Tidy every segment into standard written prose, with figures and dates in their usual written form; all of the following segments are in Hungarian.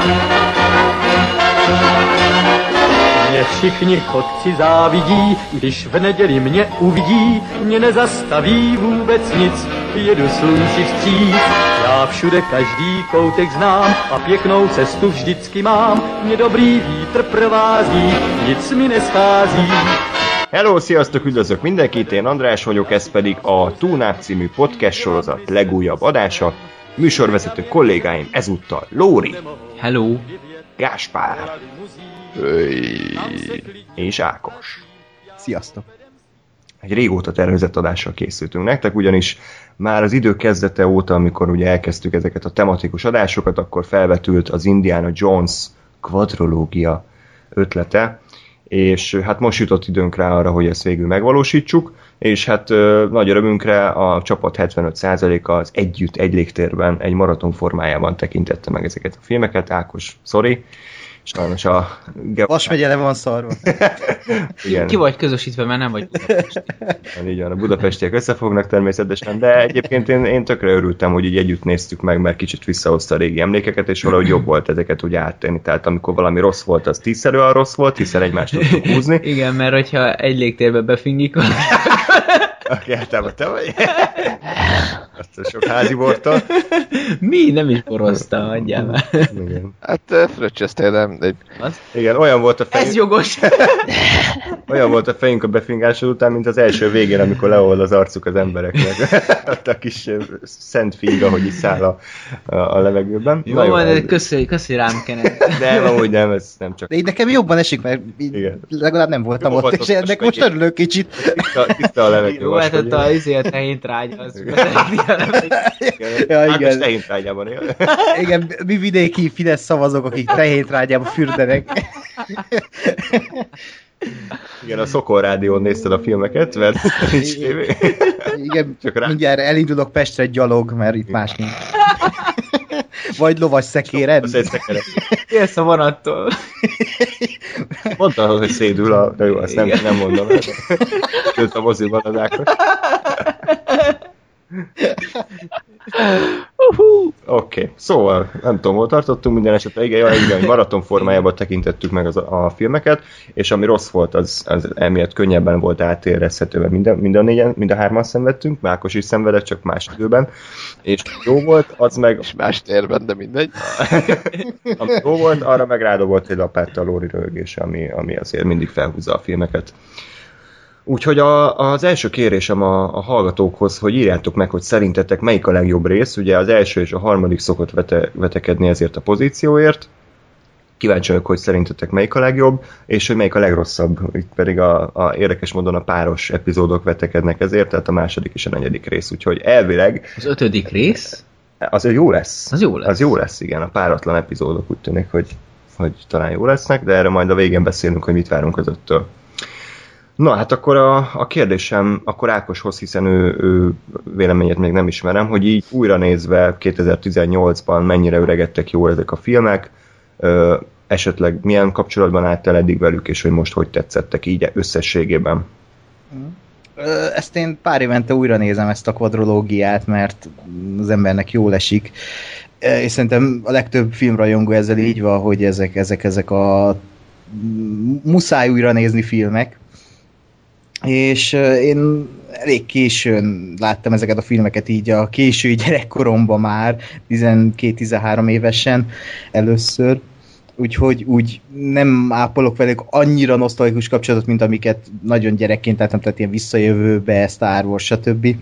Mě všichni chodci závidí, když v neděli mě uvidí, mě nezastaví vůbec nic, jedu slunci vstříc. Já všude každý koutek znám a pěknou cestu vždycky mám, mě dobrý vítr provází, nic mi neschází. Hello, sziasztok, üdvözlök mindenkit, én András vagyok, ez pedig a Túnáp című podcast sorozat legújabb adása. Műsorvezető kollégáim ezúttal Lóri. Hello. Gáspár. És Ákos. Sziasztok. Egy régóta tervezett adással készültünk nektek, ugyanis már az idő kezdete óta, amikor ugye elkezdtük ezeket a tematikus adásokat, akkor felvetült az Indiana Jones kvadrológia ötlete, és hát most jutott időnk rá arra, hogy ezt végül megvalósítsuk, és hát nagy örömünkre a csapat 75%-a az együtt, egy légtérben, egy maraton formájában tekintette meg ezeket a filmeket. Ákos, sorry. Sajnos a... Vas megye le van szarva. Igen. Ki vagy közösítve, mert nem vagy budapesti. Így van, a budapestiek összefognak természetesen, de egyébként én tökre örültem, hogy így együtt néztük meg, mert kicsit visszahozta a régi emlékeket, és valahogy jobb volt ezeket úgy áttenni. Tehát amikor valami rossz volt, az tízszer olyan rossz volt, hiszen egymást tudtuk húzni. Igen, mert hogyha egy légtérbe befingik, Aki általában te vagy. Azt a sok házi borttal. Mi? Nem is boroztam, adjál már. Igen. Hát fröccsöztél, nem? De... Igen, olyan volt a fejünk. Ez jogos. Olyan volt a fejünk a befingásod után, mint az első végén, amikor leold az arcuk az embereknek. Ott a kis szent finga, hogy is száll a levegőben. Jó, van, köszi rám kenet. Nem, amúgy nem, ez nem csak... De így nekem jobban esik, mert legalább nem voltam ott, és ennek most örülök kicsit. Tiszta a levegő. Jó, hát ott a tehintrágya, az ja, igen. Tehintrágyában él. Igen, mi vidéki Fidesz szavazók, akik tehéntrágyában fürdenek. Igen, a Szokor Rádión nézted a filmeket, mert nincs tévé. Igen, mindjárt elindulok Pestre gyalog, mert itt más nincs. Vagy lovas szekéren. Az egy szekere. Élsz a vonattól. Mondta, hogy szédül, de jó, azt nem mondom. Őt a moziban az Ákos. Oké, szóval nem tudom, hol tartottunk minden esetre, igen, maraton formájában tekintettük meg a filmeket, és ami rossz volt, az emiatt könnyebben volt átérezhető, mert mind a hárman szenvedtünk, Ákos is szenvedett, csak más időben, és jó volt, az meg... És más térben, de mindegy. Ami jó volt, arra meg rádobolt egy lapáttal Lóri röhögése, ami azért mindig felhúzza a filmeket. Úgyhogy az első kérésem a hallgatókhoz, hogy írjátok meg, hogy szerintetek melyik a legjobb rész. Ugye az első és a harmadik szokott vetekedni ezért a pozícióért. Kíváncsi vagyok, hogy szerintetek melyik a legjobb, és hogy melyik a legrosszabb. Itt pedig érdekes módon a páros epizódok vetekednek ezért, tehát a második és a negyedik rész. Úgyhogy elvileg... Az ötödik rész? Az jó lesz. Az jó lesz. Az jó lesz, igen. A páratlan epizódok úgy tűnik, hogy talán jó lesznek, de erre majd a végén beszélünk, hogy mit várunk az öttől. Na, hát akkor a kérdésem akkor Ákoshoz, hiszen ő véleményét még nem ismerem, hogy így újra nézve 2018-ban mennyire öregedtek jól ezek a filmek, esetleg milyen kapcsolatban állt el eddig velük, és hogy most hogy tetszettek így összességében? Ezt én pár évente újra nézem, ezt a kvadrológiát, mert az embernek jól esik. És szerintem a legtöbb filmrajongó ezzel így van, hogy ezek a muszáj újra nézni filmek. És én elég későn láttam ezeket a filmeket így a késői gyerekkoromban már, 12-13 évesen először, úgyhogy úgy nem ápolok velük annyira nosztalgikus kapcsolatot, mint amiket nagyon gyerekként láttam, tehát ilyen Visszajövőbe, Star Wars, stb.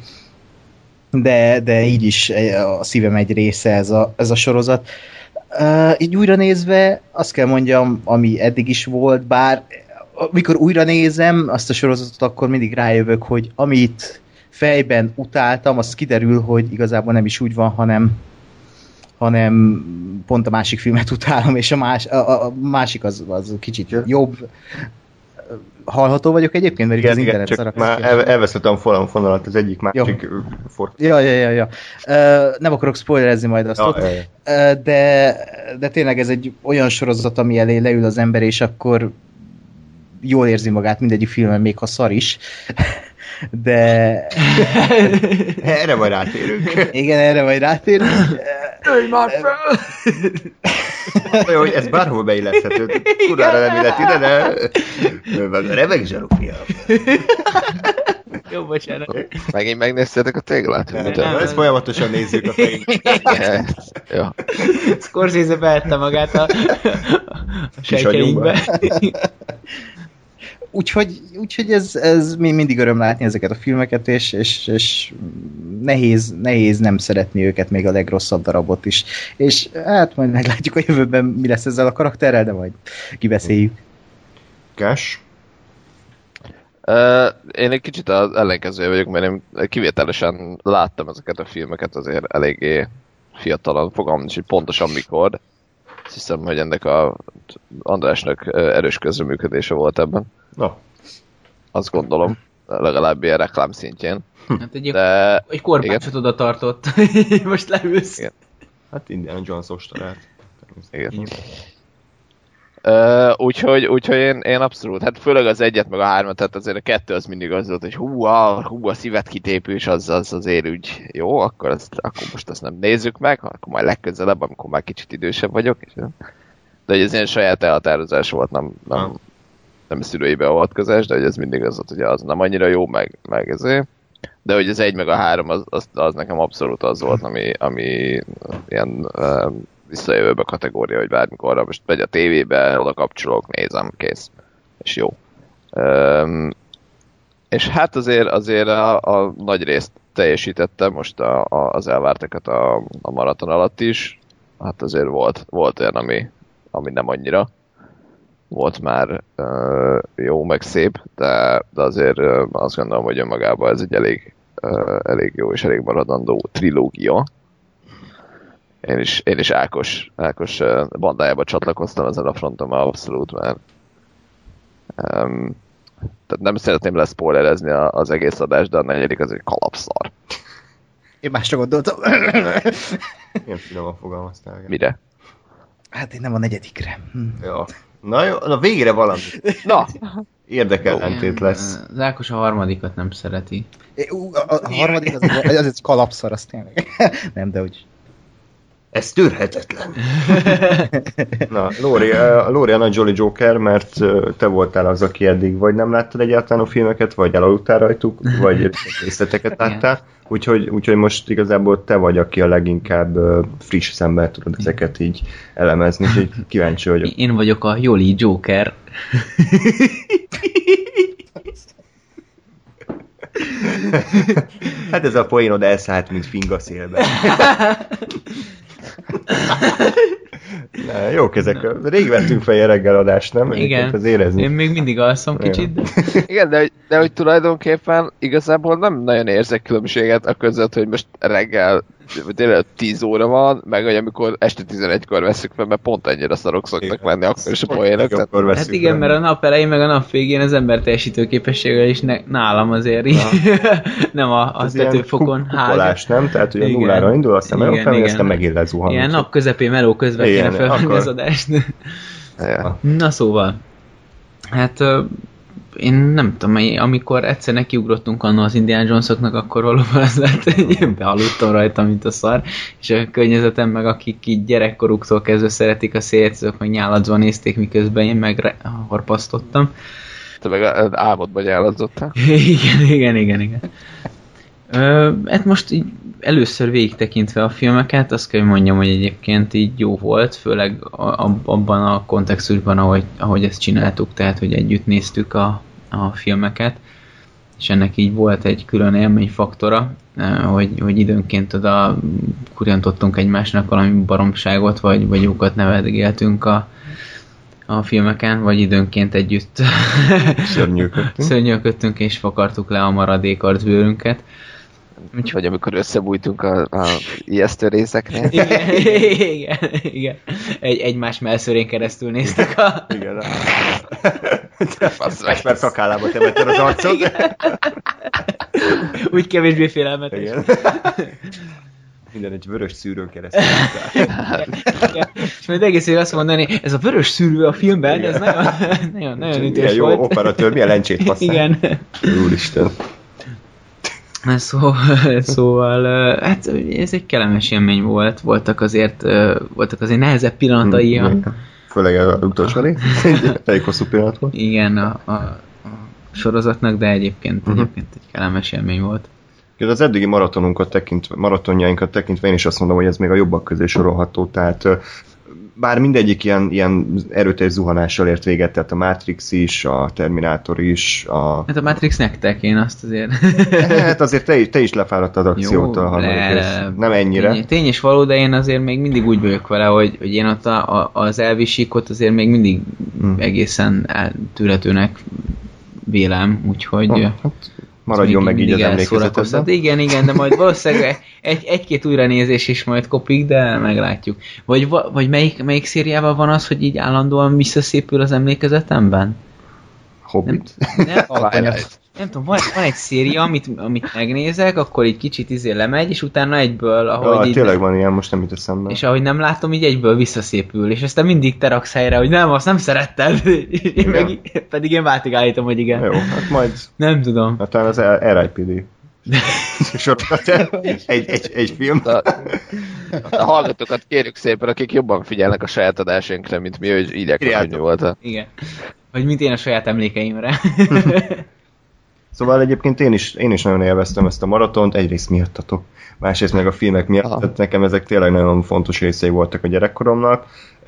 De így is a szívem egy része ez a sorozat. Így újra nézve azt kell mondjam, ami eddig is volt, bár mikor újra nézem azt a sorozatot, akkor mindig rájövök, hogy amit fejben utáltam, az kiderül, hogy igazából nem is úgy van, hanem pont a másik filmet utálom, és a másik az kicsit jobb. Hallható vagyok egyébként, mert igen, az internet csak már elvesztettem a fonalat az egyik másik fort. Ja. Nem akarok spoilerezni majd azt ott. De tényleg ez egy olyan sorozat, ami elé leül az ember, és akkor jól érzi magát mindegyik filmen, még ha szar is. De... Erre majd rátérünk. Igen, erre majd rátérünk. Ölj már fel! Olyan, hogy ez bárhol beilleszthető. Kurára nem illet ide, de remek zsaruk, fiam. Jó, bocsánat. Megint megnéztétek a téglát? Nem, Mit- nem. ezt folyamatosan nézzük a fejünk. Jó. Scorsese beette magát a sejtjeinkbe. Úgyhogy ez mindig öröm látni ezeket a filmeket, és nehéz nem szeretni őket, még a legrosszabb darabot is. És hát majd meglátjuk a jövőben, mi lesz ezzel a karakterrel, de majd kibeszéljük. Kás? Én egy kicsit az ellenkezője vagyok, mert én kivételesen láttam ezeket a filmeket azért eléggé fiatalan, fogalmam is, hogy pontosan mikor. Azt hiszem, hogy ennek a Andrásnak erős közreműködése volt ebben. Na, Azt gondolom, legalább ilyen reklám szintjén. Hát De egy korbácsot oda tartott. Most leülsz. Igen. hát Indiana Jones ostorát. igen. Úgyhogy én abszolút, hát főleg az egyet meg a hármat, tehát azért a kettő az mindig az volt, hogy hú, a szívet kitépős, az azért úgy jó, akkor most azt nem nézzük meg, akkor majd legközelebb, amikor már kicsit idősebb vagyok. De hogy ez ilyen saját elhatározás volt, nem szülői beavatkozás, de hogy ez mindig az volt, hogy az nem annyira jó, meg ezért. De hogy az egy meg a három, az nekem abszolút az volt, ami ilyen visszajövőbe kategória, hogy bármikorra most megy a tévébe, oda kapcsolok, nézem, kész. És jó. És hát azért a nagy részt teljesítettem most az elvártakat a maraton alatt is. Hát azért volt olyan, ami nem annyira. Volt már jó, meg szép, de azért azt gondolom, hogy önmagában ez egy elég jó és elég maradandó trilógia. Én is Ákos bandájába csatlakoztam ezen a fronton már abszolút, mert tehát nem szeretném leszpoilerezni az egész adást, de a negyedik az egy kalapszar. Én másra gondoltam. Ilyen finoman fogalmaztál. Mire? Hát én nem a negyedikre. Ja. Na jó, na végre valami. Na! Érdekellentét lesz. Az Ákos a harmadikat nem szereti. A harmadik az egy kalapszar, az tényleg. Nem, de úgy. Ez tűrhetetlen. Na, Lóri a nagy Jolly Joker, mert te voltál az, aki eddig vagy nem láttad egyáltalán a filmeket, vagy elaludtál rajtuk, vagy részleteket láttál. Úgyhogy most igazából te vagy, aki a leginkább friss szemmel tudod ezeket így elemezni, úgyhogy kíváncsi vagyok. Én vagyok a Jolly Joker. Hát ez a poénod elszállt, mint finga szélbe. Jók ezek. Rég vettünk fel ilyen reggeladást, nem? Igen. Az érezni. Én még mindig alszom kicsit, de... Igen, de hogy tulajdonképpen igazából nem nagyon érzek különbséget a között, hogy most reggel tényleg 10 óra van, meg hogy amikor este 11-kor veszük fel, mert pont ennyire szarok szoktak lenni akkor is a poénok. Hát igen, mert a nap elején, meg a nap végén az ember teljesítő képességgel is nálam azért így. Nem a tetőfokon. Kukolás, nem? Tehát ugye Igen. nullára indul, aztán meló fel, Igen. aztán megint lezuhan. Ilyen nap közepén meló közben kéne felvenni akkor- az adást. Ja. Na szóval, hát én nem tudom, amikor egyszer nekiugrottunk annak az Indiana Jonesoknak, akkor valóban az lett, hogy bealudtam rajta, mint a szar, és a környezetem meg, akik így gyerekkoruktól kezdve szeretik a szélcők, meg nyáladzva nézték, miközben én meg horpasztottam. Te meg álmodban nyálazottál. Igen. Hát most így először végig tekintve a filmeket, azt kell, hogy mondjam, hogy egyébként így jó volt, főleg abban a kontextusban, ahogy ezt csináltuk, tehát, hogy együtt néztük a filmeket, és ennek így volt egy külön élményfaktora, hogy időnként oda kurjantottunk egymásnak valami baromságot, vagy jókat nevetgéltünk a filmeken, vagy időnként együtt szörnyűködtünk, és fakartuk le a maradék arcbőrünket. Úgyhogy amikor összebújtunk a ijesztő részeknél. Igen. Egymás melszörén keresztül néztek a... Igen. Mert szakállába temetted az arcod. Úgy kevésbé félelmetes. Igen. Minden egy vörös szűrőn keresztül. És majd egész év azt mondani, ez a vörös szűrő a filmben, igen. Ez nagyon ütős milyen jó volt. operatőr, milyen lencsét használ. Igen. Úristen. Szóval, hát ez egy kellemes élmény volt. Voltak azért nehezebb pillanatai. Főleg az utolsó elég hosszú pillanat volt. Igen, a sorozatnak, de egyébként egy kellemes élmény volt. Az eddigi maratonjainkat tekintve én is azt mondom, hogy ez még a jobbak közé sorolható, tehát bár mindegyik ilyen erőteljes zuhanással ért véget, tehát a Matrix is, a Terminátor is, Hát a Matrix nektek, én azt azért... Hát azért te is lefáradtad akciótól, a harmadik rész. Nem ennyire. Tény és való, de én azért még mindig úgy vagyok vele, hogy én ott az elvisíkot azért még mindig egészen tűretőnek vélem, úgyhogy... Hát maradjon meg így az emlékezetedben. Igen, de majd valószínűleg egy-két újranézés is majd kopik, de meglátjuk. Vagy melyik szériával van az, hogy így állandóan visszaszépül az emlékezetemben? Hobbit? Nem tudom, van egy széria, amit megnézek, akkor így kicsit lemegy, és utána egyből, ahogy így... Tényleg van ilyen, most nem jut eszembe. És ahogy nem látom, így egyből visszaszépül, és aztán mindig te raksz helyre, hogy nem, azt nem szeretted, pedig én váltig állítom, hogy igen. Jó, hát majd... Nem tudom. Hát talán az R.I.P.D. Sorozat, egy film. A hallgatókat kérjük szépen, akik jobban figyelnek a saját adásainkra, mint mi, hogy írják, hogy mi volt. Igen. Vagy mint én a saját emlékeimre. Szóval egyébként én is nagyon élveztem ezt a maratont, egyrészt miattatok, másrészt meg a filmek miatt, tehát nekem ezek tényleg nagyon fontos részei voltak a gyerekkoromnak,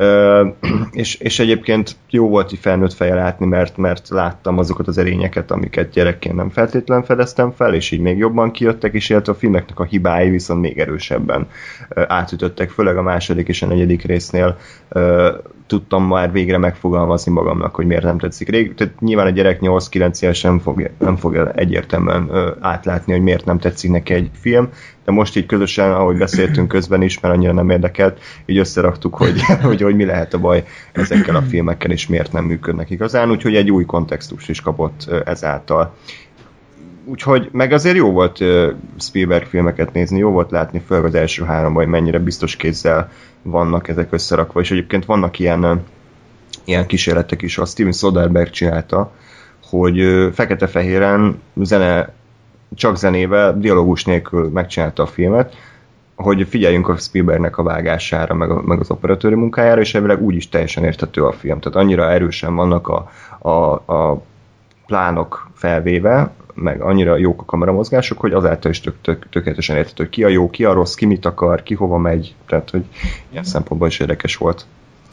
és egyébként jó volt így felnőtt fejjel látni, mert láttam azokat az erényeket, amiket gyerekként nem feltétlenül fedeztem fel, és így még jobban kijöttek, és illetve a filmeknek a hibái viszont még erősebben átütöttek, főleg a második és a negyedik résznél tudtam már végre megfogalmazni magamnak, hogy miért nem tetszik. Tehát nyilván a gyerek 8-9 éves nem fogja egyértelműen átlátni, hogy miért nem tetszik neki egy film, de most így közösen, ahogy beszéltünk közben is, mert annyira nem érdekelt, így összeraktuk, hogy mi lehet a baj ezekkel a filmekkel, és miért nem működnek igazán, úgyhogy egy új kontextust is kapott ezáltal. Úgyhogy meg azért jó volt Spielberg filmeket nézni, jó volt látni főleg az első háromban, hogy mennyire biztos kézzel vannak ezek összerakva, és egyébként vannak ilyen kísérletek is, a Steven Soderbergh csinálta, hogy fekete-fehéren csak zenével, dialógus nélkül megcsinálta a filmet, hogy figyeljünk a Spielbergnek a vágására, meg az operatőri munkájára, és elvileg úgy is teljesen érthető a film. Tehát annyira erősen vannak a plánok felvéve, meg annyira jók a kameramozgások, hogy azáltal is tökéletesen érthető, hogy ki a jó, ki a rossz, ki mit akar, ki hova megy, tehát hogy ilyen szempontból is érdekes volt.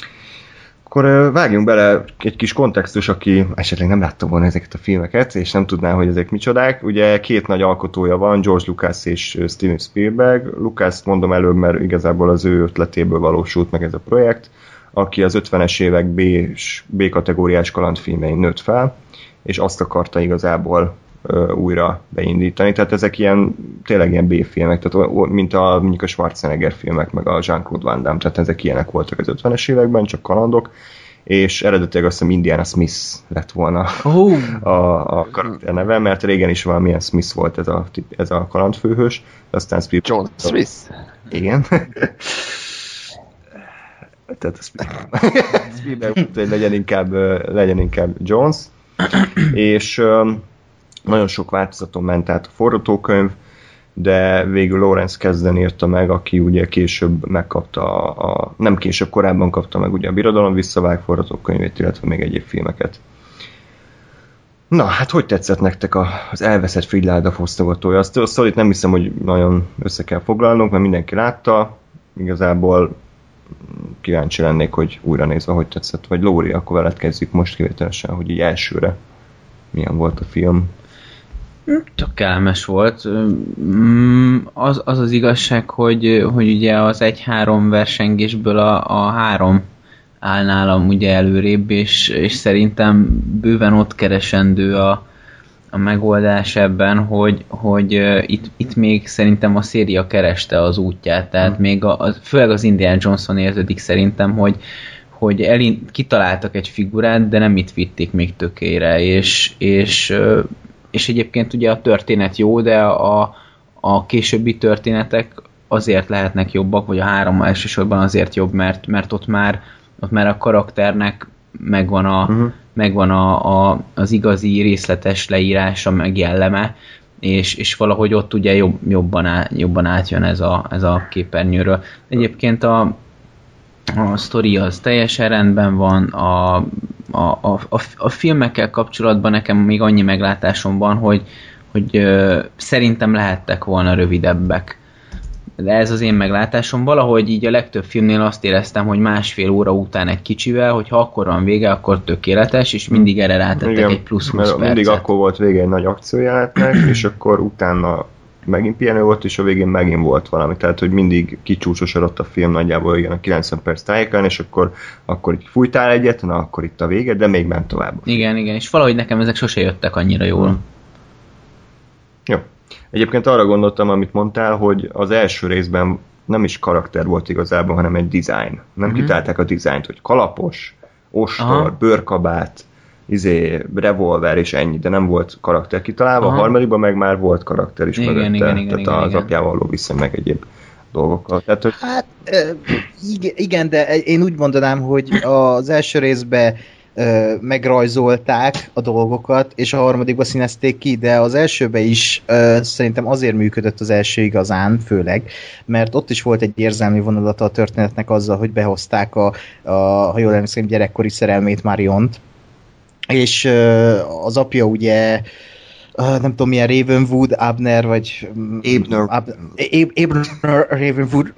Akkor vágjunk bele egy kis kontextus, aki esetleg nem látta volna ezeket a filmeket, és nem tudná, hogy ezek micsodák. Ugye két nagy alkotója van, George Lucas és Steven Spielberg. Lucas mondom előbb, mert igazából az ő ötletéből valósult meg ez a projekt, aki az 50-es évek B kategóriás kalandfilmein nőtt fel, és azt akarta igazából újra beindítani. Tehát ezek tényleg ilyen B-filmek, tehát mint mondjuk a Schwarzenegger filmek, meg a Jean-Claude Van Damme, tehát ezek ilyenek voltak az 50-es években, csak kalandok, és eredetileg azt hiszem Indiana Smith lett volna a karakter neve, mert régen is valamilyen Smith volt ez a kalandfőhős, aztán Spielberg... John Smith. Igen. Tehát Spielberg mondta, hogy legyen inkább Jones, és nagyon sok változaton ment át a forgatókönyv, de végül Lawrence Kasdan írta meg, aki ugye később megkapta nem később, korábban kapta meg ugye a Birodalom visszavág forgatókönyvét, illetve még egyéb filmeket. Na, hát hogy tetszett nektek az elveszett Fridláda fosztogatója? Azt itt nem hiszem, hogy nagyon össze kell foglalnunk, mert mindenki látta. Igazából kíváncsi lennék, hogy újra nézve, hogy tetszett. Vagy Lóri, akkor veled kezdjük most kivételesen, hogy így elsőre milyen volt a film. Tök kellemes volt. Az igazság, hogy ugye az 1-3 versengésből a 3 áll nálam ugye előrébb, és szerintem bőven ott keresendő a megoldás ebben, hogy itt még szerintem a széria kereste az útját, tehát még főleg az Indiana Johnson érződik szerintem, hogy kitaláltak egy figurát, de nem itt vitték még tökére, és egyébként ugye a történet jó, de a későbbi történetek azért lehetnek jobbak, vagy a 3 elsősorban azért jobb, mert ott már a karakternek megvan az igazi részletes leírása, meg jelleme, és valahogy ott ugye jobban átjön ez a képernyőről. Egyébként a sztori az teljesen rendben van, a filmekkel kapcsolatban nekem még annyi meglátásom van, hogy szerintem lehettek volna rövidebbek. De ez az én meglátásom. Valahogy így a legtöbb filmnél azt éreztem, hogy másfél óra után egy kicsivel, hogyha akkor van vége, akkor tökéletes, és mindig erre rátettek egy plusz 20 percet. Mindig akkor volt vége egy nagy akciójelenetnek, és akkor utána megint pihenő volt, és a végén megint volt valami. Tehát, hogy mindig kicsúcsosodott a film nagyjából ilyen a 90 perc tájékán, és akkor így fújtál egyet, na akkor itt a vége, de még ment tovább. Igen, és valahogy nekem ezek sose jöttek annyira jól. Jó. Egyébként arra gondoltam, amit mondtál, hogy az első részben nem is karakter volt igazából, hanem egy design. Nem kitálták a dizájnt, hogy kalapos, ostor, bőrkabát, revolver és ennyi, de nem volt karakter kitalálva. A harmadikban meg már volt karakter is mögötte. Tehát az apjával való viszony meg egyéb dolgokkal. Tehát, hogy... Hát igen, de én úgy mondanám, hogy az első részben megrajzolták a dolgokat, és a harmadikba színezték ki, de az elsőben is szerintem azért működött az első igazán, főleg, mert ott is volt egy érzelmi vonulata a történetnek azzal, hogy behozták ha jól emlékszem, gyerekkori szerelmét, Mariont, és az apja ugye nem tudom milyen Ravenwood, Abner, vagy Abner Ravenwood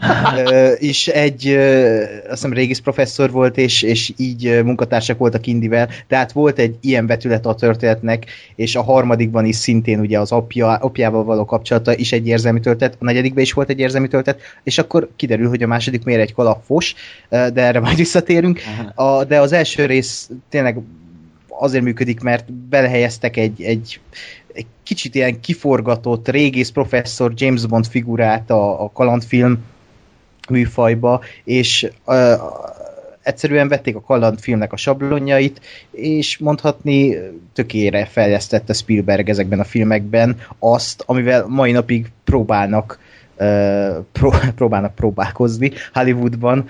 és egy azt hiszem régész professzor volt, és így munkatársak voltak Indyvel, tehát volt egy ilyen vetület a történetnek, és a harmadikban is szintén ugye az apjával való kapcsolata is egy érzelmi töltet, a negyedikben is volt egy érzelmi töltet, és akkor kiderül, hogy a második miért egy kalapfos, de erre majd visszatérünk. De az első rész tényleg azért működik, mert belehelyeztek egy kicsit ilyen kiforgatott régész professzor James Bond figurát a kalandfilm műfajba, és egyszerűen vették a kalandfilmnek a sablonjait, és mondhatni tökére fejlesztette Spielberg ezekben a filmekben azt, amivel mai napig próbálnak próbálkozni Hollywoodban,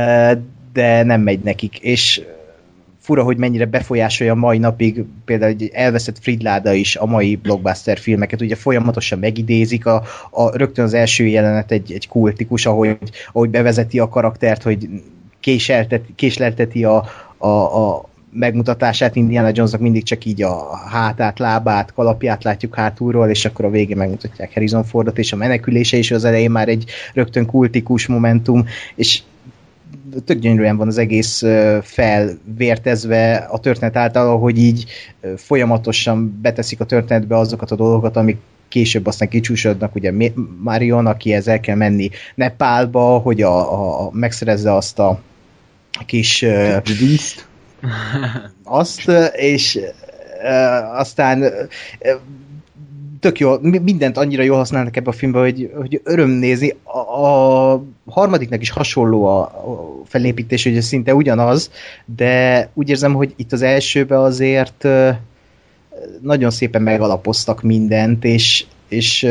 de nem megy nekik, és fura, hogy mennyire befolyásolja mai napig például egy elveszett Fridláda is a mai blockbuster filmeket, ugye folyamatosan megidézik, rögtön az első jelenet egy kultikus, ahogy bevezeti a karaktert, hogy késlelteti a megmutatását Indiana Jonesnak, mindig csak így a hátát, lábát, kalapját látjuk hátulról, és akkor a végén megmutatják Harrison Fordot, és a menekülése is az elején már egy rögtön kultikus momentum, és tök gyönyörűen van az egész felvértezve a történet által, hogy így folyamatosan beteszik a történetbe azokat a dolgokat, amik később aztán kicsúsodnak, ugye Marion, akihez el kell menni Nepálba, hogy megszerezze azt a kis vízt. Azt, és aztán tök jó, mindent annyira jól használnak ebbe a filmbe, hogy öröm nézni. A harmadiknak is hasonló a felépítés, hogy szinte ugyanaz, de úgy érzem, hogy itt az elsőben azért nagyon szépen megalapoztak mindent, és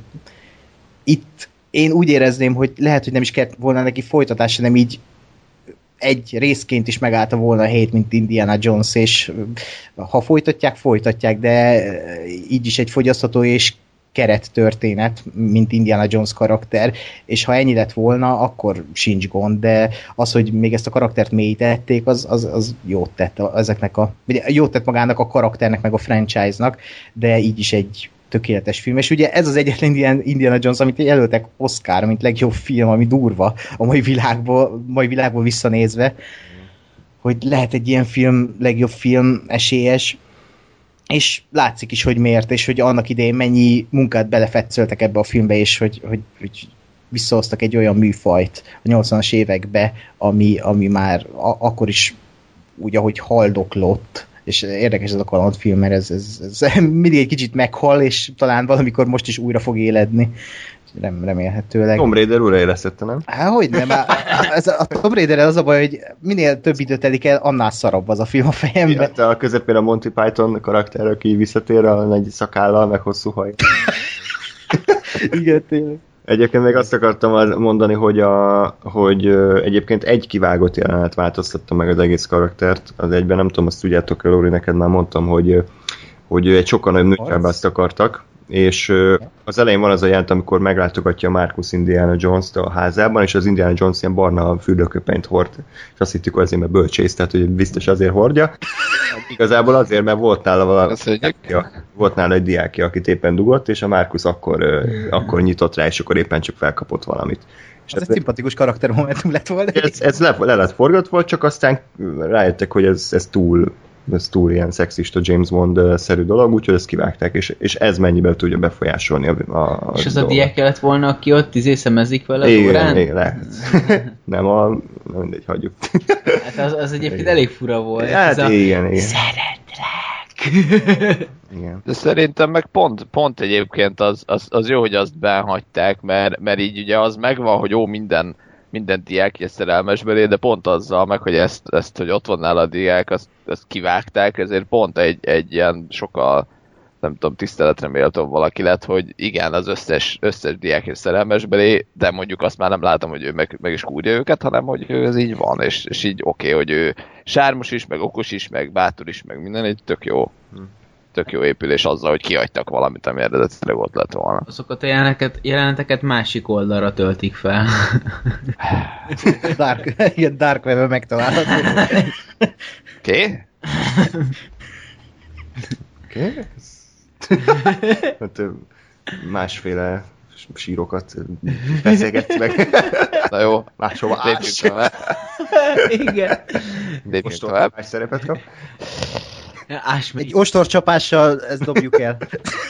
itt én úgy érezném, hogy lehet, hogy nem is kellett volna neki folytatás, hanem így egy részként is megállta volna a hét, mint Indiana Jones, és ha folytatják, de így is egy fogyasztható és keret történet, mint Indiana Jones karakter, és ha ennyi lett volna, akkor sincs gond, de az, hogy még ezt a karaktert mélyítették, az jót tett jót tett magának a karakternek, meg a franchise-nak, de így is egy tökéletes film, és ugye ez az egyetlen Indiana Jones, amit jelöltek Oscar, mint legjobb film, ami durva a mai világból visszanézve, hogy lehet egy ilyen film, legjobb film esélyes, és látszik is, hogy miért, és hogy annak idején mennyi munkát belefetszöltek ebbe a filmbe, és hogy visszahoztak egy olyan műfajt a 80-as évekbe, ami már akkor is úgy, ahogy haldoklott, és érdekes ez a kalandfilm, mert ez mindig egy kicsit meghal, és talán valamikor most is újra fog éledni. Remélhetőleg. Tomb Raider újraélesztette, nem? Hogy nem? A Tomb Raider az a baj, hogy minél több időt telik el, annál szarabb az a film a fejemben. Ja, a közepén a Monty Python karakter, aki visszatér a nagy szakállal, meg hosszú haj. Igen, tényleg. Egyébként még azt akartam mondani, hogy egyébként egy kivágott jelenet változtatta meg az egész karaktert. Az egyben, nem tudom, azt tudjátok, Lóri, neked már mondtam, hogy egy sokkal nagyobb nőcsábászt akartak, és az elején van az a jelent, amikor meglátogatja Marcus Indiana Jones-t a házában, és az Indiana Jones ilyen barna fürdőköpenyt hord, és azt hittük azért, mert bölcsész, tehát hogy biztos azért hordja. Igazából azért, mert volt nála egy diákja, akit éppen dugott, és a Marcus akkor nyitott rá, és akkor éppen csak felkapott valamit. És ez egy szimpatikus karaktermomentum lett volna. Ez le lett forgatva, csak aztán rájöttek, hogy ez túl ilyen szexista James Bond-szerű dolog, úgyhogy ezt kivágták, és ez mennyiben tudja befolyásolni a és az a diák kellett volna, aki ott szemezik vele az órán? Igen, lehet. Nem mindegy, hagyjuk. Hát az egyébként elég fura volt. Hát igen. Szeretlek! Igen. De szerintem meg pont egyébként az jó, hogy azt behagyták, mert így ugye az megvan, hogy minden diák ilyen szerelmes belé, de pont azzal meg, hogy ezt hogy ott van nála a diák, azt kivágták, ezért pont egy ilyen sokkal, nem tudom, tiszteletre méltóbb valaki lett, hogy igen, az összes diák és szerelmes belé, de mondjuk azt már nem látom, hogy ő meg is kúrja őket, hanem hogy ő ez így van, és így oké, hogy ő sármos is, meg okos is, meg bátor is, meg minden, egy tök jó épülés azzal, hogy kihagytak valamit, ami eredetileg ott lett volna. Azokat a jeleneteket másik oldalra töltik fel. Ilyen Dark Web-ben megtalálható. Oké? Hát másféle sírokat beszélgetsz meg. Na jó, máshova lépjünk tovább. Igen. Most tovább. Más szerepet kap. Egy ostorcsapással ezt dobjuk el.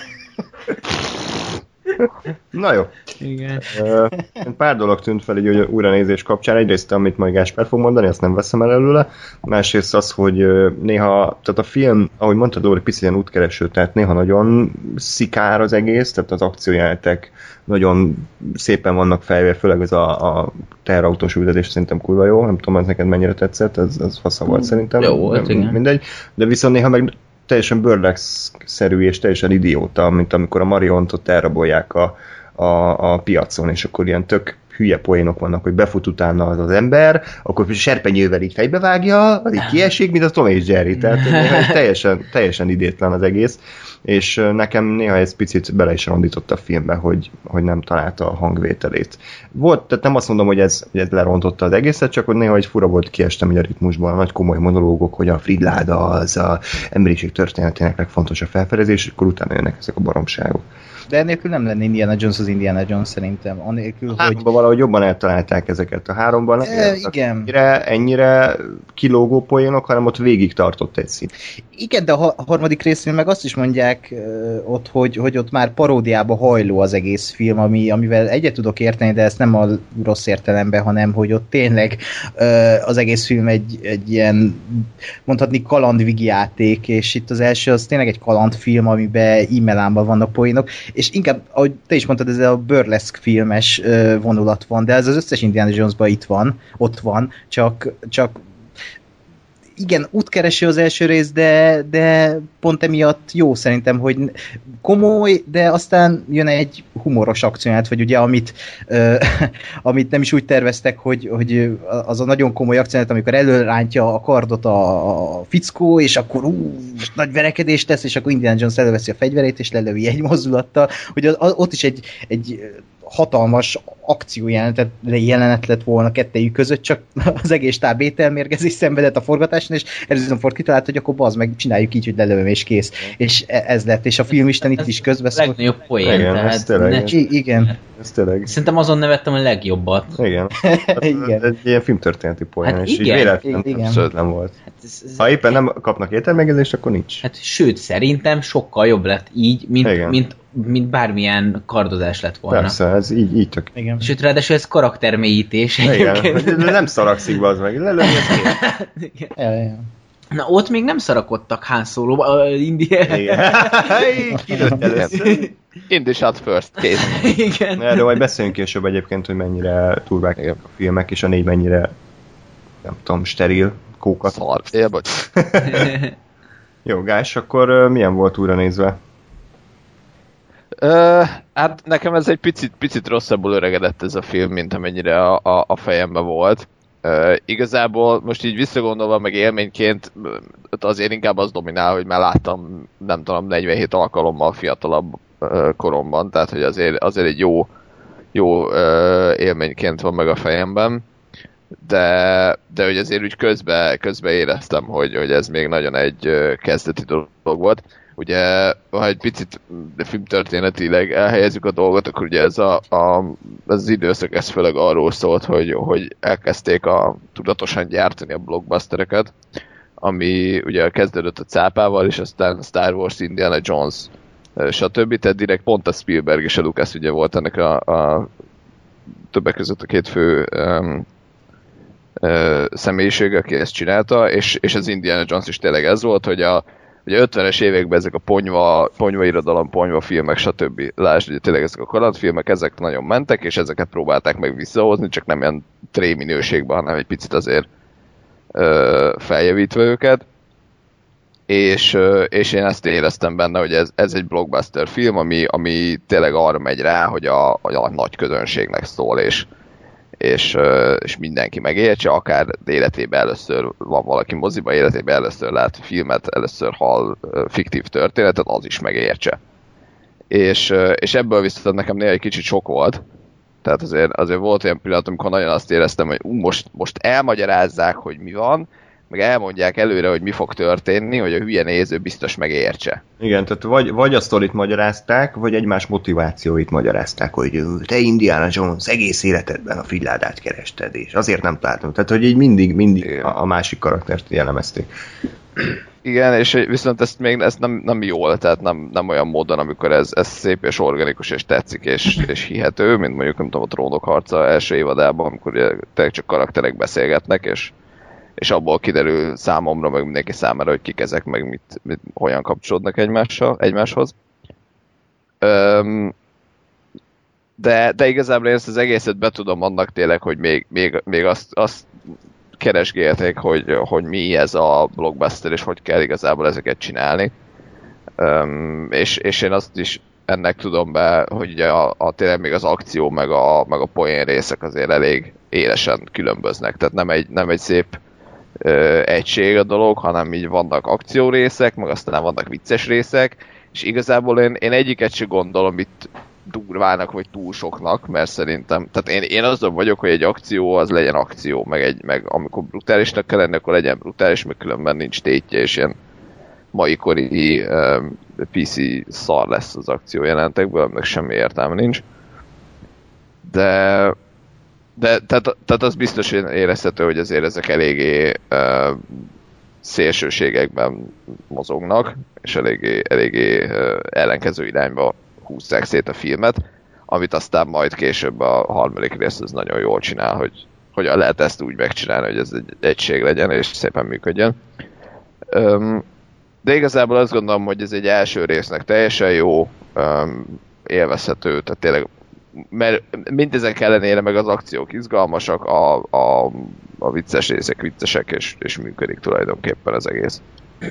Na jó. Igen. Pár dolog tűnt fel így újranézés kapcsán. Egyrészt, amit majd Gáspár fog mondani, azt nem veszem el előle. Másrészt az, hogy néha, tehát a film, ahogy mondtad, Dóri, picit ilyen útkereső, tehát néha nagyon szikár az egész, tehát az akciójelenetek nagyon szépen vannak fejve, főleg ez a teherautós ültetés szerintem kurva jó, nem tudom, ez neked mennyire tetszett, ez fasza volt szerintem. Jó volt, igen. Mindegy, de viszont néha meg teljesen Burlex-szerű és teljesen idióta, mint amikor a Mariont ott elrabolják a piacon, és akkor ilyen tök hülye poénok vannak, hogy befut utána az ember, akkor serpenyővel így fejbevágja, az így kiesik, mint a Tom és Jerry, tehát teljesen idétlen az egész, és nekem néha ez picit bele is rondított a filmbe, hogy nem találta a hangvételét. Volt, tehát nem azt mondom, hogy ez lerontotta az egészet, csak hogy néha egy fura volt, kiestem így a ritmusban, a nagy komoly monológok, hogy a Fridláda az a emberiség történetének legfontosabb felfedezés, és akkor utána jönnek ezek a baromságok. De ennélkül nem lenne Indiana Jones az Indiana Jones szerintem. Anélkül, hogy... valahogy jobban eltalálták ezeket. A 3-ban igen. Ennyire kilógó poénok, hanem ott végig tartott egy szín. Igen, de a harmadik részén meg azt is mondják ott, hogy ott már paródiába hajló az egész film, amivel egyet tudok érteni, de ezt nem a rossz értelemben, hanem hogy ott tényleg az egész film egy ilyen, mondhatni, kalandvigi játék, és itt az első az tényleg egy kalandfilm, amiben e-mailámban vannak poénok, és inkább, ahogy te is mondtad, ez a burleszk filmes vonulat van, de ez az összes Indiana Jonesban ott van, csak igen, útkereső az első rész, de pont emiatt jó szerintem, hogy komoly, de aztán jön egy humoros akcióját, vagy ugye amit nem is úgy terveztek, hogy az a nagyon komoly akcióját, amikor előrántja a kardot a fickó, és akkor most nagy verekedés tesz, és akkor Indiana Jones előveszi a fegyverét, és lelövi egy mozdulattal, hogy ott is egy hatalmas akciójelenet lett volna kettejük között, csak az egész stáb ételmérgezés szenvedett a forgatáson, és Harrison Ford kitalált, hogy akkor bazd meg, csináljuk így, hogy lelövöm és kész. És ez lett, és a filmisten itt is közbeszólt. Legnagyobb poén, igen. Ez tényleg. Szerintem azon nevettem a legjobbat. Igen. Igen. Egy ilyen filmtörténeti poén, Hát és igen, így véletlen igen. abszolút nem volt. Hát Ha éppen nem kapnak ételmegezést, akkor nincs. Hát sőt, szerintem sokkal jobb lett így, mint bármilyen kardozás lett volna. Persze, ez így tök. Igen. Sőt, ráadásul ez karaktermélyítés. Igen, nem szaragszik be az meg. Lelőni ezt Igen. Na, ott még nem szarakodtak Han Solo-ba, India. Igen. Kilőtt először. In the shot first, kész. Igen. Erről majd beszéljünk később egyébként, hogy mennyire turvák a filmek, és a 4 mennyire, nem tudom, steril kókat. Szar. Bocs. Jó, Gás, akkor milyen volt újra nézve? Hát nekem ez egy picit rosszabbul öregedett ez a film, mint amennyire a fejemben volt. Igazából most így visszagondolva, meg élményként azért inkább az dominál, hogy már láttam, nem tudom, 47 alkalommal fiatalabb koromban, tehát hogy azért egy jó élményként van meg a fejemben, de hogy azért úgy közbe éreztem, hogy ez még nagyon egy kezdeti dolog volt. Ugye, ha egy picit filmtörténetileg elhelyezzük a dolgot, akkor ugye ez az időszak ez főleg arról szólt, hogy elkezdték tudatosan gyártani a blockbustereket, ami ugye kezdődött a cápával, és aztán Star Wars, Indiana Jones, stb. Tehát direkt pont a Spielberg és a Lucas ugye volt ennek a többek között a két fő személyiség, aki ezt csinálta, és az Indiana Jones is tényleg ez volt, hogy ugye 50-es években ezek a ponyva irodalom, ponyva filmek, stb. Lásd, ugye tényleg ezek a kalandfilmek, ezek nagyon mentek, és ezeket próbálták meg visszahozni, csak nem ilyen tré minőségben, hanem egy picit azért feljavítva őket. És én ezt éreztem benne, hogy ez egy blockbuster film, ami tényleg arra megy rá, hogy a nagy közönségnek szól, és mindenki megértse, akár életében először van valaki moziba, életében először lát filmet, először hall fiktív történetet, az is megértse. És ebből viszont nekem néha egy kicsit sok volt. Tehát azért volt olyan pillanat, amikor nagyon azt éreztem, hogy most elmagyarázzák, hogy mi van, meg elmondják előre, hogy mi fog történni, hogy a hülye néző biztos megértse. Igen, tehát vagy a sztorit magyarázták, vagy egymás motivációit magyarázták, hogy te Indiana Jones egész életedben a figyládát kerested, és azért nem találtam. Tehát, hogy így mindig a másik karaktert jellemezték. Igen, és viszont ezt nem jól, tehát nem olyan módon, amikor ez szép és organikus, és tetszik, és hihető, mint mondjuk, nem tudom, a Trónok harca első évadában, amikor tényleg csak karakterek beszélgetnek, és abból kiderül számomra, meg mindenki számára, hogy kik ezek, meg hogyan kapcsolódnak egymáshoz. De igazából én ezt az egészet be tudom annak tényleg, hogy még azt keresgélték, hogy mi ez a blockbuster, és hogy kell igazából ezeket csinálni. És én azt is ennek tudom be, hogy tényleg még az akció, meg a poén részek azért elég élesen különböznek. Tehát nem egy szép egység a dolog, hanem így vannak akciórészek, meg aztán vannak vicces részek, és igazából én egyiket sem gondolom itt durvának, vagy túl soknak, mert szerintem, tehát én azon vagyok, hogy egy akció az legyen akció, meg amikor brutálisnak kell lenni, akkor legyen brutális, meg különben nincs tétje, és ilyen mai kori PC szar lesz az akció jelentekből, meg semmi értelme nincs. De tehát az biztos érezhető, hogy azért ezek eléggé szélsőségekben mozognak, és eléggé ellenkező irányba húzzák szét a filmet, amit aztán majd később a harmadik rész az nagyon jól csinál, hogy hogyan lehet ezt úgy megcsinálni, hogy ez egy egység legyen, és szépen működjön. De igazából azt gondolom, hogy ez egy első résznek teljesen jó, élvezhető, tehát tényleg, mert mindezek ellenére meg az akciók izgalmasak, a vicces részek viccesek, és működik tulajdonképpen az egész.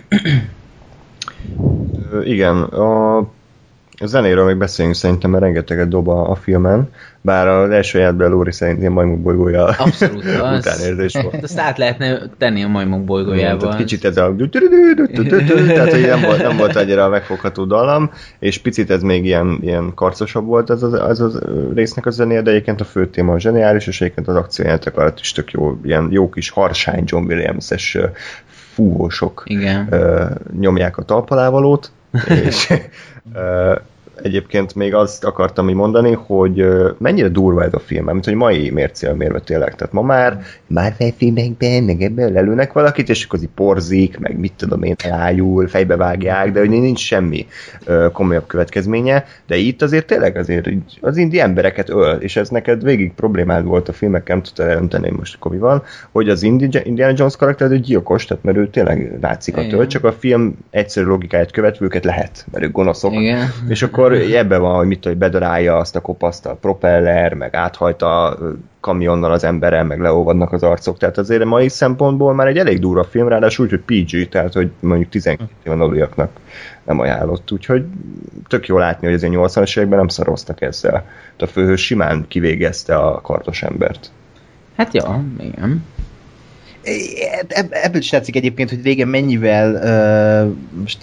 Igen, a zenéről még beszéljünk szerintem, mert rengeteget dob a filmen, bár az első jelentben Lóri szerint ilyen majmok bolygója abszolút, utánérzés volt. Azt át lehetne tenni a majmok bolygójával. Kicsit ez a tehát hogy nem volt annyira megfogható dallam, és picit ez még ilyen karcosabb volt ez az résznek a zenéje, de egyébként a fő téma a zseniális, és egyébként az akciójelentek alatt is tök jó, ilyen jó kis harsány John Williams-es fúvósok nyomják a talpalávalót, és egyébként még azt akartam így mondani, hogy mennyire durva ez a film, mint hogy mai mércél mérve tényleg. Tehát ma már filmekben, meg ebben lelőnek valakit, és akkor porzik, meg mit tudom én, elájul, fejbevágják, de hogy nincs semmi komolyabb következménye, de itt azért tényleg az indi embereket öl, és ez neked végig problémád volt a filmekkel, nem tudtál elönteni most, akkor mi van, hogy az Indiana Jones karakter egy gyilkos, tehát mert ő tényleg látszik a tölt, csak a film egyszerű logikáját követve őket lehet, mert ők gonoszok. Igen. És akkor ebben van, hogy bedarálja azt a kopaszt a propeller, meg áthajt a kamionnal az emberrel, meg leolvadnak az arcok. Tehát azért mai szempontból már egy elég durva film, ráadásul úgy, hogy PG, tehát hogy mondjuk 12 éven aluliaknak nem ajánlott. Úgyhogy tök jó látni, hogy azért 80-as években nem szaroztak ezzel. A főhős simán kivégezte a kardos embert. Hát ja, igen. Ebből is látszik egyébként, hogy régen mennyivel most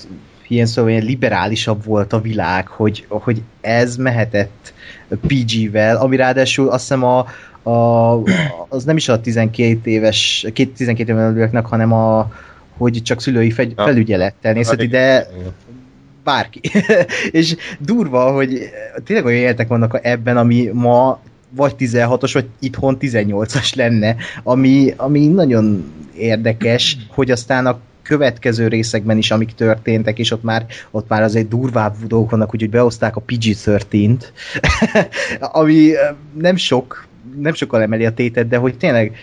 ilyen szóval ilyen liberálisabb volt a világ, hogy ez mehetett PG-vel, ami ráadásul azt hiszem az nem is a 12 éven hanem hogy csak szülői felügyelettel nézheti, de bárki. És durva, hogy tényleg olyan életek vannak ebben, ami ma vagy 16-os, vagy itthon 18-as lenne, ami nagyon érdekes, hogy aztán a következő részekben is, amik történtek, és ott már azért durvább dolgok vannak, úgyhogy behozták a PG-13-t, ami nem sokkal emeli a tétet, de hogy tényleg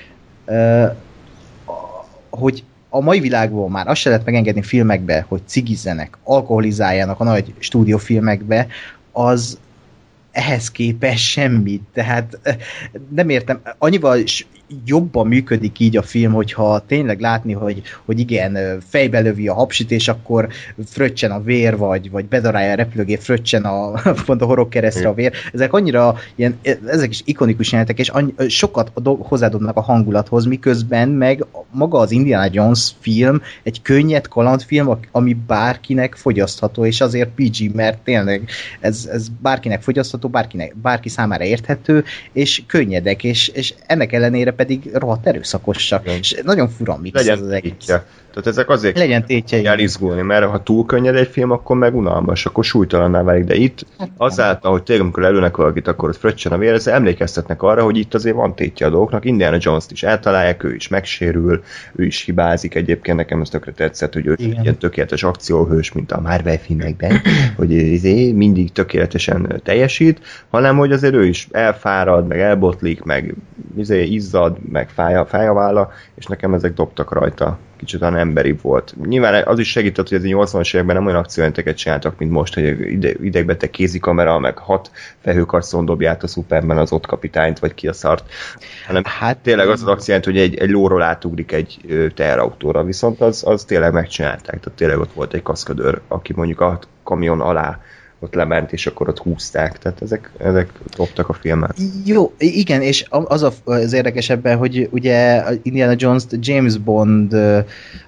hogy a mai világban már azt se lehet megengedni filmekbe, hogy cigizzenek, alkoholizáljanak a nagy stúdiófilmekbe, az ehhez képest semmit. Tehát nem értem, annyival jobban működik így a film, hogyha tényleg látni, hogy igen, fejbe lövi a hapsit, és akkor fröccsen a vér, vagy bedarálja a repülőgép, fröccsen pont a horogkeresztre a vér. Ezek annyira ezek is ikonikus jelenetek, és sokat hozzádobnak a hangulathoz, miközben meg maga az Indiana Jones film egy könnyed kalandfilm, ami bárkinek fogyasztható, és azért PG, mert tényleg ez bárkinek fogyasztható, bárki számára érthető, és könnyedek, és ennek ellenére pedig rohadt erőszakosak. És nagyon fura mix ez az egész. Tehát ezek azért legyen tétjei. Kell izgulni, mert ha túl könnyed egy film, akkor meg unalmas, akkor súlytalanná válik, de itt azáltal, hogy tényleg amikor előnek valakit, akkor ott fröccsen a vér, ezzel emlékeztetnek arra, hogy itt azért van tétje a dolgoknak, Indiana Jones-t is eltalálják, ő is megsérül, ő is hibázik, egyébként nekem ez tökre tetszett, hogy ő ilyen tökéletes akcióhős, mint a Marvel filmekben, hogy mindig tökéletesen teljesít, hanem hogy azért ő is elfárad, meg elbotlik, meg izzad, meg fáj a válla, és nekem ezek dobtak rajta. Kicsit olyan emberibb volt. Nyilván az is segített, hogy ez 80-as években nem olyan akciójelenteket csináltak, mint most, hogy idegbeteg kézikamera, meg 6 felhőkarcolón dobját a Superman az ott kapitányt, vagy ki a szart. Hanem tényleg az akciójelent, hogy egy lóról átugrik egy teherautóra, viszont az tényleg megcsinálták. Tehát tényleg ott volt egy kaszkadőr, aki mondjuk a kamion alá ott lement, és akkor ott húzták. Tehát ezek dobtak a filmet. Jó, igen, és az érdekesebben, hogy ugye Indiana Jones-t James Bondra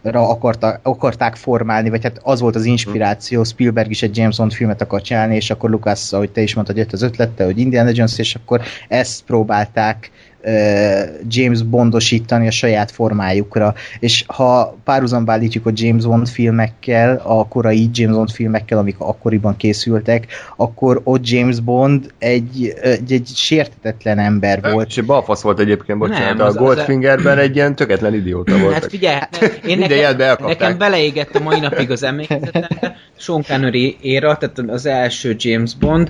akarták formálni, vagy hát az volt az inspiráció, Spielberg is egy James Bond filmet akart csinálni, és akkor Lucas, ahogy te is mondtad, jött az ötlete, hogy Indiana Jones, és akkor ezt próbálták James Bondosítani a saját formájukra, és ha párhuzamba állítjuk a James Bond filmekkel, a korai James Bond filmekkel, amik akkoriban készültek, akkor ott James Bond egy sértetetlen ember volt. És balfasz volt egyébként, bocsánat, a Goldfingerben egy ilyen tökéletlen idióta volt. Hát figyelj, nekem beleégett a mai napig az emlékezetembe, Sean Connery éra, tehát az első James Bond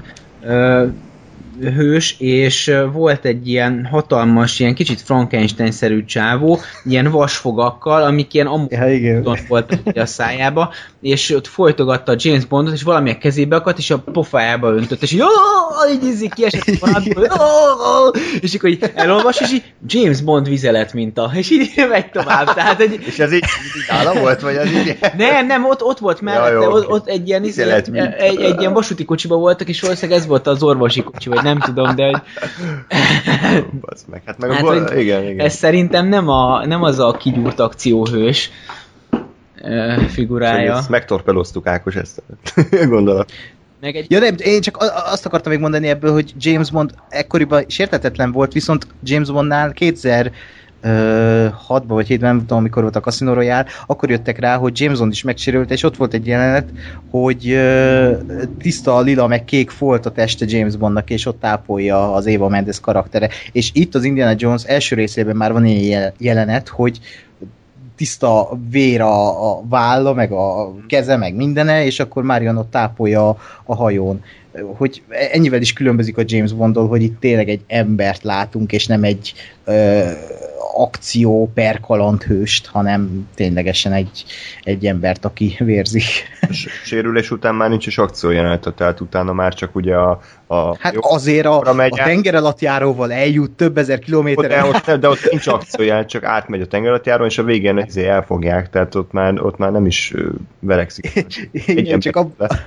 hős, és volt egy ilyen hatalmas, ilyen kicsit Frankenstein-szerű csávó, ilyen vasfogakkal, amik ilyen amúton voltak a szájába, és ott folytogatta a James Bondot, és valamilyen kezébe akadt, és a pofájába öntött, és így kiesett valamiből, és akkor így elolvas, és így James Bond vizelet minta, és így megy tovább. Tehát, és ez így nála volt, vagy az így? Nem, ott volt mellette, ott egy ilyen vasúti kocsiba voltak, és valószínűleg ez volt az orvosi kocsi, vagy nem tudom, de hogy... igen. Ez szerintem nem az a kigyúrt akcióhős figurája. Ezt megtorpeloztuk, Ákos, ezt gondolat. Ja, nem, én csak azt akartam még mondani ebből, hogy James Bond ekkoriban sértetetlen volt, viszont James Bondnál 2006-ban vagy 7-ben, nem tudom, amikor volt a Casino Royale, akkor jöttek rá, hogy James Bond is megsérült, és ott volt egy jelenet, hogy tiszta lila meg kék folt a teste James Bondnak, és ott tápolja az Eva Mendes karaktere. És itt az Indiana Jones első részében már van egy jelenet, hogy tiszta vér a válla, meg a keze, meg mindene, és akkor Marion ott tápolja a hajón. Hogy ennyivel is különbözik a James Bondtól, hogy itt tényleg egy embert látunk, és nem egy akció per kalandhőst, hanem ténylegesen egy embert, aki vérzik. Sérülés után már nincs is akciójelenet, tehát utána már csak ugye hát azért a tengeralattjáróval eljut több ezer kilométerre. De ott nincs akciójelenet, csak átmegy a tengeralattjáron, és a végén elfogják, tehát ott már nem is verekszik. Igen, csak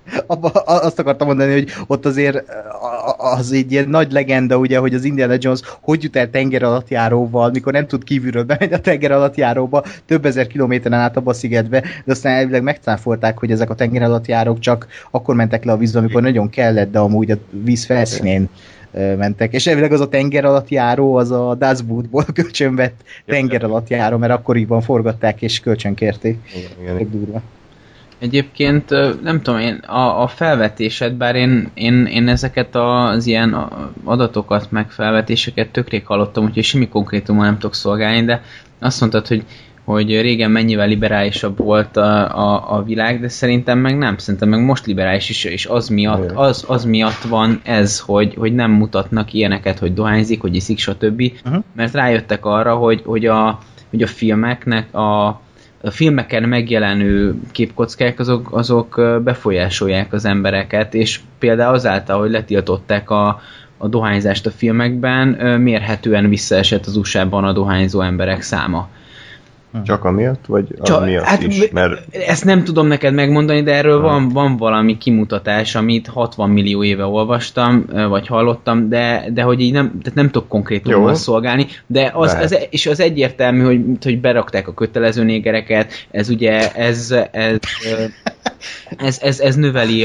Azt akartam mondani, hogy ott azért az egy ilyen nagy legenda, ugye, hogy az Indiana Jones hogy jut el tengeralattjáróval, mikor nem tud kívülről bemenni a tengeralattjáróba, több ezer kilométeren át abba a szigetbe, de aztán elvileg megcáfolták, hogy ezek a tengeralattjárók csak akkor mentek le a vízbe, amikor nagyon kellett, de amúgy a víz felszínén mentek. És elvileg az a tengeralattjáró, az a Das Bootból kölcsönvett tengeralattjáró, mert akkoriban forgatták és kölcsönkérték. Igen. Durva. Egyébként nem tudom, én a felvetésed, bár én ezeket az ilyen adatokat, meg felvetéseket tökrék hallottam, úgyhogy semmi konkrétummal nem tudok szolgálni, de azt mondtad, hogy régen mennyivel liberálisabb volt a világ, de szerintem meg nem, szerintem meg most liberális is, és az miatt van ez, hogy nem mutatnak ilyeneket, hogy dohányzik, hogy iszik, stb. Mert rájöttek arra, hogy a filmeknek a filmeken megjelenő képkockák azok befolyásolják az embereket, és például azáltal, hogy letiltották a dohányzást a filmekben, mérhetően visszaesett az USA-ban a dohányzó emberek száma. Csak amiatt, vagy amiatt hát, is? Mert... Ezt nem tudom neked megmondani, de erről van valami kimutatás, amit 60 millió éve olvastam, vagy hallottam, de hogy így tehát nem tudok konkrétummal szolgálni, de és az egyértelmű, hogy berakták a kötelező négereket, ez ugye, ez növeli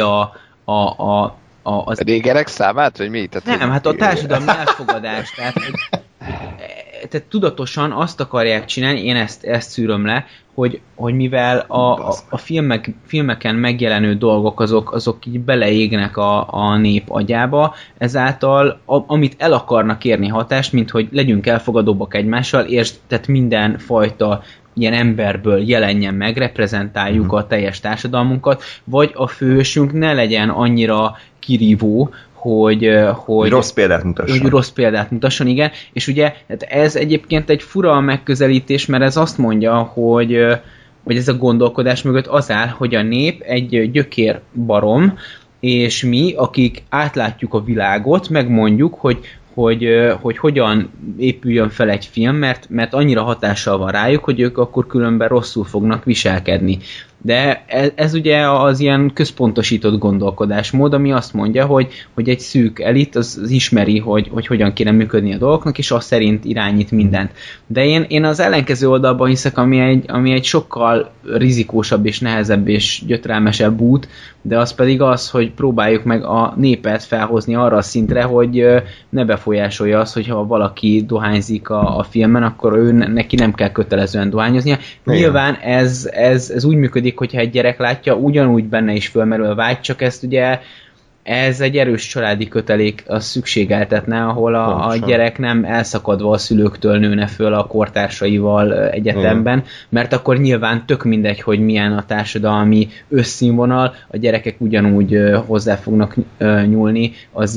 a négerek számát, vagy mi? Tehát nem, hát a társadalmi elfogadás, tehát tudatosan azt akarják csinálni, én ezt szűröm le, hogy mivel a filmeken megjelenő dolgok azok így beleégnek a nép agyába, ezáltal amit el akarnak érni hatást, mint hogy legyünk elfogadóbbak egymással, és tehát minden fajta ilyen emberből jelenjen meg, reprezentáljuk a teljes társadalmunkat, vagy a fősünk ne legyen annyira kirívó, hogy rossz példát mutasson. Hogy rossz példát mutasson, igen. És ugye ez egyébként egy fura megközelítés, mert ez azt mondja, hogy ez a gondolkodás mögött az áll, hogy a nép egy gyökér barom, és mi, akik átlátjuk a világot, megmondjuk, hogy hogyan épüljön fel egy film, mert annyira hatással van rájuk, hogy ők akkor különben rosszul fognak viselkedni. De ez ugye az ilyen központosított gondolkodásmód, ami azt mondja, hogy egy szűk elit az ismeri, hogy hogyan kéne működni a dolgoknak, és az szerint irányít mindent. De én az ellenkező oldalban hiszek, ami egy sokkal rizikósabb és nehezebb és gyötrelmesebb út, de az pedig az, hogy próbáljuk meg a népet felhozni arra a szintre, hogy ne befolyásolja az, hogyha valaki dohányzik a filmen, akkor neki nem kell kötelezően dohányoznia. Nyilván ez úgy működik, hogyha egy gyerek látja, ugyanúgy benne is fölmerül a vágy, csak ezt ugye ez egy erős családi kötelék, az szükségeltetne, ahol a gyerek nem elszakadva a szülőktől nőne föl a kortársaival egyetemben, mert akkor nyilván tök mindegy, hogy milyen a társadalmi összszínvonal, a gyerekek ugyanúgy hozzá fognak nyúlni az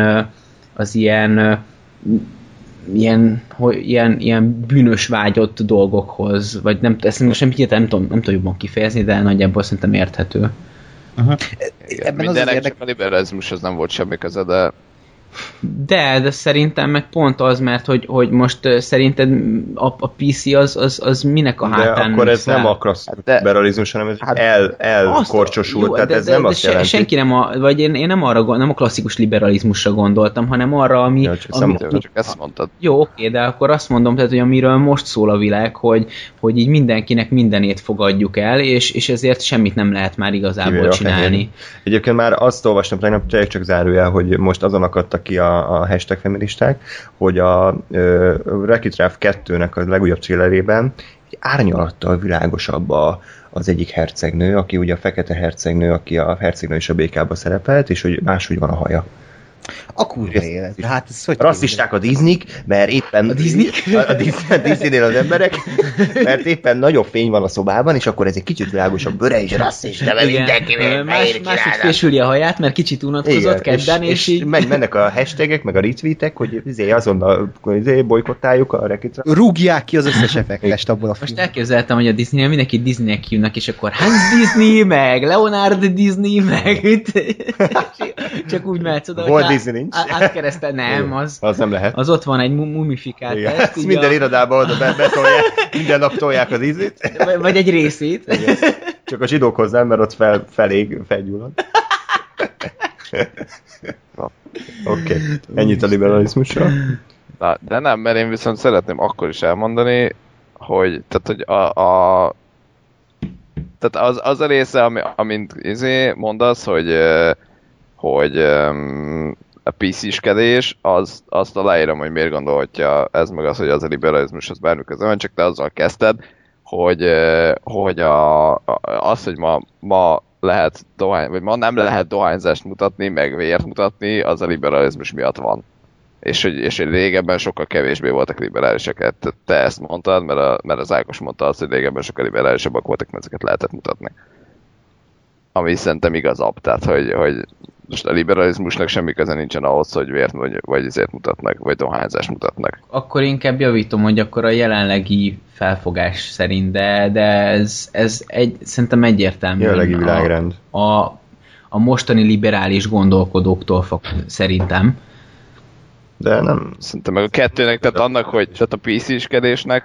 ilyen bűnös vágyott dolgokhoz, vagy nem, ezt most nem tudom jobban kifejezni, de nagyjából szerintem érthető. Mindenek csak a liberalizmushoz nem volt semmi köze, de szerintem meg pont az, mert hogy most szerinted a PC az minek a hátán. De akkor ez nem a klasszikus liberalizmus, hanem ez elkorcsosult, tehát ez nem azt jelenti. Senki nem vagy én nem a klasszikus liberalizmusra gondoltam, hanem arra, ami... Ja, csak ezt mondtad. Jó, oké, de akkor azt mondom, tehát, hogy amiről most szól a világ, hogy így mindenkinek mindenét fogadjuk el, és ezért semmit nem lehet már igazából csinálni. Egyébként már azt olvastam tegnap, csak zárójel, hogy most azon akadtak ki a hashtag feministák, hogy a Wreck-It Ralph 2-nek a legújabb trailerében egy árnyalattal világosabb az egyik hercegnő, aki ugye a fekete hercegnő, aki a hercegnő és a békába szerepelt, és hogy máshogy van a haja. A kurva élet. Hát ez hogy rasszisták a Disneyk, mert éppen a Disneynél az emberek, mert éppen nagyobb fény van a szobában, és akkor ez egy kicsit világosabb bőre, és rasszista, mert mindenki máshogy fésüli a haját, mert kicsit unatkozott kedden, és így... mennek a hashtagek, meg a retweetek, hogy azonnal bolykottáljuk a Wreck-It Ralph. Rúgják ki az összes effektest abból a filmben. Most elképzeltem, hogy a Disneynél mindenki Disneynek hívnak, és akkor Hans Disney, meg Leonard Disney, meg csak úgy mehetsz oda, Disney nincs. Átkereszte, nem, az nem lehet. Az ott van egy mumifikált test. Minden irodában oda betolják, minden nap tolják az ízét. Vagy egy részét. Csak a zsidókhoz nem, mert ott felgyullad. Oké. Ennyit a liberalizmusról. Na, de nem, mert én viszont szeretném akkor is elmondani, hogy, tehát az a része, amint mondasz, hogy a PC-skedés, azt aláírom, hogy miért gondolhatja ez meg az, hogy az a liberalizmus az bármi közben van, csak te azzal kezdted, hogy az, hogy ma lehet vagy ma nem lehet dohányzást mutatni, meg vért mutatni, az a liberalizmus miatt van. És hogy régebben sokkal kevésbé voltak liberálisak. Te ezt mondtad, mert az Ákos mondta azt, hogy régebben sokkal liberálisabbak voltak, mert ezeket lehetett mutatni. Ami szerintem igazabb. Tehát, hogy most a liberalizmusnak semmi köze nincsen ahhoz, hogy vért vagy ezért mutatnak, vagy dohányzást mutatnak. Akkor inkább javítom, hogy akkor a jelenlegi felfogás szerint, de ez szerintem egyértelmű. Jelenlegi világrend. A mostani liberális gondolkodóktól szerintem. De nem. Szerintem meg a kettőnek, tehát annak, hogy tehát a PC-skedésnek,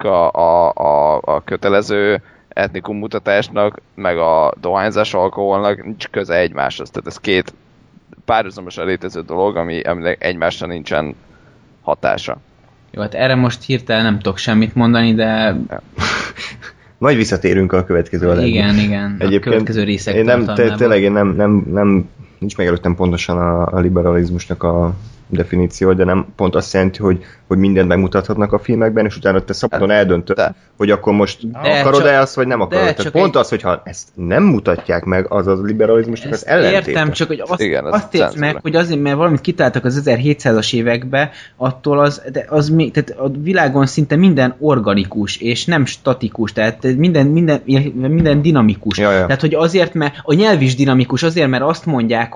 a kötelező etnikum mutatásnak, meg a dohányzás alkoholnak nincs köze egymáshoz. Tehát ez két párhuzamosan létező dolog, aminek egymásra nincsen hatása. Jó, hát erre most hirtelen nem tudok semmit mondani, de... Majd visszatérünk a következő adásba. Igen. Egyébként a következő részek tényleg nem nincs meg előttem pontosan a liberalizmusnak a definíció, de nem pont azt jelenti, hogy mindent megmutathatnak a filmekben, és utána te szabadon eldöntöd, hogy akkor most akarod-e azt, vagy nem akarod. Tehát pont az, hogyha ezt nem mutatják meg, az a liberalizmusnak az ellentéte. Értem, csak hogy azt értsd meg, hogy azért, mert valamit kitáltak az 1700-as évekbe, attól az még, tehát a világon szinte minden organikus, és nem statikus, tehát minden dinamikus. Ja. Tehát, hogy azért, mert a nyelv is dinamikus, azért, mert azt mondják,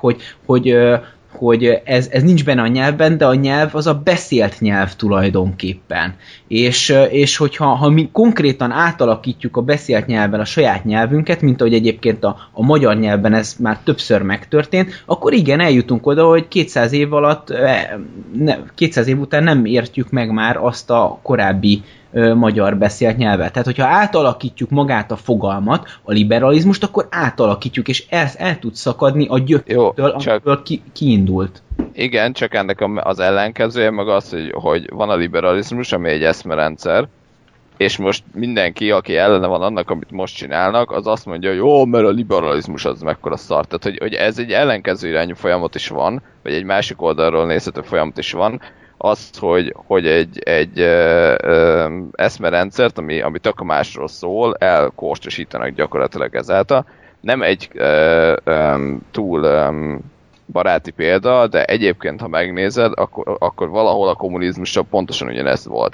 hogy ez nincs benne a nyelvben, de a nyelv az a beszélt nyelv tulajdonképpen. És hogyha mi konkrétan átalakítjuk a beszélt nyelven a saját nyelvünket, mint ahogy egyébként a magyar nyelvben ez már többször megtörtént, akkor igen, eljutunk oda, hogy 200 év alatt, 200 év után nem értjük meg már azt a korábbi magyar beszélt nyelvet. Tehát, hogyha átalakítjuk magát a fogalmat, a liberalizmust, akkor átalakítjuk, és el tud szakadni a gyöktől, amiből kiindult. Igen, csak ennek az ellenkezője meg az, hogy van a liberalizmus, ami egy eszmerendszer, és most mindenki, aki ellene van annak, amit most csinálnak, az azt mondja, hogy jó, mert a liberalizmus az mekkora szar. Tehát, hogy ez egy ellenkező irányú folyamat is van, vagy egy másik oldalról nézhető folyamat is van, az, hogy egy eszmerendszert, ami tök másról szól, elkóstosítanak gyakorlatilag ezáltal. Nem egy túl baráti példa, de egyébként, ha megnézed, akkor valahol a kommunizmussal pontosan ugyanezt volt.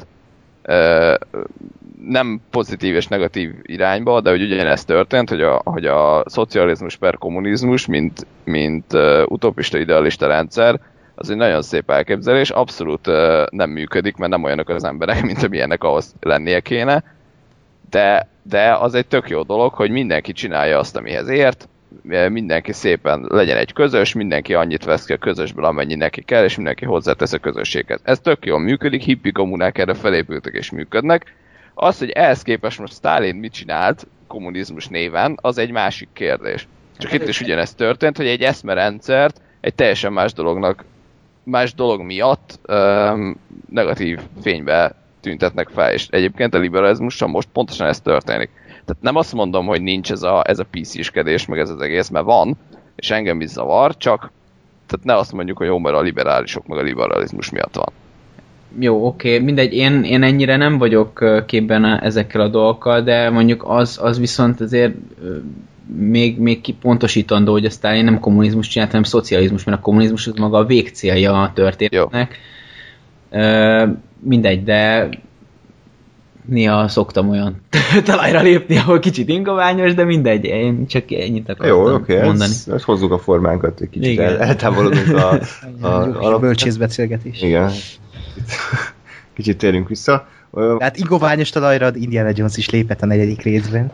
Nem pozitív és negatív irányba, de hogy ugyanezt történt, hogy a szocializmus per kommunizmus, mint utopista idealista rendszer, az egy nagyon szép elképzelés, abszolút nem működik, mert nem olyanok az emberek, mint amilyennek ahhoz lennie kéne, de az egy tök jó dolog, hogy mindenki csinálja azt, amihez ért, mindenki szépen legyen egy közös, mindenki annyit vesz ki a közösből, amennyi neki kell, és mindenki hozzátesz a közösséghez. Ez tök jól működik, hippi kommunák erre felépültek és működnek. Az, hogy ehhez képest most Sztálin mit csinált kommunizmus néven, az egy másik kérdés. Csak itt is ugyanezt történt, hogy egy eszmerendszert egy teljesen más dolog miatt negatív fénybe tüntetnek fel, és egyébként a liberalizmussal most pontosan ez történik. Tehát nem azt mondom, hogy nincs ez a PC-skedés, meg ez az egész, mert van, és engem is zavar, csak tehát ne azt mondjuk, hogy jó, mert a liberálisok meg a liberalizmus miatt van. Jó, oké, mindegy, én ennyire nem vagyok képben ezekkel a dolgokkal, de mondjuk az viszont azért még kipontosítandó, hogy a Sztálin nem kommunizmus csinált, hanem szocializmus, mert a kommunizmus az maga a végcélja a történetnek. Mindegy, de néha szoktam olyan talajra lépni, ahol kicsit ingoványos, de mindegy, én csak ennyit akartam mondani. Ezt hozzuk a formánkat, egy kicsit eltávolodunk a bölcsészbeszélgetés. Igen. Kicsit térjünk vissza. Tehát ingoványos talajra Indiana Jones is lépett a 4. részben.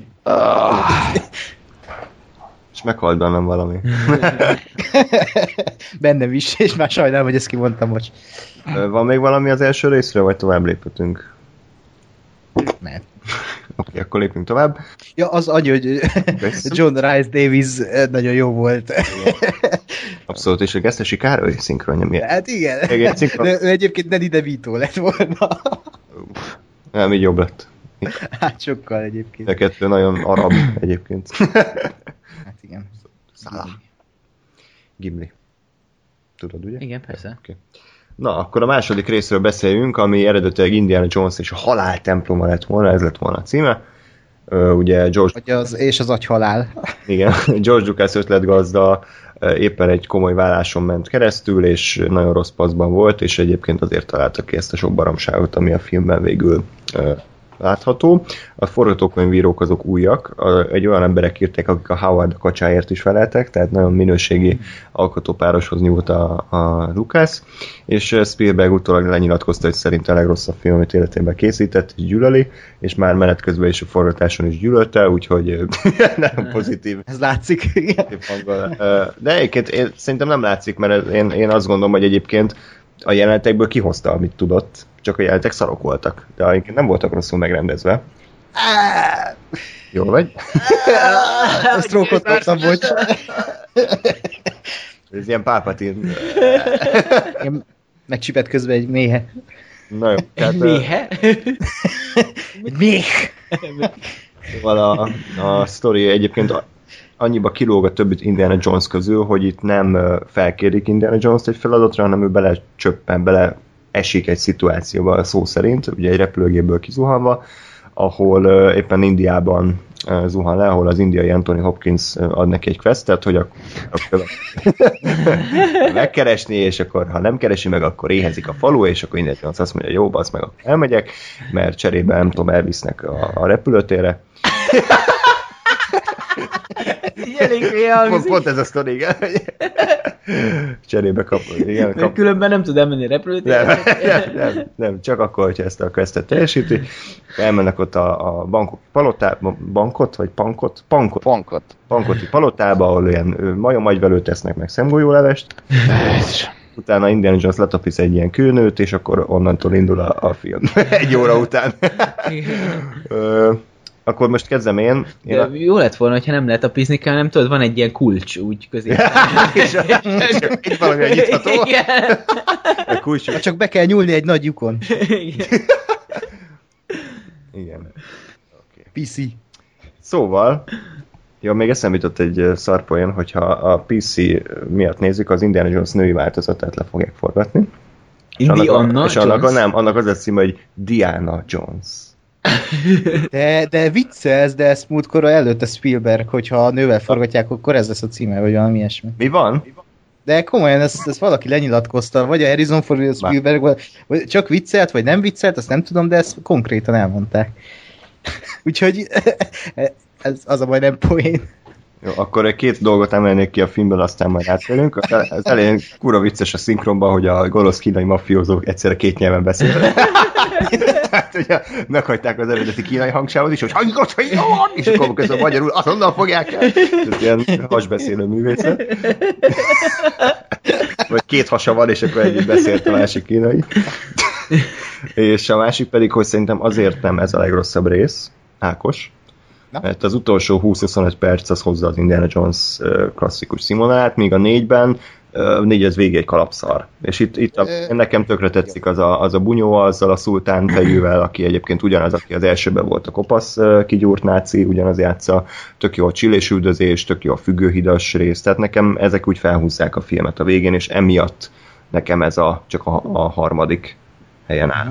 És meghalt bennem valami. Bennem is, és már sajnálom, hogy ezt kimondtam most. Van még valami az első részre, vagy tovább léphetünk? Nem. Oké, akkor lépjünk tovább. Ja, az agy, hogy John Rhys Davies nagyon jó volt. Abszolút, és a Gesztesi Károly szinkronja miért? Hát igen. Szinkron... De ő egyébként Danny DeVito lett volna. Nem, így jobb lett. Hát sokkal egyébként. A kettő nagyon arab egyébként. Hát igen. Salah. Gimli. Tudod, ugye? Igen, persze. Okay. Na, akkor a második részről beszéljünk, ami eredetileg Indiana Jones és a halál temploma lett volna, ez lett volna a címe. Ugye George... És az agyhalál. Igen, George Lucas ötletgazda éppen egy komoly válláson ment keresztül, és nagyon rossz paszban volt, és egyébként azért találtak ki ezt a sok baromságot, ami a filmben végül látható. A forgatókönyvírók azok újak, egy olyan emberek írták, akik a Howard a kacsáért is feleltek, tehát nagyon minőségi alkotópároshoz nyúlt a Lucas, és Spielberg utólag lenyilatkozta, hogy szerint a legrosszabb film, amit életében készített, és gyűlöli, és már menet közben is a forgatáson is gyűlölte, úgyhogy nagyon pozitív. Ez látszik. De egyébként szerintem nem látszik, mert én azt gondolom, hogy egyébként a jelenetekből kihozta, amit tudott, csak a jelenetek szarok voltak, de egyébként nem voltak rosszul megrendezve. Jól vagy? A sztrókot kaptam, bocs. Ez ilyen Palpatine. Megcsipett közben egy méhe. Na jó. Tehát, Méhe? Egy méh! Szóval a sztori egyébként annyiba kilóg a többi Indiana Jones közül, hogy itt nem felkérik Indiana Jones-t egy feladatra, hanem ő bele esik egy szituációba szó szerint, ugye egy repülőgépből kizuhanva, ahol éppen Indiában zuhan le, ahol az indiai Anthony Hopkins ad neki egy questet, hogy akkor megkeresni, és akkor ha nem keresi meg, akkor éhezik a falu, és akkor Indiana Jones azt mondja, jó, basz meg, akkor elmegyek, mert cserébe nem tudom, elvisznek a repülőtérre. Pont ez a sztori, igen. Cserébe kap. Igen, Különben nem tud elmenni a repülőtérre. Nem, csak akkor, hogyha ezt a questet teljesíti. Elmennek ott a Pankoti palotába, ahol ilyen majomagyvelőt tesznek, meg szemgolyólevest. Utána Indiana Jones letapisz egy ilyen kőnőt, és akkor onnantól indul a film. Egy óra után. Akkor most kezdem én. Jó lett volna, hogyha nem lehet a pizni kell, nem tudod, van egy ilyen kulcs úgy középen. És itt valami nyitható. A kulcs. Csak be kell nyúlni egy nagy lyukon. Igen. Okay. PC. Szóval, jó, még eszembe jutott egy szarpoén, hogyha a PC miatt nézzük, az Indiana Jones női változatát le fogják forgatni. És annak az lesz címe, hogy Diana Jones. De viccelsz, de ezt múltkor előtte Spielberg, hogyha a nővel forgatják, akkor ez lesz a címe, vagy valami ilyesmi. Mi van? De komolyan, ezt valaki lenyilatkozta, vagy a Harrison Ford, vagy a Spielberg, vagy csak viccelt, vagy nem viccelt, azt nem tudom, de ezt konkrétan elmondták. Úgyhogy ez az a majdnem poén. Jó, akkor két dolgot emelnék ki a filmből, aztán majd átérünk. Az elején kurva vicces a szinkronban, hogy a gonosz kínai mafiózók egyszerre két nyelven beszélnek. Tehát, ugye meghagyták az eredeti kínai hangsávot is, hogy hangot, és akkor közben magyarul azonnal fogják el. Ez ilyen hasbeszélő művészet. Vagy két hasa van, és akkor együtt beszélt a másik kínai. És a másik pedig, hogy szerintem azért nem ez a legrosszabb rész, Ákos, mert az utolsó 20-25 perc az hozza az Indiana Jones klasszikus színvonalát, míg a 4-ben az végig egy kalapszar. És itt nekem tökre tetszik az a bunyó azzal a szultán fejűvel, aki egyébként ugyanaz, aki az elsőben volt a kopasz kigyúrt náci, ugyanaz játsza, tök jó a csillésüldözés, tök jó a függőhidas rész, tehát nekem ezek úgy felhúzzák a filmet a végén, és emiatt nekem ez csak a harmadik helyen áll.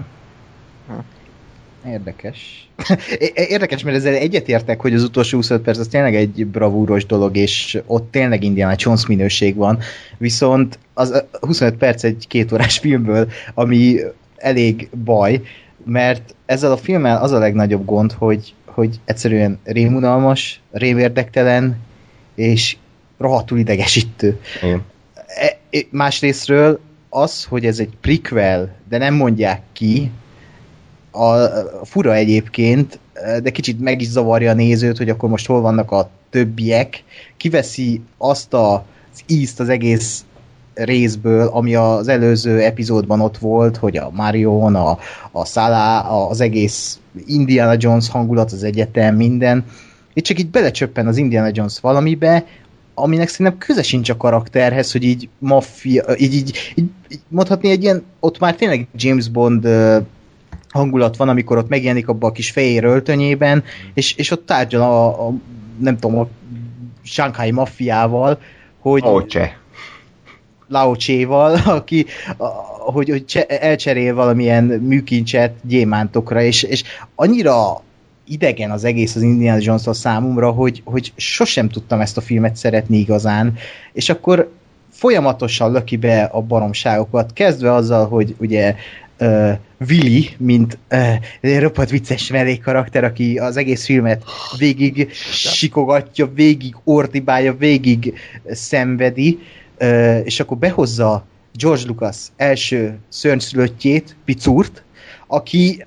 Érdekes. Érdekes, mert ezzel egyetértek, hogy az utolsó 25 perc az tényleg egy bravúros dolog, és ott tényleg Indiana Jones minőség van. Viszont az 25 perc egy 2 órás filmből, ami elég baj, mert ezzel a filmmel az a legnagyobb gond, hogy egyszerűen rémunalmas, rémérdektelen, és rohadtul idegesítő. Másrésztről az, hogy ez egy prequel, de nem mondják ki, a fura egyébként, de kicsit meg is zavarja a nézőt, hogy akkor most hol vannak a többiek, kiveszi azt az ízt az egész részből, ami az előző epizódban ott volt, hogy a Marion, a Salah, az egész Indiana Jones hangulat, az egyetem, minden. Itt csak így belecsöppen az Indiana Jones valamibe, aminek szerintem köze sincs a karakterhez, hogy így maffia, így mondhatni egy ilyen, ott már tényleg James Bond hangulat van, amikor ott megjelenik abban a kis fehér öltönyében, és ott tárgyal a nem tudom, a Shanghai maffiával, hogy Lao Che-val, aki hogy elcserél valamilyen műkincset gyémántokra, és annyira idegen az egész az Indiana Jones-tól számomra, hogy sosem tudtam ezt a filmet szeretni igazán, és akkor folyamatosan löki be a baromságokat, kezdve azzal, hogy ugye Willy, mint roppant vicces mellékkarakter, aki az egész filmet végig sikogatja, végig ordibálja, végig szenvedi, és akkor behozza George Lucas első szörnyszülöttjét, Picurt, aki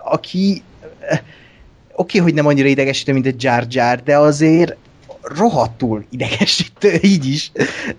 oké, hogy nem annyira idegesítő, mint egy Jar Jar, de azért rohadtul idegesítő, így is.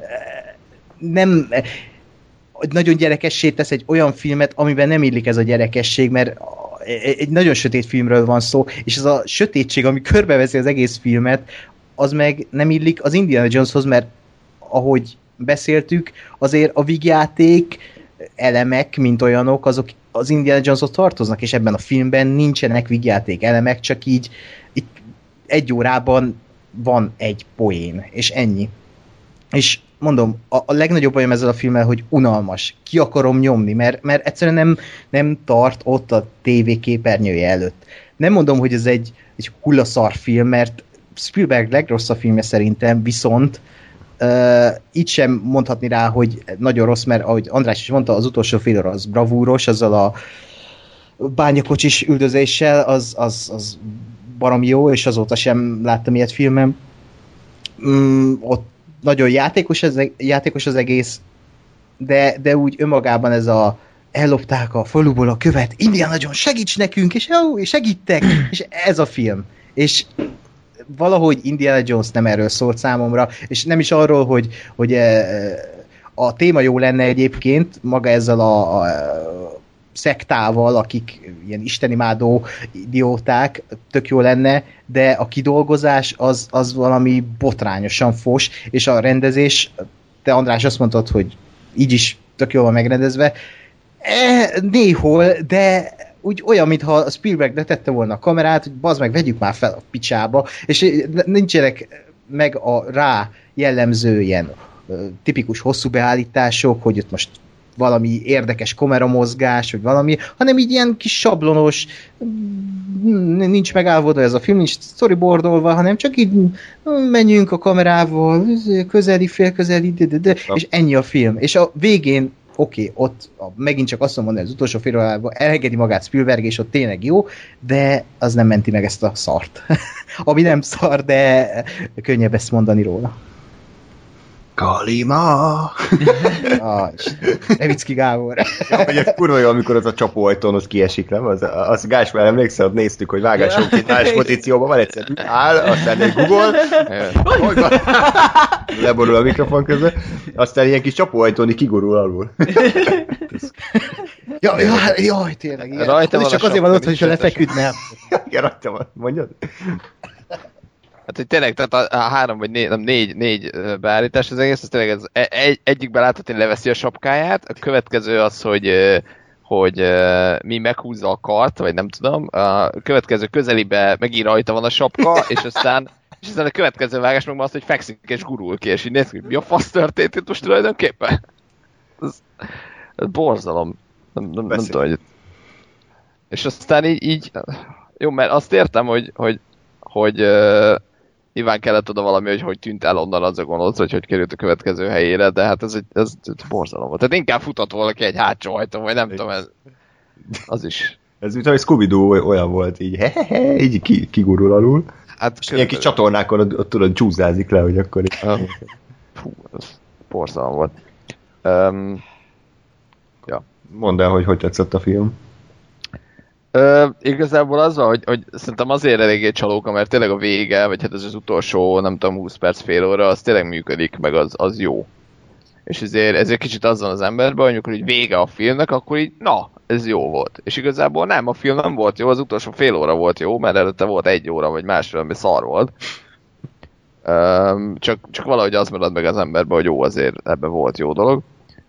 Nem nagyon gyerekessé tesz egy olyan filmet, amiben nem illik ez a gyerekesség, mert egy nagyon sötét filmről van szó, és ez a sötétség, ami körbeveszi az egész filmet, az meg nem illik az Indiana Joneshoz, mert ahogy beszéltük, azért a vígjáték elemek, mint olyanok, azok az Indiana Joneshoz tartoznak, és ebben a filmben nincsenek vígjáték elemek, csak így egy órában van egy poén, és ennyi. És mondom, a legnagyobb bajom ezzel a filmmel, hogy unalmas. Ki akarom nyomni, mert egyszerűen nem tart ott a tévé képernyője előtt. Nem mondom, hogy ez egy hullaszar film, mert Spielberg legrosszabb filmje szerintem, viszont itt sem mondhatni rá, hogy nagyon rossz, mert ahogy András is mondta, az utolsó fél óra az bravúros, azzal a bányakocsis üldözéssel, az baromi jó, és azóta sem láttam ilyet filmem. Ott nagyon játékos az egész, de úgy önmagában ez a ellopták a faluból a követ, Indiana Jones, segíts nekünk, és segítek, és ez a film. És valahogy Indiana Jones nem erről szólt számomra, és nem is arról, hogy a téma jó lenne egyébként, maga ezzel a szektával, akik ilyen istenimádó idióták, tök jó lenne, de a kidolgozás az valami botrányosan fos, és a rendezés, te András azt mondtad, hogy így is tök jól van megrendezve, néhol, de úgy olyan, mintha a Spielberg letette volna a kamerát, hogy bazd meg, vegyük már fel a picsába, és nincsenek meg a rá jellemző ilyen tipikus hosszú beállítások, hogy ott most valami érdekes kameramozgás, vagy valami, hanem így ilyen kis sablonos, nincs megállvodva ez a film, nincs storyboardolva, hanem csak így menjünk a kamerával, közeli, félközeli, és ennyi a film. És a végén oké, ott megint csak azt mondom, hogy az utolsó fél órában elengedi magát Spielberg, és ott tényleg jó, de az nem menti meg ezt a szart. Ami nem szar, de könnyebb ezt mondani róla. Kalima! Levicki Gábor. Ja, hogy ez kurva jó, amikor az a csapóajtón ott kiesik, nem? Az Gás már emlékszel, ott néztük, hogy vágásonként más pozícióban van, egyszer áll, aztán egy Google, leborul a mikrofon közben, aztán ilyen kis csapóajtón kigurul alul. Jaj, tényleg. Rajta csak azért van ott, hogy lefeküdne. Igen, rajta van, mondjad? Hát, hogy tényleg, tehát a 3 vagy 4 beállítás az egész, az tényleg egyikben látod, hogy leveszi a sapkáját, a következő az, hogy mi meghúzza a kart, vagy nem tudom, a következő közelibe megint rajta van a sapka, és aztán a következő vágás meg az, hogy fekszik és gurul ki, és így néz ki, mi a fasz történt itt most tulajdonképpen? Ez borzalom. Nem tudom, hogy... És aztán így... Jó, mert azt értem, hogy nyilván kellett oda valami, hogy tűnt el onnan az a gonosz, hogy került a következő helyére, de hát ez borzalom volt. Tehát inkább futott valaki egy hátsó ajtón, vagy nem tudom, az is. Ez mint ahogy Scooby-Doo olyan volt, így kigurul alul. Hát ilyen kis csatornákon ott tudod csúszázik le, hogy akkor így. Fú, ez borzalom volt. Ja. Mondd el, hogy tetszett a film. Igazából az van, hogy szerintem azért eléggé csalóka, mert tényleg a vége, vagy hát ez az utolsó, nem tudom, 20 perc, fél óra, az tényleg működik, meg az jó. És ezért kicsit az van az emberben, hogy amikor így vége a filmnek, akkor így, na, ez jó volt. És igazából nem, a film nem volt jó, az utolsó fél óra volt jó, mert előtte volt 1 óra, vagy másfél, ami szar volt. Csak valahogy az marad meg az emberben, hogy jó, azért ebben volt jó dolog.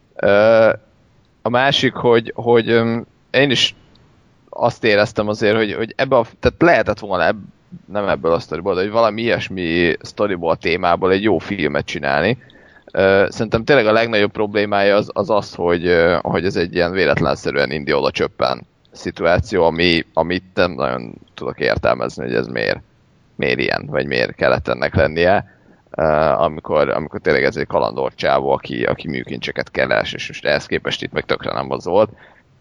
A másik, hogy én is azt éreztem azért, hogy tehát lehetett volna nem ebből a sztoriból, de hogy valami ilyesmi sztoriból, témából egy jó filmet csinálni. Szerintem tényleg a legnagyobb problémája az, hogy ez egy ilyen véletlenszerűen indi oda csöppen szituáció, amit nem nagyon tudok értelmezni, hogy ez miért ilyen, vagy miért kellett ennek lennie, amikor tényleg ez egy kalandor csávó, aki műkincseket keres, és most ehhez képest itt meg tökre nem az volt.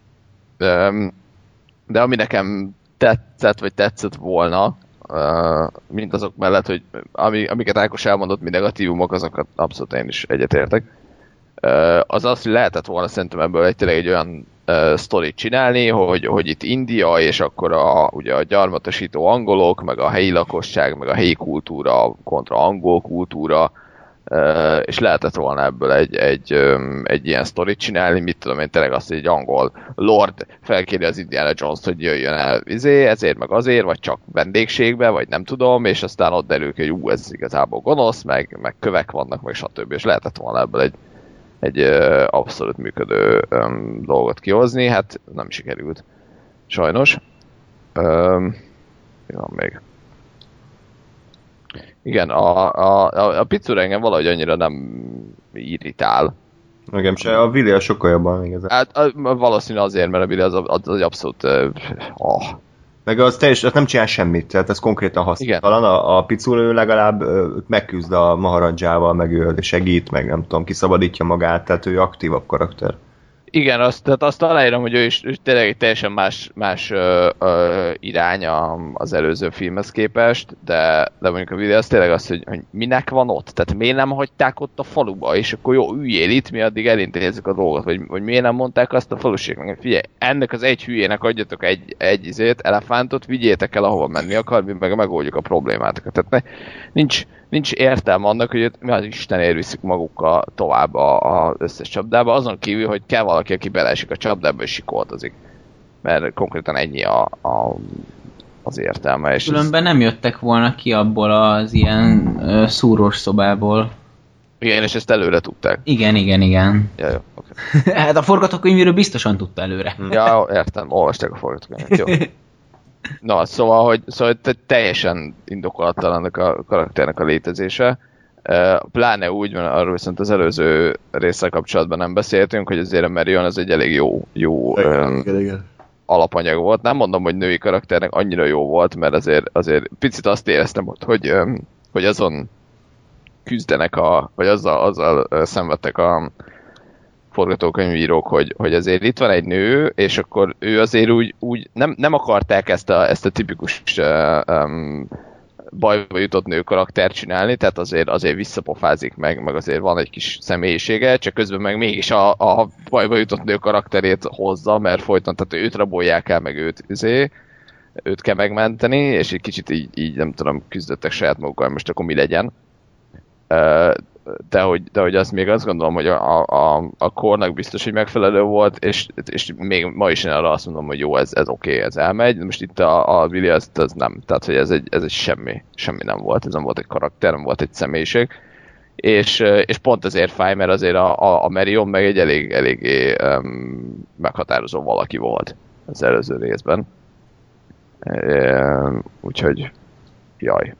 De ami nekem tetszett volna, mint azok mellett, hogy amiket Ákos elmondott, mi negatívumok, azokat abszolút én is egyetértek. Az, hogy lehetett volna szerintem ebből tényleg egy olyan sztorit csinálni, hogy itt India, és akkor ugye a gyarmatosító angolok, meg a helyi lakosság, meg a helyi kultúra kontra angol kultúra, és lehetett volna ebből egy ilyen sztorit csinálni, mit tudom én, tényleg azt, hogy egy angol lord felkéri az Indiana Jones-t, hogy jöjjön el ezért, meg azért, vagy csak vendégségbe, vagy nem tudom, és aztán ott derül ki, hogy ez igazából gonosz, meg kövek vannak, meg stb. És lehetett volna ebből egy abszolút működő dolgot kihozni, hát nem sikerült. Sajnos. Mi van még? Igen, a pizzura engem valahogy annyira nem irritál. Nekem se, a Willy sokkal jobban igazán. Hát valószínű azért, mert a Willy az abszolút... Meg az nem csinál semmit, tehát ez konkrétan haszontalan. A Pizzura legalább megküzd a Maharadzsával, meg ő segít, meg nem tudom, kiszabadítja magát, tehát ő aktívabb karakter. Igen, azt aláírom, hogy ő is tényleg egy teljesen más irány az előző filmhez képest, de mondjuk a videó az tényleg az, hogy minek van ott? Tehát miért nem hagyták ott a faluba, és akkor jó, üljél itt, mi addig elintézzük a dolgot, vagy miért nem mondták azt a faluségnek, figyelj, ennek az egy hülyének adjatok egy elefántot, vigyétek el, ahova menni akar, mi meg megoldjuk a problémátokat. Tehát nincs értelme annak, hogy mi az Istenért viszik magukkal tovább az összes csapdába, azon kívül, hogy kell valaki, aki beleesik a csapdába és sikoltozik. Mert konkrétan ennyi az értelme. És különben nem jöttek volna ki abból az ilyen szúrós szobából. Igen, és ezt előre tudták. Igen. Ja, jó, okay. Hát a forgatókönyvről biztosan tudta előre. Ja, értem, olvasták a forgatókönyvet, jó. Na, szóval, hogy teljesen indokolatlan ennek a karakternek a létezése. Pláne úgy, mert arról viszont az előző résszel kapcsolatban nem beszéltünk, hogy azért a Marion az egy elég jó alapanyag volt. Nem mondom, hogy női karakternek annyira jó volt, mert azért picit azt éreztem ott, hogy azon küzdenek, vagy azzal szenvedtek a forgatókönyvírók, hogy azért itt van egy nő, és akkor ő azért úgy nem akarták ezt a tipikus bajba jutott nő karaktert csinálni, tehát azért visszapofázik meg azért van egy kis személyisége, csak közben meg mégis a bajba jutott nő karakterét hozza, mert folyton, tehát őt rabolják el, meg őt kell megmenteni, és egy kicsit így nem tudom, küzdöttek saját magukkal, most akkor mi legyen. De hogy azt még azt gondolom, hogy a kornak biztos, hogy megfelelő volt, és még ma is én arra azt mondom, hogy jó, ez oké, ez elmegy. Most itt a Willy az nem. Tehát, hogy ez egy semmi nem volt. Ez nem volt egy karakter, nem volt egy személyiség. És pont ezért fáj, mert azért a Marion meg egy eléggé meghatározó valaki volt az előző részben. Úgyhogy jaj.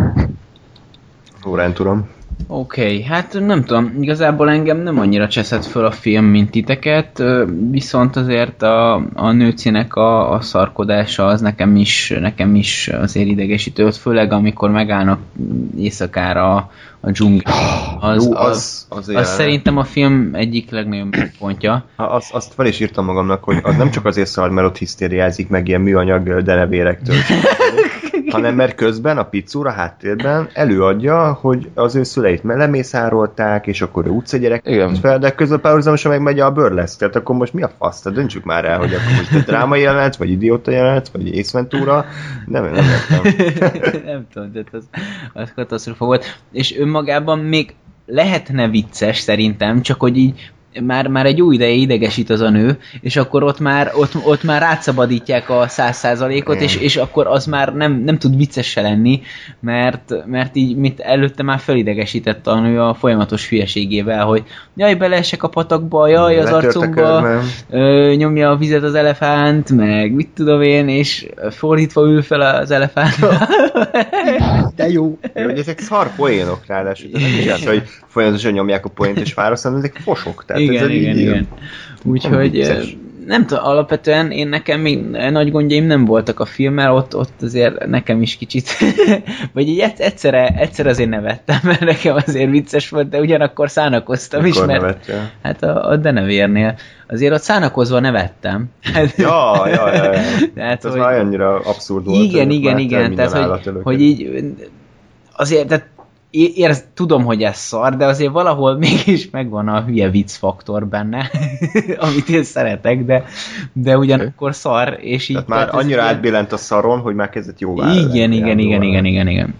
Órán tudom. Oké, hát nem tudom, igazából engem nem annyira cseszett föl a film, mint titeket, viszont azért a nőcinek a szarkodása az nekem is azért idegesítő, főleg amikor megállnak éjszakára a dzsungel. Az szerintem a film egyik legnagyobb pontja. Azt fel is írtam magamnak, hogy az nem csak azért szar, mert ott hisztériázik meg ilyen műanyag denevérektől, hanem mert közben a Pizzura háttérben előadja, hogy az ő szüleit lemészárolták, és akkor ő utcagyerek fel, de közben párhuzamosan meg megy a burleszk. Tehát akkor most mi a fasz? Tehát döntsük már el, hogy akkor most egy drámai jelenet, vagy idióta jelenet, vagy Ace Ventura. Nem értem. Nem tudom, de az katasztrófa volt. És önmagában még lehetne vicces szerintem, csak hogy így már egy jó ideje idegesít az a nő, és akkor ott már rátszabadítják a 100%-ot, és akkor az már nem tud vicces se lenni, mert így mit előtte már felidegesített a nő a folyamatos hülyeségével, hogy jaj, beleesek a patakba, jaj, az arcomba, nyomja a vizet az elefánt, meg mit tudom én, és fordítva ül fel az elefánt. De jó. Hogy ezek szar poénok ráadásul, de nem is az, hogy folyamatosan nyomják a poént és fárasztan, ezek fosok. Tehát igen. Úgyhogy nem tudom, alapvetően nekem még nagy gondjaim nem voltak a filmmel, ott azért nekem is kicsit, vagy így egyszer azért nevettem, mert nekem azért vicces volt, de ugyanakkor szánakoztam is, mert nevettél? Hát a denevérnél. Azért ott szánakozva nevettem. Ja. Tehát, ez már annyira abszurd volt. Igen, tehát hogy így azért, tehát tudom, hogy ez szar, de azért valahol mégis megvan a hülye vicc faktor benne, amit én szeretek, de ugyanakkor szar, és így... Tehát már annyira átbillent a szaron, hogy már kezdett jóvá. Igen.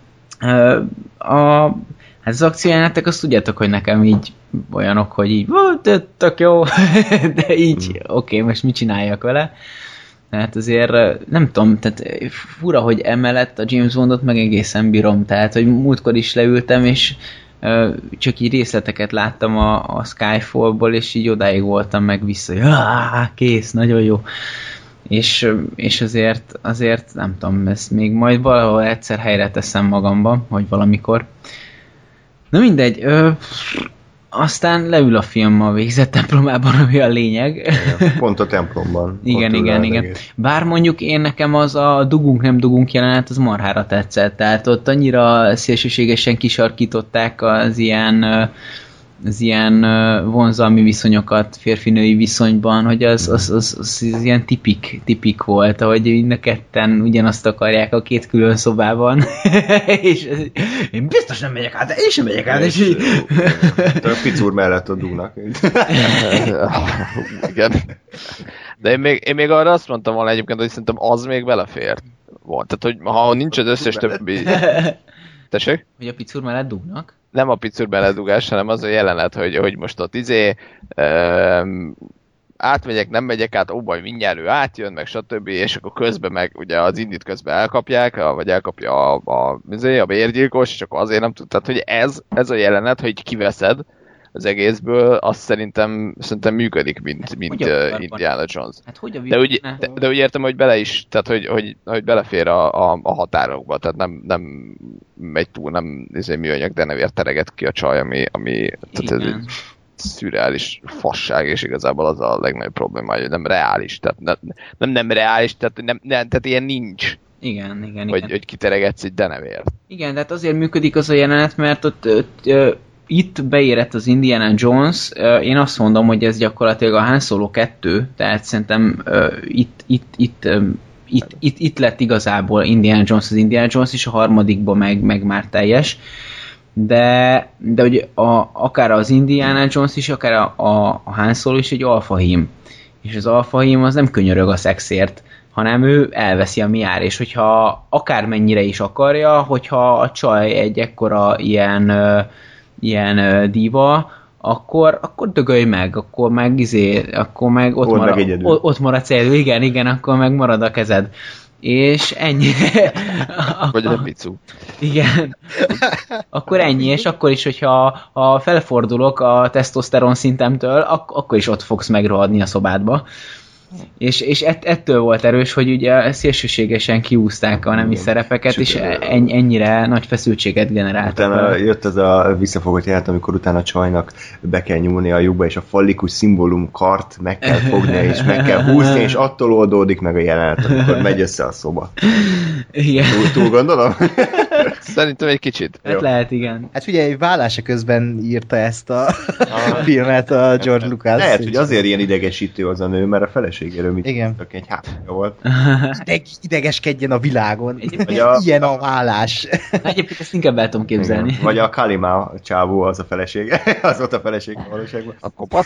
Hát az akciójánátok azt tudjátok, hogy nekem így olyanok, hogy így tök jó, de így oké, most mit csináljak vele? Tehát azért nem tudom, tehát fura, hogy emellett a James Bondot meg egészen bírom, tehát hogy múltkor is leültem, és csak így részleteket láttam a Skyfallból, és így odáig voltam meg vissza, hogy kész, nagyon jó. És azért nem tudom, ezt még majd valahol egyszer helyre teszem magamba, vagy valamikor. Na mindegy, aztán leül a film a végzett templomában, ami a lényeg. Pont a templomban. Igen. Bár mondjuk én nekem az a dugunk, nem dugunk jelenet, az marhára tetszett. Tehát ott annyira szélsőségesen kisarkították az ilyen vonzalmi viszonyokat férfi-női viszonyban, hogy az ilyen tipik volt, hogy mind a ketten ugyanazt akarják a két külön szobában, és én biztos nem megyek át, én sem megyek át, és így... A picúr mellett a dúnak. Igen. De én még arra azt mondtam volna egyébként, hogy szerintem az még belefér volt. Tehát, hogy ha nincs az összes többi... Tessék? Hogy a picúr mellett dugnak? Nem a picúr beledugás, hanem az a jelenet, hogy most ott átmegyek, nem megyek át, baj, mindjárt ő átjön, meg stb. És akkor közben meg ugye az Indit közben elkapják, vagy elkapja a bérgyilkos, és akkor azért nem tud. Tehát, hogy ez a jelenet, hogy kiveszed az egészből, azt szerintem működik, mint Indiana Jones. Hát, de úgy értem, hogy bele is, tehát hogy belefér a határokba, tehát nem megy túl, nem műanyag denevér tereget ki a csaj, ami tehát ez egy szürreális fasság, és igazából az a legnagyobb probléma, hogy nem reális, tehát nem reális, tehát ilyen nincs. Igen. Hogy kiteregetsz egy denevért. Igen, tehát azért működik az a jelenet, mert ott itt beérett az Indiana Jones, én azt mondom, hogy ez gyakorlatilag a Han Solo 2, tehát szerintem itt lett igazából Indiana Jones az Indiana Jones, és a harmadikban meg már teljes. De hogy akár az Indiana Jones is, akár a Han Solo is egy alfahím. És az alfahím az nem könyörög a szexért, hanem ő elveszi, ami jár, és hogyha akármennyire is akarja, hogyha a csaj egy ekkora ilyen díva, akkor dögölj meg, akkor meg ott maradsz elő, igen, akkor meg marad a kezed. És ennyi. Vagy a picu. Igen. Akkor ennyi, és akkor is, hogyha felfordulok a tesztoszteron szintemtől, akkor is ott fogsz megrohadni a szobádba. És ettől volt erős, hogy ugye szélsőségesen kiúzták a nemi szerepeket, és ennyire nagy feszültséget generáltak. Utána jött ez a visszafogott jelenet, amikor utána a csajnak be kell nyúlni a lyukba, és a fallikus szimbólum kart meg kell fognia, és meg kell húzni, és attól oldódik meg a jelenet, amikor megy össze a szoba. Igen. Túl gondolom? Szerintem egy kicsit. Hát lehet, igen. Hát ugye válása közben írta ezt a filmet a George Lucas. Lehet, hogy azért ilyen idegesítő az a nő, mert a feleségéről egy háborúja volt. De idegeskedjen a világon. Ilyen a vállás. Egyébként ezt inkább el tudom képzelni. Igen. Vagy a Kalima csávó az a felesége. Az volt a felesége valóságban. A kopat?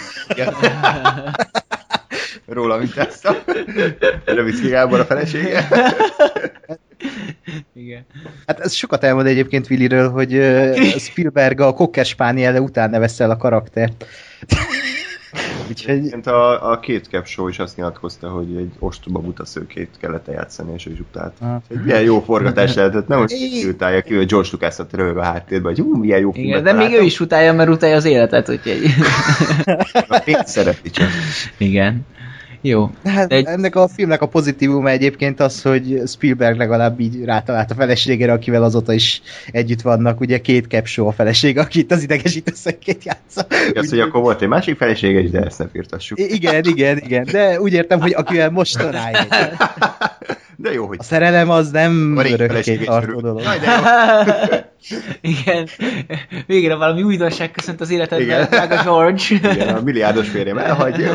Róla mit teszem. Rövicki Gábor a felesége. Igen. Hát ez sokat elmond egyébként Williről, hogy Spielberg a Cocker Spaniel után neveszel a karaktert. Úgyhogy... A két Cap Show is azt nyilatkozta, hogy egy ostoba buta szőkét kellett játszani, és ő is utálta. Milyen jó forgatás lehetett, nem most utálja ki, hogy George Lucas-ot röhög a háttérben, hogy milyen jó filmet. Igen, de még ő is utálja, mert utálja az életet, úgyhogy... A pénzt szereti csak. Igen. Jó. Hát ennek a filmnek a pozitívuma egyébként az, hogy Spielberg legalább így rátalált a feleségére, akivel azóta is együtt vannak, ugye két Cap Show a feleség, aki itt az idegesítő szökkét játsza. Azt, hogy akkor volt egy másik felesége is, de ezt ne firtassuk. Igen, de úgy értem, hogy akivel most rájegy. De jó, hogy... A szerelem az nem örökké tartó dolog. Igen. Végre valami újdonság köszönt az életedben, drága George. Igen, a milliárdos férjem elhagyja.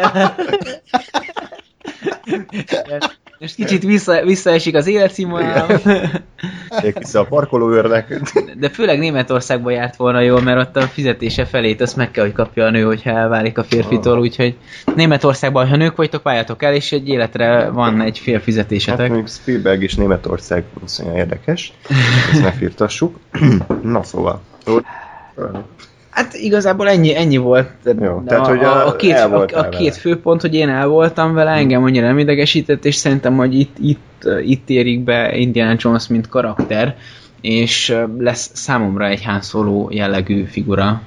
Most kicsit visszaesik az életszínvonal. Vissza a parkolóőrnek. De főleg Németországban járt volna jól, mert ott a fizetése felét azt meg kell, hogy kapja a nő, hogyha elválik a férfitól, úgyhogy Németországban, ha nők vagytok, váljatok el, és egy életre van egy fél fizetésetek. Hát mondjuk Spielberg és Németország viszonylag érdekes, ezt ne firtassuk. Na szóval. Hát igazából ennyi volt. Jó, tehát, hogy a két főpont, hogy én el voltam vele, engem annyira nem idegesített, és szerintem, hogy itt érik be Indiana Jones, mint karakter, és lesz számomra egy Han Solo jellegű figura.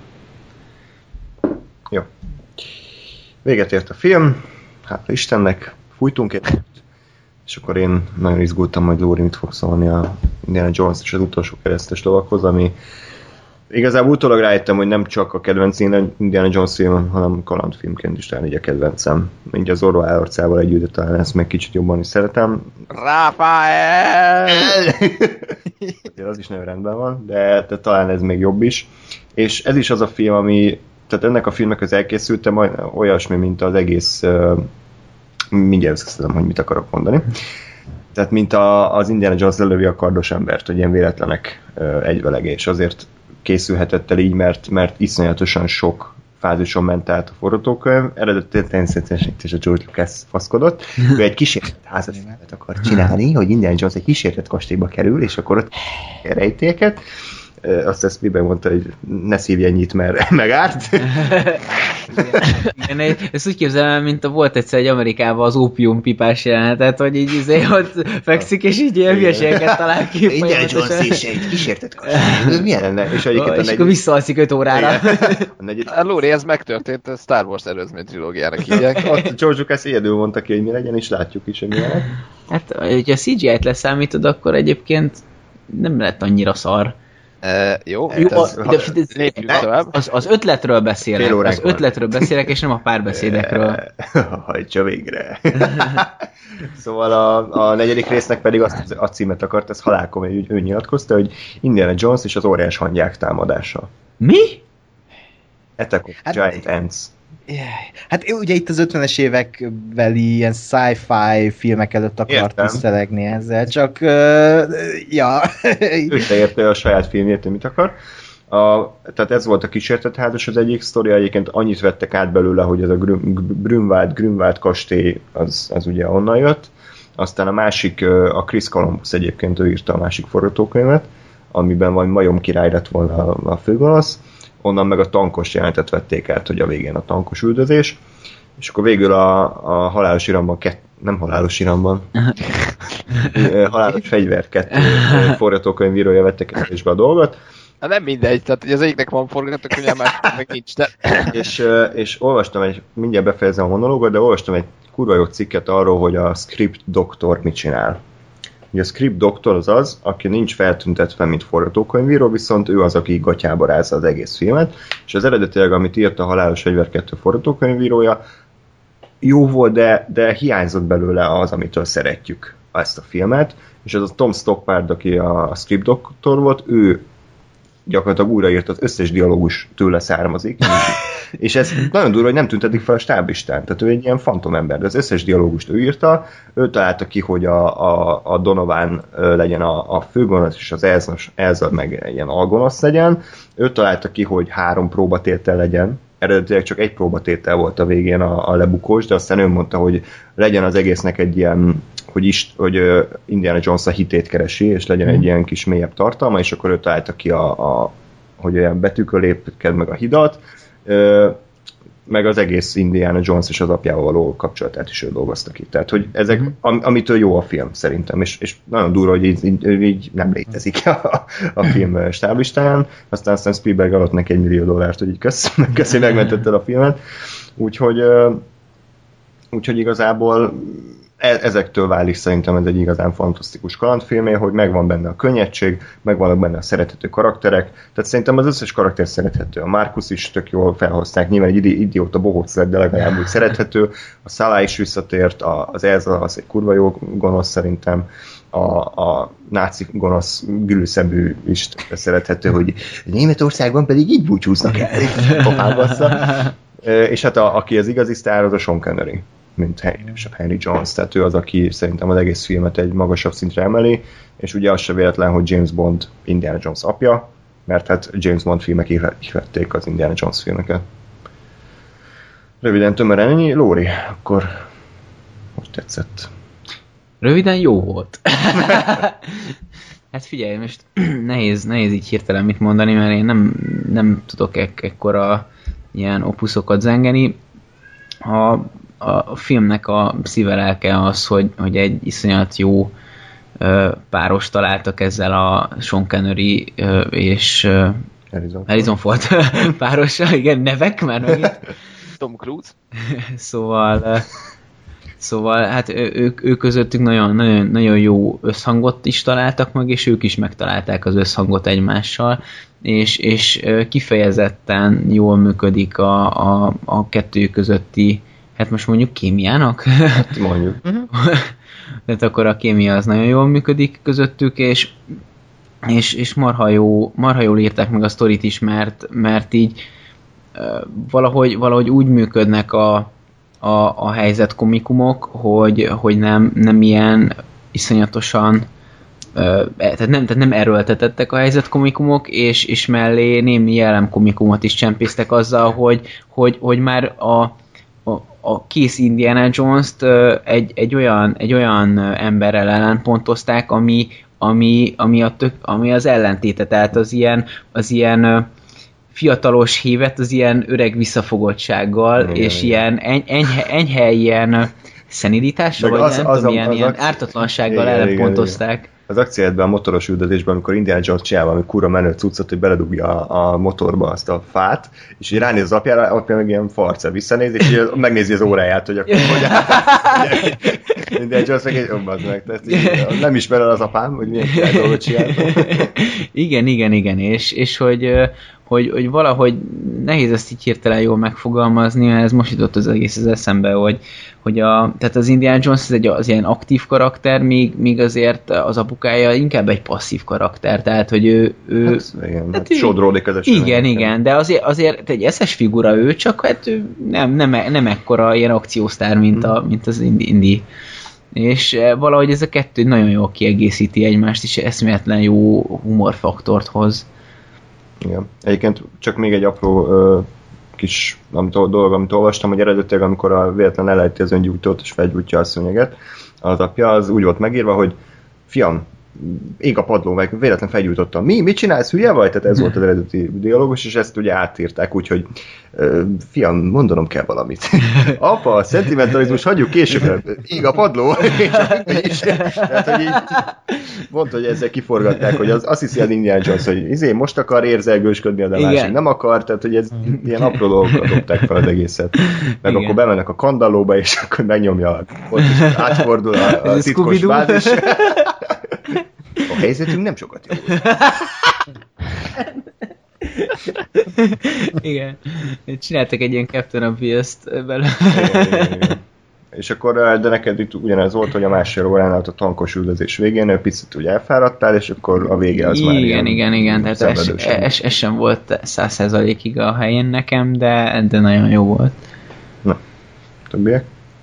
Jó. Véget ért a film, hála Istennek, fújtunk egy, és akkor én nagyon izgultam, hogy Lóri mit fog szólni a Indiana Jones és az utolsó keresztes lovakhoz, ami igazából utólag rájöttem, hogy nem csak a kedvenc Indiana Jones film, hanem kalandfilmként is talán így a kedvencem. Így az Zorro állarcával együtt, de talán ezt meg kicsit jobban is szeretem. Rafael! Az is nagyon rendben van, de talán ez még jobb is. És ez is az a film, ami, tehát ennek a filmnek az elkészülte olyasmi, mint az egész, mindjárt összeszedem, hogy mit akarok mondani. Tehát mint az Indiana Jones lelövi a kardos embert, hogy ilyen véletlenek egyvelege, és azért készülhetett el így, mert iszonyatosan sok fázison ment át a forgatókönyv. Eredetileg természetesen és a George Lucas faszkodott. Ő egy kísérlet házasságot akar csinálni, hogy Indiana Jones egy kísérlet kastélyba kerül, és akkor ott rejtéket. Azt ezt miben mondta, hogy ne szívj ennyit, mert megárt. Igen, ezt úgy képzelem, mint volt egyszer egy Amerikában az ópiumpipás jelenetet, hogy így ott fekszik, és így ilyen hülyeségeket talál ki. Indiana Jones és egy kísértet kastély. Milyen lenne? És akkor visszaalszik 5 órára. Lóri, ez megtörtént, a Star Wars előzmény trilógiának hívják. Ott George Lucas egyedül mondta ki, hogy mi legyen, és látjuk is, hogy milyenek. Hát, hogyha CGI-t leszámítod, akkor egyébként nem lett annyira szar. Jó, az ötletről beszélek, és nem a párbeszédekről. Hajtsa végre. Szóval a negyedik résznek pedig azt a címet akart, ez halálkom, hogy ő nyilatkozta, hogy Indiana Jones és az óriás hangyák támadása. Mi? Attack of Giant Ants. Hát ugye itt az 50-es évekbeli ilyen sci-fi filmek előtt akart tisztelegni ezzel, csak ja. Ő se érte a saját filmjét, mit akar. Tehát ez volt a kísértetházas az egyik sztoria, egyébként annyit vettek át belőle, hogy ez a Grünwald kastély, az ugye onnan jött. Aztán a másik, a Chris Columbus egyébként, ő írta a másik forgatókönyvet, amiben valami majom király lett volna a főgonosz. Onnan meg a tankos jelenetet vették át, hogy a végén a tankos üldözés, és akkor végül a halálos iramban, nem halálos iramban, halálos fegyver 2 forgatókönyvírója vettek el a dolgot. Hát nem mindegy, tehát hogy az egyiknek van forgatókönyv, a másiknak meg nincs. De... és olvastam mindjárt befejezem a monológot, de olvastam egy kurva jó cikket arról, hogy a script doktor mit csinál. Ugye a script doktor az, aki nincs feltüntetve, mint forgatókönyvíró, viszont ő az, aki gatyába rázza az egész filmet, és az eredetileg, amit írt a Halálos Fegyver 2 forgatókönyvírója, jó volt, de hiányzott belőle az, amitől szeretjük ezt a filmet, és az a Tom Stoppard, aki a script doktor volt, ő gyakorlatilag újraírt, az összes dialógus tőle származik, és ez nagyon durva, hogy nem tüntetik fel a stáblistán, tehát ő egy ilyen fantomember, de az összes dialógust ő írta, ő találta ki, hogy a Donovan legyen a főgonosz, és az Elza meg egy ilyen algonosz legyen, ő találta ki, hogy 3 próbatétel legyen, eredetileg csak 1 próbatétel volt a végén a lebukós, de aztán ő mondta, hogy legyen az egésznek egy ilyen hogy Indiana Jones a hitét keresi, és legyen egy ilyen kis mélyebb tartalma, és akkor ő találta ki hogy olyan betűkkel lépked meg a hidat, meg az egész Indiana Jones és az apjával való kapcsolatát is ő dolgozta ki. Tehát, hogy ezek, amitől jó a film szerintem, és nagyon durva, hogy így nem létezik a film stáblistáján, aztán Spielberg adott neki $1 millió, hogy így köszi, megmentetted a filmet. Úgyhogy igazából ezektől válik szerintem ez egy igazán fantasztikus kalandfilmé, hogy megvan benne a könnyedség, megvannak benne a szerethető karakterek, tehát szerintem az összes karakter szerethető. A Marcus is tök jól felhozták, nyilván egy idióta bohóc lett, de legalább úgy szerethető, a Salah is visszatért, az Elsa az egy kurva jó gonosz szerintem, a náci gonosz gülőszemű is szerethető, hogy Németországban pedig így búcsúznak el, és hát aki az igazi sztár, az a Sean Connery, mint Henry Jones, tehát ő az, aki szerintem az egész filmet egy magasabb szintre emeli, és ugye az se véletlen, hogy James Bond Indiana Jones apja, mert hát James Bond filmek ihlették az Indiana Jones filmeket. Röviden, tömören ennyi. Lóri, akkor hogy tetszett? Röviden jó volt. Hát figyelj, most nehéz így hirtelen mit mondani, mert én nem tudok ekkora ilyen opuszokat zengeni. A filmnek a szívelelke az, hogy egy iszonyat jó páros találtak ezzel a Sean Connery és Harrison Ford párossal, igen, nevek már megint. Tom Cruise. Szóval hát ők közöttük nagyon jó összhangot is találtak meg, és ők is megtalálták az összhangot egymással, és kifejezetten jól működik a kettő közötti, hát most mondjuk kémiának? Hát mondjuk. Tehát akkor a kémia az nagyon jól működik közöttük, és marha jól írták meg a sztorit is, mert így valahogy úgy működnek a helyzet komikumok, hogy nem ilyen iszonyatosan tehát nem erőltetettek a helyzet komikumok, és mellé némi jellem komikumot is csempésztek azzal, hogy már a kész Indiana Jones-t egy olyan emberrel ellenpontozták, ami az ellentéte, tehát az ilyen fiatalos hívet, az ilyen öreg visszafogottsággal, és ilyen enyhe ilyen szenidítással, vagy nem tudom, ilyen ártatlansággal ellenpontozták. Az akciójátban a motoros üldözésben, amikor Indiana Jones csinál valami kurva menő cuccot, hogy beledugja a motorba azt a fát, és így ránéz az apjára, apja meg ilyen farca visszanéz, és így megnézi az óráját, hogy akkor hogy áll. Indiana Jones meg egy meg. Tehát így, nem ismerel az apám, hogy milyen király dolgot csinál. Igen, és hogy valahogy nehéz ezt így hirtelen jól megfogalmazni, mert ez most jutott az egész az eszembe, tehát az Indiana Jones az ilyen aktív karakter, míg azért az apukája inkább egy passzív karakter, tehát hogy ő hát sodródik az esetben. Igen, de azért egy eszes figura ő, csak hát ő nem ekkora ilyen akciósztár, mint az Indi. És valahogy ez a kettő nagyon jól kiegészíti egymást, és eszméletlen jó humorfaktort hoz. Igen. Egyébként csak még egy apró kis dolog, amit olvastam, hogy eredetileg, amikor a véletlen elejti az öngyújtót és felgyújtja a szőnyeget, az apja az úgy volt megírva, hogy fiam, ég a padló, meg véletlen felgyújtottam. Mit csinálsz, hülye vagy? Tehát ez volt az eredeti dialógus, és ezt ugye átírták, úgyhogy fiam, mondanom kell valamit. Apa, a szentimentalizmus hagyjuk későbbre. Ég a padló. Tehát, hogy így mondta, hogy ezzel kiforgatták, hogy azt hiszi az Indiana Jones, hogy most akar érzelgősködni, de másik nem akar, tehát hogy ez ilyen apró dolgokat dobták fel az egészet. Meg igen. Akkor bemennek a kandallóba, és akkor megnyomja, ott is átfordul a titkos bázis. A helyzetünk nem sokat javul. Igen. Csináltak egy ilyen Captain Obvious-t belőle. Igen. És akkor, de neked itt ugyanez volt, hogy a másfél óránál a tankos üldözés végén egy picit úgy elfáradtál, és akkor a vége az már igen. Tehát ez sem volt 100%-ig a helyén nekem, de nagyon jó volt. Na, többiek?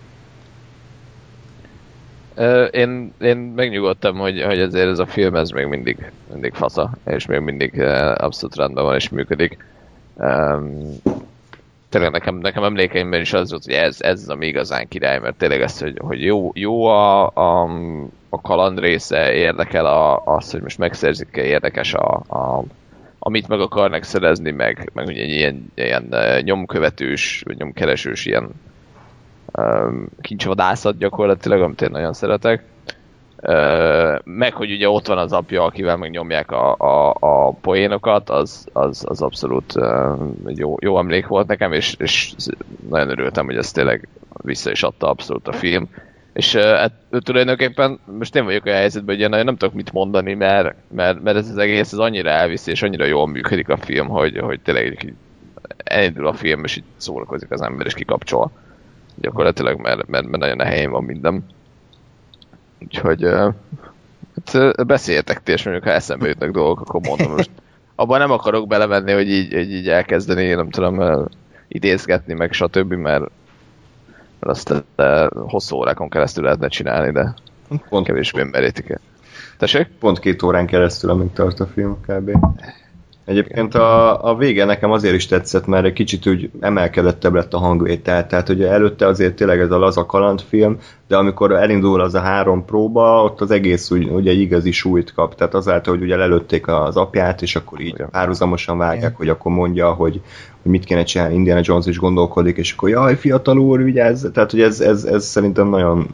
Én megnyugodtam, hogy azért ez a film ez még mindig fasza, és még mindig abszolút rendben van és működik. tényleg nekem emlékeimben is az volt, hogy ez ami igazán király, mert tényleg ez, hogy jó a kaland része, érdekel az, hogy most megszerzik-e, érdekes amit meg akarnak szerezni, meg ugye ilyen nyomkövetős, vagy nyomkeresős ilyen kincsvadászat gyakorlatilag, amit én nagyon szeretek. Meg, hogy ugye ott van az apja, akivel megnyomják a poénokat, az abszolút jó emlék volt nekem, és nagyon örültem, hogy ezt tényleg vissza is adta abszolút a film. És tulajdonképpen most én vagyok olyan helyzetben, hogy én nagyon nem tudok mit mondani, mert ez az egész az annyira elviszi, és annyira jól működik a film, hogy tényleg elindul a film, és így szórakozik az ember, és kikapcsol. Gyakorlatilag, mert nagyon a helyén van minden. Úgyhogy beszéljetek ti, és mondjuk, ha eszembe jutnak dolgok, akkor mondom most. Abban nem akarok belevenni, hogy így elkezdeni, nem tudom, idézgetni, meg stb., mert azt hosszú órákon keresztül lehetne csinálni, de pont kevésbé merítik el. Tessék? Pont 2 órán keresztül, amíg tart a film kb. Egyébként a vége nekem azért is tetszett, mert egy kicsit úgy emelkedettebb lett a hangvétel, tehát ugye előtte azért tényleg ez a laza kalandfilm, de amikor elindul az a 3 próba, ott az egész ugye egy igazi súlyt kap, tehát azáltal, hogy ugye lelőtték az apját, és akkor így párhuzamosan vágják, hogy akkor mondja, hogy mit kéne csinálni, Indiana Jones is gondolkodik, és akkor jaj, fiatal úr, vigyázz, tehát hogy ez szerintem nagyon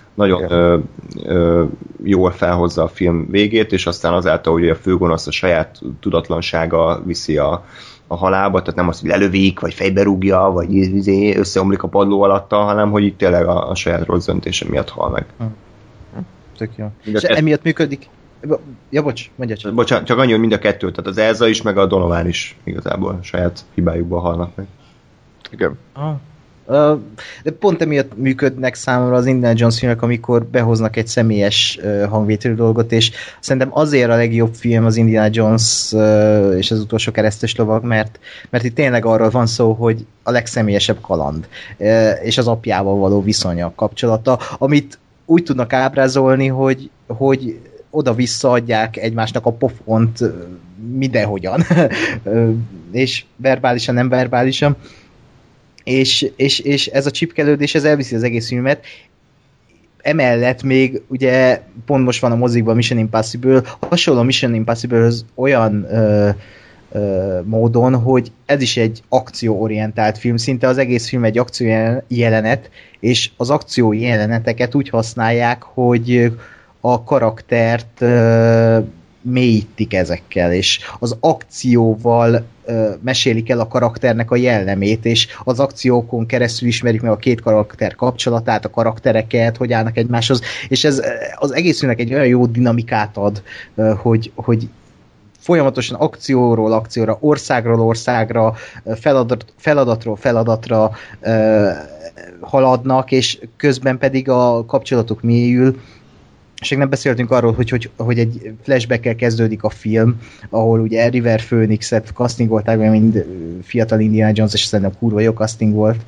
jól felhozza a film végét, és aztán azáltal, hogy a főgonosz a saját tudatlansága viszi a halálba, tehát nem az, hogy lelövik, vagy fejbe rúgja, vagy összeomlik a padló alatta, hanem hogy itt tényleg a saját rossz döntése miatt hal meg. Tök jó. És emiatt működik. Ja, mondja csak. Bocsánat, csak annyi, hogy mind a kettő, tehát az Elsa is, meg a Donovan is igazából saját hibájukban halnak meg. Igen. De pont emiatt működnek számomra az Indiana Jones filmek, amikor behoznak egy személyes hangvételű dolgot, és szerintem azért a legjobb film az Indiana Jones és az utolsó keresztes lovag, mert itt tényleg arról van szó, hogy a legszemélyesebb kaland, és az apjával való viszonya, kapcsolata, amit úgy tudnak ábrázolni, hogy oda-vissza adják egymásnak a pofont mindenhogyan, és verbálisan, nem verbálisan. És ez a csipkelődés, ez elviszi az egész filmet. Emellett még ugye pont most van a mozikban Mission Impossible, hasonló Mission Impossible-höz olyan módon, hogy ez is egy akcióorientált film, szinte az egész film egy akciójelenet, és az akciójeleneteket úgy használják, hogy a karaktert mélyítik ezekkel, és az akcióval mesélik el a karakternek a jellemét, és az akciókon keresztül ismerik meg a két karakter kapcsolatát, a karaktereket, hogy állnak egymáshoz, és ez az egész filmnek egy olyan jó dinamikát ad, hogy folyamatosan akcióról akcióra, országról országra, feladatról feladatra haladnak, és közben pedig a kapcsolatok mélyül. És nem beszéltünk arról, hogy egy flashback-kel kezdődik a film, ahol ugye River Phoenix-et castingolták, mind fiatal Indiana Jones, és szerintem kurva jó casting volt.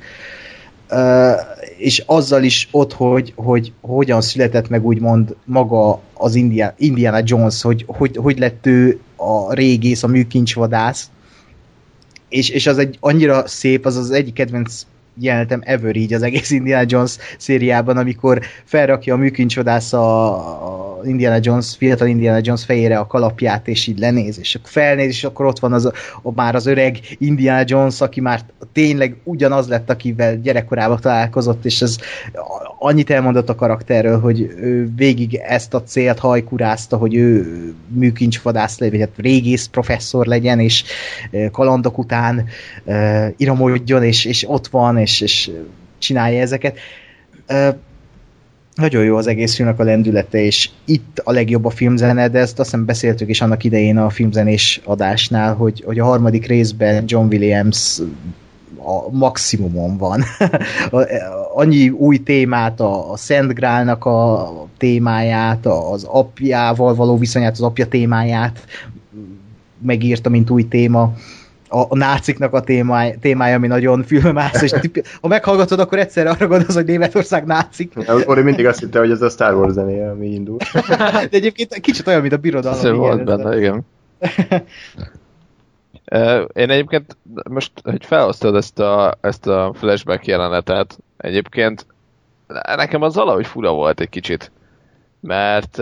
És azzal is ott, hogy hogyan született meg úgymond maga az Indiana Jones, hogy lett ő a régész, a műkincsvadász, és az egy annyira szép, az egyik kedvenc jelenetem ever így az egész Indiana Jones szériában, amikor felrakja a műkincsvadász a Indiana Jones, fiatal Indiana Jones fejére a kalapját, és így lenéz, és akkor felnéz, és akkor ott van már az öreg Indiana Jones, aki már tényleg ugyanaz lett, akivel gyerekkorában találkozott, és ez annyit elmondott a karakterről, hogy ő végig ezt a célt hajkurázta, hogy ő műkincsvadász legyen, vagy hát régész professzor legyen, és kalandok után iramodjon, és ott van, és csinálja ezeket. Nagyon jó az egész filmnek a lendülete, és itt a legjobb a filmzene, de ezt azt hiszem beszéltük is annak idején a filmzenés adásnál, hogy a harmadik részben John Williams a maximumon van. Annyi új témát, a Szent Grálnak a témáját, az apjával való viszonyát, az apja témáját megírta, mint új téma. A náciknak a témája, ami nagyon filmász, és ha meghallgatod, akkor egyszerre arra gondolsz, hogy Németország nácik. Akkor mindig azt hitte, hogy ez a Star Wars zenéje, ami indul. De egyébként kicsit olyan, mint a birodalom. Volt benne, igen. Én egyébként most, hogy felosztod ezt a flashback jelenetet, egyébként nekem az valahogy fura volt egy kicsit. Mert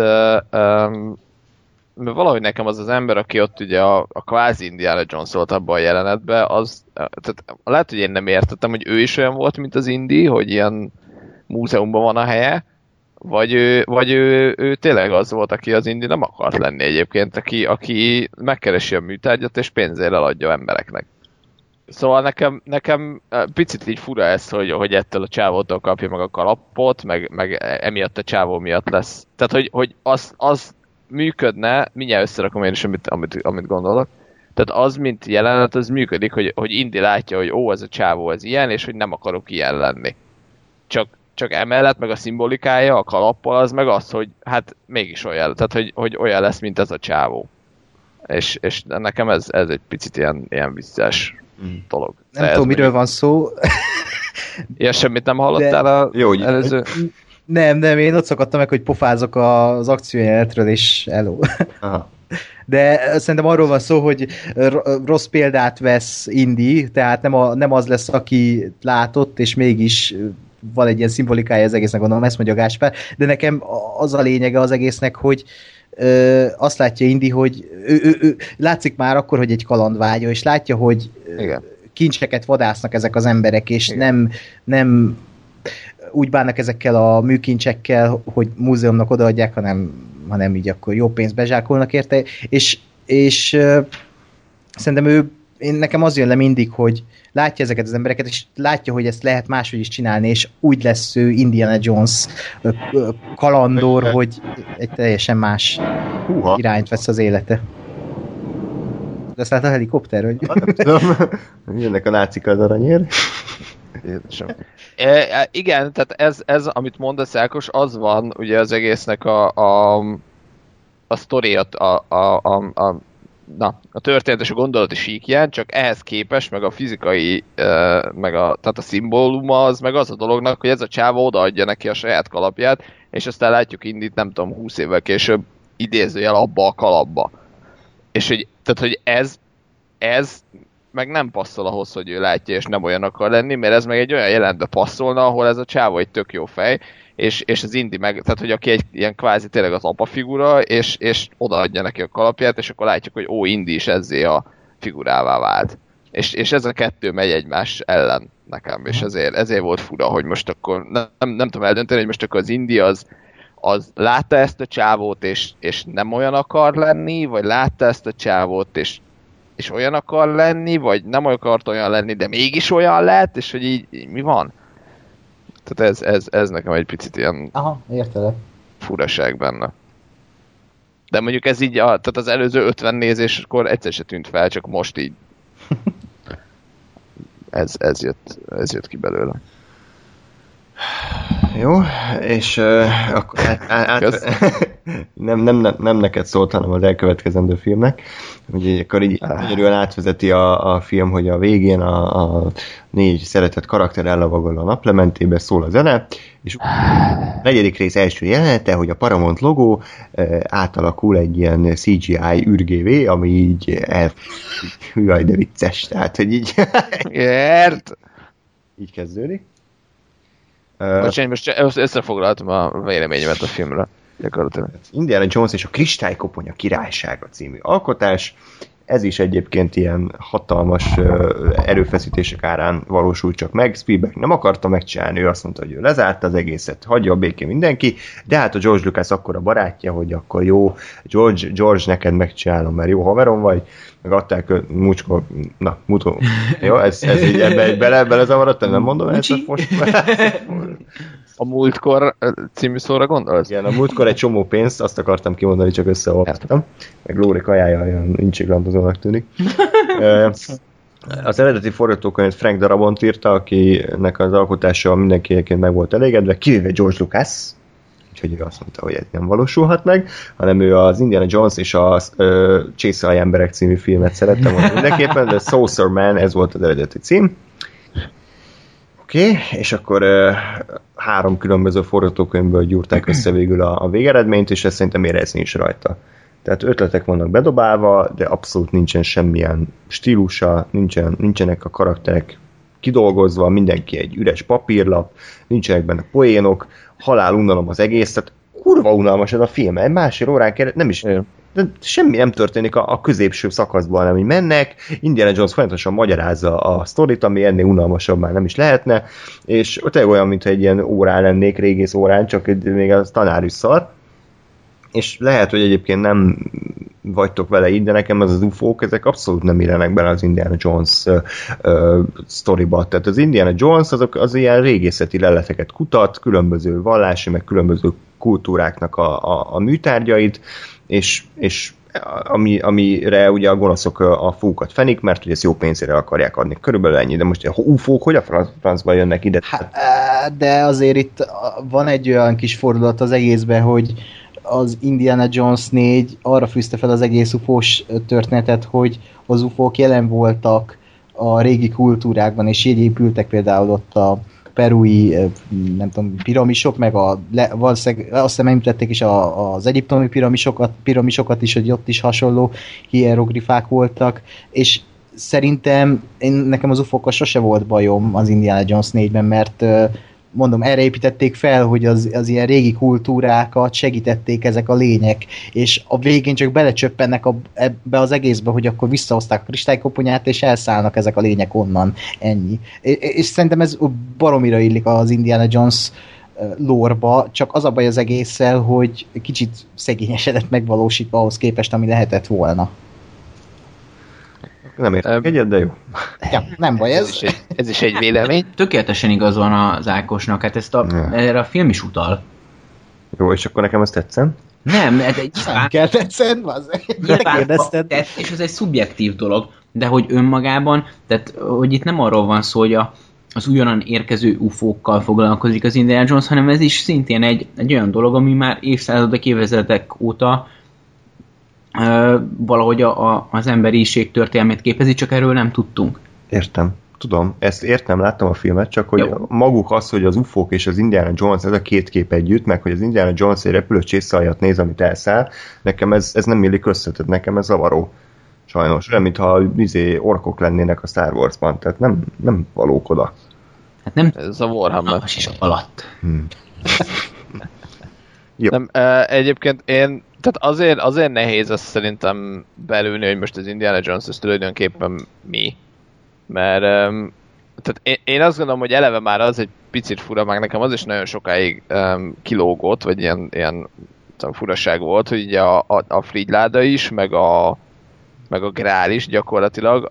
valahogy nekem az ember, aki ott ugye a kvázi Indiana Jones volt abban a jelenetben, tehát lehet, hogy én nem értettem, hogy ő is olyan volt, mint az Indy, hogy ilyen múzeumban van a helye, vagy ő tényleg az volt, aki az Indy nem akart lenni egyébként, aki megkeresi a műtárgyat és pénzért eladja embereknek. Szóval nekem picit így fura ez, hogy ettől a csávótól kapja meg a kalapot, meg emiatt a csávó miatt lesz. Tehát, hogy az működne, mindjárt összerakom én is, amit gondolok. Tehát az, mint jelenet, az működik, hogy Indy látja, hogy ez a csávó ez ilyen, és hogy nem akarok ilyen lenni. Csak emellett, meg a szimbolikája, a kalappal, az meg az, hogy hát mégis olyan, tehát hogy olyan lesz, mint ez a csávó. És nekem ez egy picit ilyen visszás dolog. Nem tudom, miről van szó. Ilyen semmit nem hallottál előző? Nem, én ott szakadtam meg, hogy pofázok az akciójelenetről, és hello. Aha. De szerintem arról van szó, hogy rossz példát vesz Indy, tehát nem az lesz, aki látott, és mégis van egy ilyen szimbolikája az egésznek, gondolom, ezt mondja Gáspár, de nekem az a lényege az egésznek, hogy azt látja Indy, hogy ő látszik már akkor, hogy egy kalandvágya, és látja, hogy igen, kincseket vadásznak ezek az emberek, és nem úgy bánnak ezekkel a műkincsekkel, hogy múzeumnak odaadják, hanem így akkor jó pénzt bezsákolnak érte, és szerintem nekem az jön le mindig, hogy látja ezeket az embereket, és látja, hogy ezt lehet máshogy is csinálni, és úgy lesz ő Indiana Jones kalandor, hogy egy teljesen más irányt vesz az élete. De aztán a helikopter, hogy... Jönnek a nácik az aranyér. Igen, tehát ez, amit mondasz, Ákos, az van ugye az egésznek a sztori, a történet és a gondolati síkján, csak ehhez képest, meg a fizikai, tehát a szimbóluma, az meg az a dolognak, hogy ez a csávó odaadja neki a saját kalapját, és aztán látjuk Indit, nem tudom, 20 évvel később idézőjel abba a kalapba. És hogy ez meg nem passzol ahhoz, hogy ő látja, és nem olyan akar lenni, mert ez meg egy olyan jelentbe passzolna, ahol ez a csávó egy tök jó fej, és az Indy meg, tehát hogy aki egy ilyen kvázi tényleg az apa figura, és odaadja neki a kalapját, és akkor látjuk, hogy Indy is ezzé a figurává vált. És ez a kettő megy egymás ellen nekem, és ezért volt fura, hogy most akkor nem tudom eldönteni, hogy most akkor az Indy az látta ezt a csávót, és nem olyan akar lenni, vagy látta ezt a csávót, és olyan akar lenni, vagy nem akart olyan lenni, de mégis olyan lett, és hogy így mi van? Tehát ez nekem egy picit ilyen furaság benne. De mondjuk ez így, tehát az előző 50 nézéskor egyszer se tűnt fel, csak most így ez jött ki belőle. Jó, és akkor nem neked szólt, hanem az elkövetkezendő filmnek. Ugye akkor így egyről átvezeti a film, hogy a végén a 4 szeretett karakter ellavagol a naplementébe, szól a zene, és a 4. rész első jelenete, hogy a Paramount logó átalakul egy ilyen CGI űrgévé, ami így hűaj, de vicces, tehát, hogy így így kezdődik. Most összefoglaltam a véleményemet a filmre. Indiana Jones és a Kristálykoponya királysága című alkotás. Ez is egyébként ilyen hatalmas erőfeszítések árán valósult csak meg. Spielberg nem akarta megcsinálni, ő azt mondta, hogy ő lezárta az egészet, hagyja a békén mindenki, de hát a George Lucas akkor a barátja, hogy akkor jó, George, neked megcsinálom, mert jó haverom vagy, meg adták jó, ez így ebbe belezavarodtam, nem mondom ezt most. A múltkor című szóra gondolsz? Igen, a múltkor egy csomó pénzt, azt akartam kimondani, csak összeolvastam. Meg Lóri kajája olyan incsiglandozónak tűnik. Az eredeti forgatókönyvet Frank Darabont írta, akinek az alkotása mindenkinek meg volt elégedve, kivéve George Lucas, úgyhogy ő azt mondta, hogy ez nem valósulhat meg, hanem ő az Indiana Jones és a Csészai emberek című filmet szerette most mindenképpen, de Saucer Man, ez volt az eredeti cím. Oké, és akkor 3 különböző forgatókönyvből gyúrták össze végül a végeredményt, és ezt szerintem érezni is rajta. Tehát ötletek vannak bedobálva, de abszolút nincsen semmilyen stílusa, nincsenek a karakterek kidolgozva, mindenki egy üres papírlap, nincsenek benne poénok, halál unalom az egész, tehát kurva unalmas ez a film, egy másfél órán nem is, de semmi nem történik a középső szakaszban, hanem így mennek, Indiana Jones folyamatosan magyarázza a sztorit, ami ennél unalmasabb már nem is lehetne, és tényleg olyan, mintha egy ilyen órán lennék, régész órán, csak még a tanár is szar, és lehet, hogy egyébként nem vagytok vele így, de nekem az UFO-k, ezek abszolút nem illenek bele az Indiana Jones sztoriba. Tehát az Indiana Jones az ilyen régészeti leleteket kutat, különböző vallási, meg különböző kultúráknak a műtárgyait, és amire ugye a gonoszok a fókat fenik, mert ugye ezt jó pénzére akarják adni. Körülbelül ennyi, de most a UFO-k hogy a francba jönnek ide? De azért itt van egy olyan kis fordulat az egészben, hogy az Indiana Jones 4 arra fűzte fel az egész UFO-s történetet, hogy az UFO-k jelen voltak a régi kultúrákban, és így épültek például ott a perui, nem tudom, piramisok, meg valószínűleg azt hiszem említették is az egyiptomi piramisokat is, hogy ott is hasonló hieroglifák voltak, és szerintem nekem az UFO-kkal sose volt bajom az Indiana Jones 4-ben, mert mondom, erre építették fel, hogy az ilyen régi kultúrákat segítették ezek a lények, és a végén csak belecsöppennek ebbe az egészbe, hogy akkor visszahozták a kristálykoponyát, és elszállnak ezek a lények onnan. Ennyi. És szerintem ez baromira illik az Indiana Jones lore-ba, csak az a baj az egésszel, hogy kicsit szegényesedett megvalósítva ahhoz képest, ami lehetett volna. Nem értek egyet, de jó. Ja, nem baj ez. Ez is egy vélemény. Tökéletesen igaz van az Ákosnak, hát erre a film is utal. Jó, és akkor nekem ez tetszem? Nem, ez egy nem kell tetszeni, és ez egy szubjektív dolog, de hogy önmagában, tehát hogy itt nem arról van szó, hogy az újonnan érkező UFO-kkal foglalkozik az Indiana Jones, hanem ez is szintén egy olyan dolog, ami már évszázadok, évezredek óta valahogy az emberiség történelmét képezi, csak erről nem tudtunk. Értem. Tudom, ezt értem, láttam a filmet, csak hogy maguk az, hogy az UFO-k és az Indiana Jones, ez a két kép együtt, meg hogy az Indiana Jones egy repülő csészajat néz, amit elszáll, nekem ez nem illik össze, tehát nekem ez zavaró. Sajnos. Olyan, mintha orkok lennének a Star Wars-ban, tehát nem valók oda. Hát nem ez a Warhammer. És alatt. Nem, egyébként tehát azért nehéz azt szerintem belülni, hogy most az Indiana Jones ez tulajdonképpen mi. Mert tehát én azt gondolom, hogy eleve már az egy picit fura, meg nekem az is nagyon sokáig kilógott, vagy ilyen furaság volt, hogy ugye a Frigyláda is, meg a Grál is gyakorlatilag,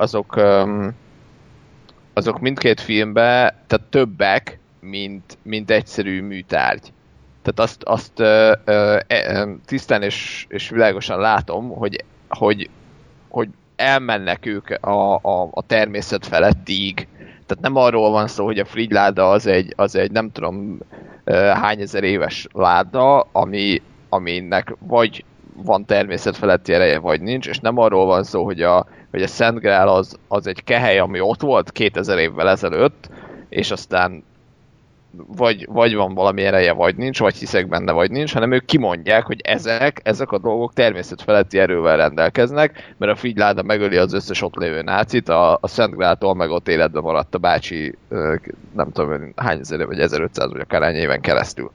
azok mindkét filmben, tehát többek, mint egyszerű műtárgy. Tehát azt tisztán és világosan látom, hogy elmennek ők a természet felettig. Tehát nem arról van szó, hogy a Frigyláda az egy nem tudom hány ezer éves láda, aminek vagy van természet feletti ereje, vagy nincs, és nem arról van szó, hogy a Szent Grál az egy kehely, ami ott volt 2000 évvel ezelőtt, és aztán vagy van valami ereje, vagy nincs, vagy hiszek benne, vagy nincs, hanem ők kimondják, hogy ezek a dolgok természet feletti erővel rendelkeznek, mert a Frigyláda megöli az összes ott lévő nácit, a Szent Gráltól meg ott életben maradt a bácsi, nem tudom, hány ezer, vagy 1500 vagy akár hány éven keresztül.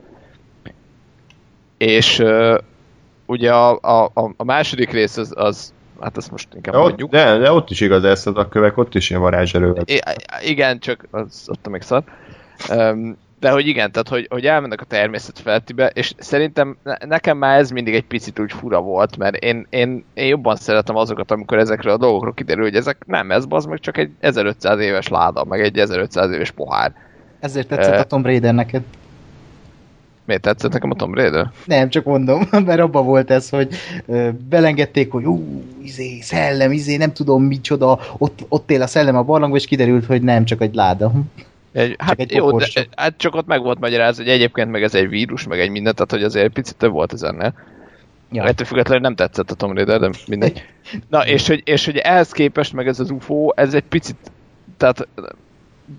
És ugye a második rész az hát azt most inkább mondjuk. De ott is igaz ez, a kövek ott is ilyen varázserővel. Igen, csak az ott még szar. De hogy igen, tehát hogy elmennek a természet felettibe, és szerintem nekem már ez mindig egy picit úgy fura volt, mert én jobban szeretem azokat, amikor ezekről a dolgokról kiderül, hogy ezek nem ez, bazd meg csak egy 1500 éves láda, meg egy 1500 éves pohár. Ezért tetszett a Tomb Raider neked? Miért tetszett nekem a Tomb Raider? Nem, csak mondom, mert abban volt ez, hogy belengedték, hogy szellem, nem tudom micsoda, ott él a szellem a barlangban, és kiderült, hogy nem, csak egy láda. Csak ott meg volt magyarázva, hogy egyébként meg ez egy vírus, meg egy minden, tehát hogy azért picit több volt ez ennél. Ja. Ettől függetlenül nem tetszett a Tomb Raider, de mindegy. Na, és hogy ehhez képest meg ez az UFO, ez egy picit, tehát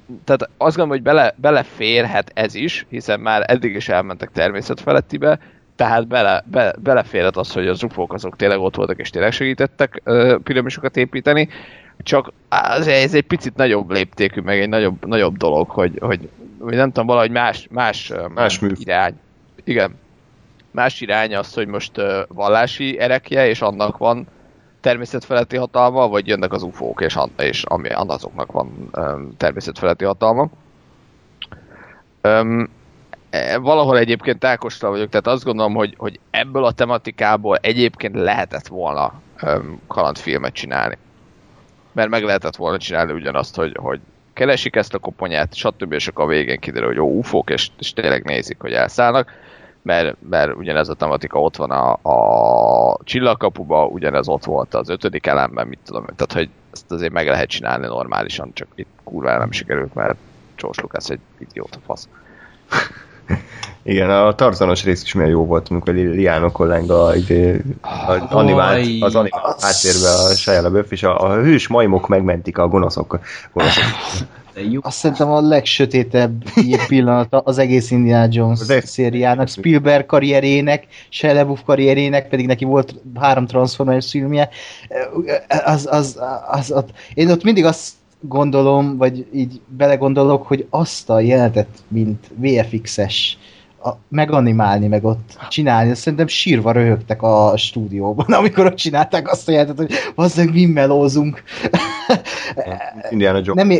azt gondolom, hogy beleférhet ez is, hiszen már eddig is elmentek természet felettibe, Tehát beleférhet az, hogy az UFO-k azok tényleg ott voltak, és tényleg segítettek piramisokat építeni, csak ez egy picit nagyobb léptékű, meg egy nagyobb dolog, hogy nem tudom, valahogy más irány. Igen. Más irány az, hogy most vallási erekje, és annak van természetfeletti hatalma, vagy jönnek az UFO-k, és ami azoknak van természetfeletti hatalma. Valahol egyébként Ákostal vagyok, tehát azt gondolom, hogy ebből a tematikából egyébként lehetett volna kalandfilmet csinálni. Mert meg lehetett volna csinálni ugyanazt, hogy keresik ezt a koponyát, stb. És akkor a végén kiderül, hogy jó UFO-k, és tényleg nézik, hogy elszállnak. Mert ugyanez a tematika ott van a Csillagkapuba, ugyanez ott volt az 5. elemben, mit tudom, tehát hogy ezt azért meg lehet csinálni normálisan, csak itt kurvára nem sikerült, mert George Lucas egy idióta fasz. Igen, a Tarzanos rész is milyen jó volt, amikor Liano kollega az animált háttérbe a Shia LaBeouf, és a hős majmok megmentik a gonoszok. Azt szerintem a legsötétebb pillanata az egész Indiana Jones szériának, Spielberg karrierének, Shia LaBeouf karrierének, pedig neki volt 3 Transformers filmje. Én ott mindig azt gondolom, vagy így belegondolok, hogy azt a jelenetet, mint VFX-es, meganimálni, meg ott csinálni, szerintem sírva röhögtek a stúdióban, amikor ott csinálták azt a jelenetet, hogy azzal mi melózunk. Indiana Jones.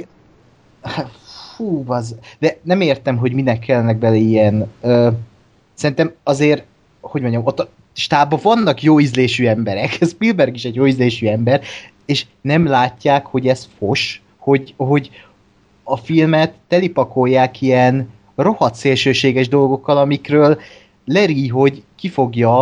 De nem értem, hogy minek kellnek bele ilyen. Szerintem azért, hogy mondjam, ott a stábban vannak jó ízlésű emberek, Spielberg is egy jó ízlésű ember, és nem látják, hogy ez fos, hogy a filmet telipakolják ilyen rohadt szélsőséges dolgokkal, amikről Larry, hogy kifogja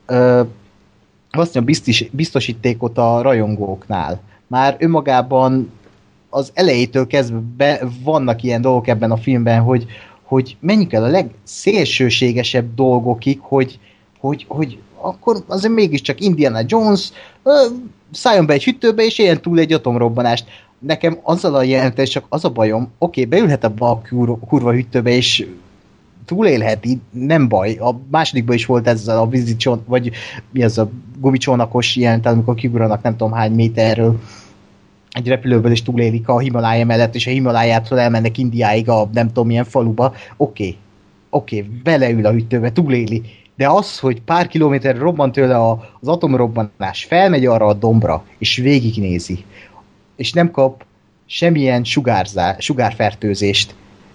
azt mondja, biztosítékot a rajongóknál. Már önmagában az elejétől kezdve vannak ilyen dolgok ebben a filmben, hogy menjünk el a legszélsőségesebb dolgokig, hogy akkor azért mégiscsak Indiana Jones szálljon be egy hűtőbe, és éljen túl egy atomrobbanást. Nekem azzal a jelenettel csak az a bajom, oké, beülhet abba a kurva hűtőbe, és túlélheti, nem baj. A másodikban is volt ez a vízicsón, vagy mi az a gumicsónakos jelenet, amikor kiugranak nem tudom hány méterről egy repülőből, és túlélik a Himalája mellett, és a Himalájától elmennek Indiáig a nem tudom milyen faluba. Oké, beleül a hűtőbe, túléli. De az, hogy pár kilométerre robban tőle az atomrobbanás, felmegy arra a dombra, és végignézi, és nem kap semmilyen sugárfertőzést.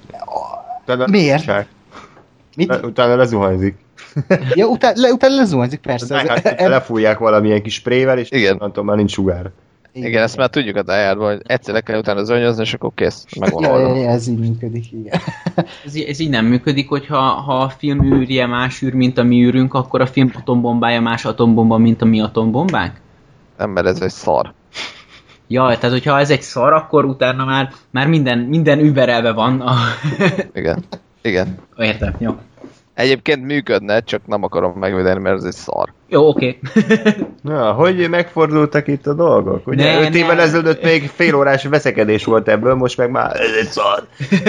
Miért? Utána lezuhanyzik. Ja, utána lezuhanyzik, persze. Lefújják valamilyen kis sprével, és igen, mondtam, már nincs sugár. Igen, ezt már tudjuk a dájárban, hogy egyszer le kell utána zönyözni, és akkor kész. Ja, ez így működik, igen. Ez így nem működik, hogyha a film űrje más űr, mint a mi űrünk, akkor a film atombombája más atombomba, mint a mi atombombánk? Nem, mert ez egy szar. Ja, tehát hogyha ez egy szar, akkor utána már minden überelve van. Igen. Értem, jó. Egyébként működne, csak nem akarom megvédeni, mert ez egy szar. Jó, oké. Na, hogy megfordultak itt a dolgok? Ugye 5 évvel ezelőtt még félórás veszekedés volt ebből, most meg már ez egy szar.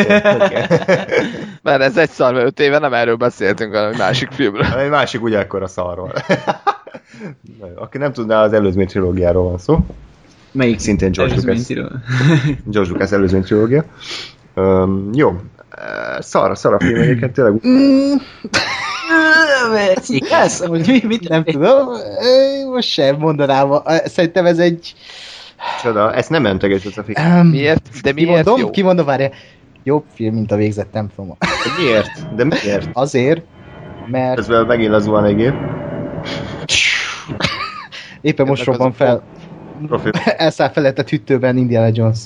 Mert ez egy szar, mert 5 éve nem erről beszéltünk, hanem egy másik filmről. Egy másik ugyanakkor szarról. Aki nem tudná, az előzmény trilógiáról van szó. Melyik? Szintén George Lucas előzmény trilógia. Jó. Szar a film egyébként tényleg. Mit nem tudom. Most sem mondanám. Szerintem ez egy... Csoda, ezt nem menteges ez a film. Miért? De miért jó? Kimondom, várja. Jobb film, mint a Végzett temploma. Miért? De miért? Azért, mert... Ezzel megint lezuhan egy gép. Éppen most robban fel. Elszáll feletett hűtőben Indiana Jones.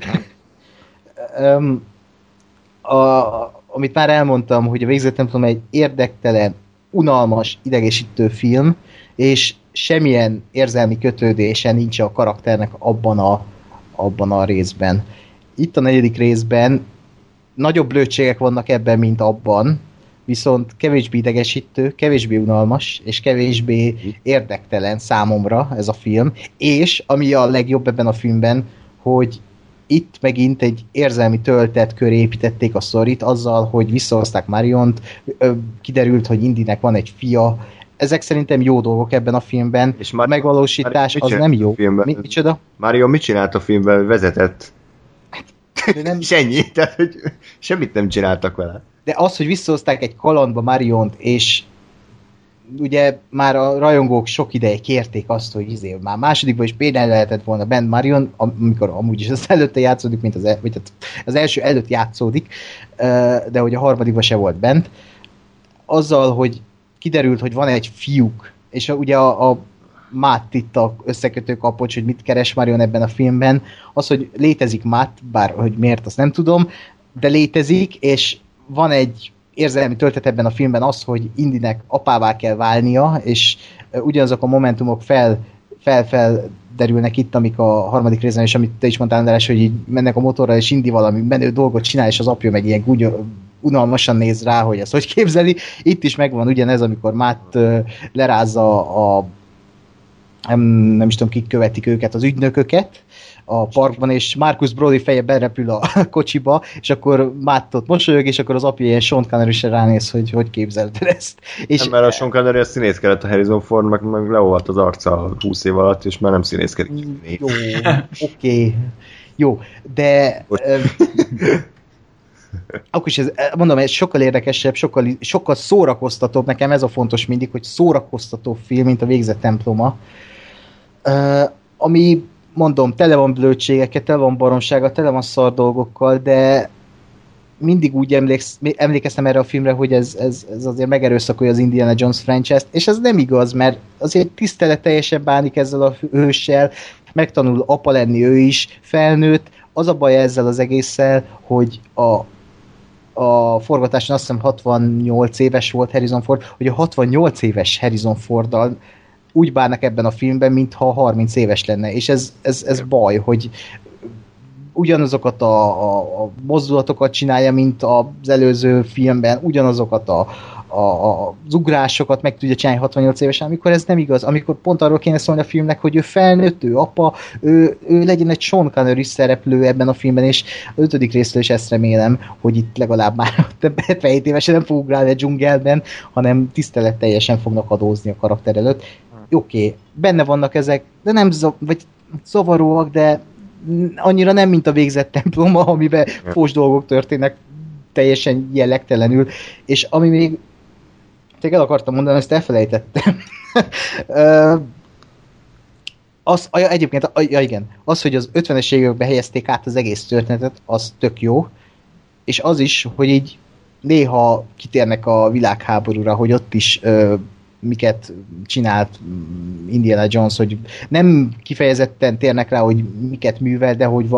Amit már elmondtam, hogy a Végzett templom egy érdektelen, unalmas, idegesítő film, és semmilyen érzelmi kötődése nincs a karakternek abban a részben. Itt a 4. részben nagyobb blödségek vannak ebben, mint abban, viszont kevésbé idegesítő, kevésbé unalmas, és kevésbé érdektelen számomra ez a film, és ami a legjobb ebben a filmben, hogy itt megint egy érzelmi töltet köré építették a sztorit azzal, hogy visszahozták Mariont, kiderült, hogy Indynek van egy fia. Ezek szerintem jó dolgok ebben a filmben. És a megvalósítás az nem jó. Micsoda? Marion mit csinált a filmben? Vezetett. Nem... És ennyi, tehát hogy semmit nem csináltak vele. De az, hogy visszahozták egy kalandba Mariont, és ugye már a rajongók sok ideje kérték azt, hogy már másodikban is például lehetett volna bent Marion, amikor amúgy is az előtte játszódik, mint az első előtt játszódik, de hogy a harmadikban se volt bent. Azzal, hogy kiderült, hogy van egy fiúk, és ugye a Matt itt a összekötő kapocs, hogy mit keres Marion ebben a filmben, az, hogy létezik Matt, bár hogy miért, azt nem tudom, de létezik, és van egy érzelmi töltet ebben a filmben az, hogy Indynek apává kell válnia, és ugyanazok a momentumok felderülnek itt, amik a harmadik részben, és amit te is mondtál, András, hogy így mennek a motorra, és Indy valami menő dolgot csinál, és az apja meg ilyen unalmasan néz rá, hogy ezt hogy képzeli. Itt is megvan ugyanez, amikor Matt lerázza nem is tudom, kik követik őket, az ügynököket a parkban, és Marcus Brody feje berepül a kocsiba, és akkor Matt ott mosolyog, és akkor az apja ilyen Sean Connery-re ránéz, hogy képzelted ezt. És nem, mert a Sean Connery a színészkedett, a Harrison Ford meg leolvadt az arca 20 év alatt, és már nem színészkedik. Jó, oké. Jó, de akkor is mondom, ez sokkal érdekesebb, sokkal szórakoztatóbb, nekem ez a fontos mindig, hogy szórakoztató film, mint a Végzett temploma, ami mondom, tele van blödségekkel, tele van baromsággal, tele van szar dolgokkal, de mindig úgy emlékeztem erre a filmre, hogy ez azért megerőszakolja az Indiana Jones franchise-t, és ez nem igaz, mert azért tiszteleteljesen bánik ezzel a hőssel, megtanul apa lenni ő is, felnőtt. Az a baj ezzel az egésszel, hogy a forgatáson azt hiszem 68 éves volt Harrison Ford, hogy a 68 éves Harrison Forddal úgy bánnak ebben a filmben, mintha 30 éves lenne, és ez baj, hogy ugyanazokat a mozdulatokat csinálja, mint az előző filmben, ugyanazokat az ugrásokat meg tudja csinálni 68 évesen, amikor ez nem igaz, amikor pont arról kéne szólni a filmnek, hogy ő felnőtt, ő apa, ő legyen egy Sean Connery szereplő ebben a filmben, és az 5. részről is ezt remélem, hogy itt legalább már 77 évesen nem fog ugrálni a dzsungelben, hanem tiszteletteljesen fognak adózni a karakter előtt. Oké, benne vannak ezek, de nem vagy zavaróak, de annyira nem, mint a Végzett temploma, amiben fos dolgok történnek teljesen jellegtelenül, és ami még el akartam mondani, ezt elfelejtettem. Egyébként, igen, az, hogy az 50-es években helyezték át az egész történetet, az tök jó, és az is, hogy így néha kitérnek a világháborúra, hogy ott is miket csinált Indiana Jones, hogy nem kifejezetten térnek rá, hogy miket művel, de hogy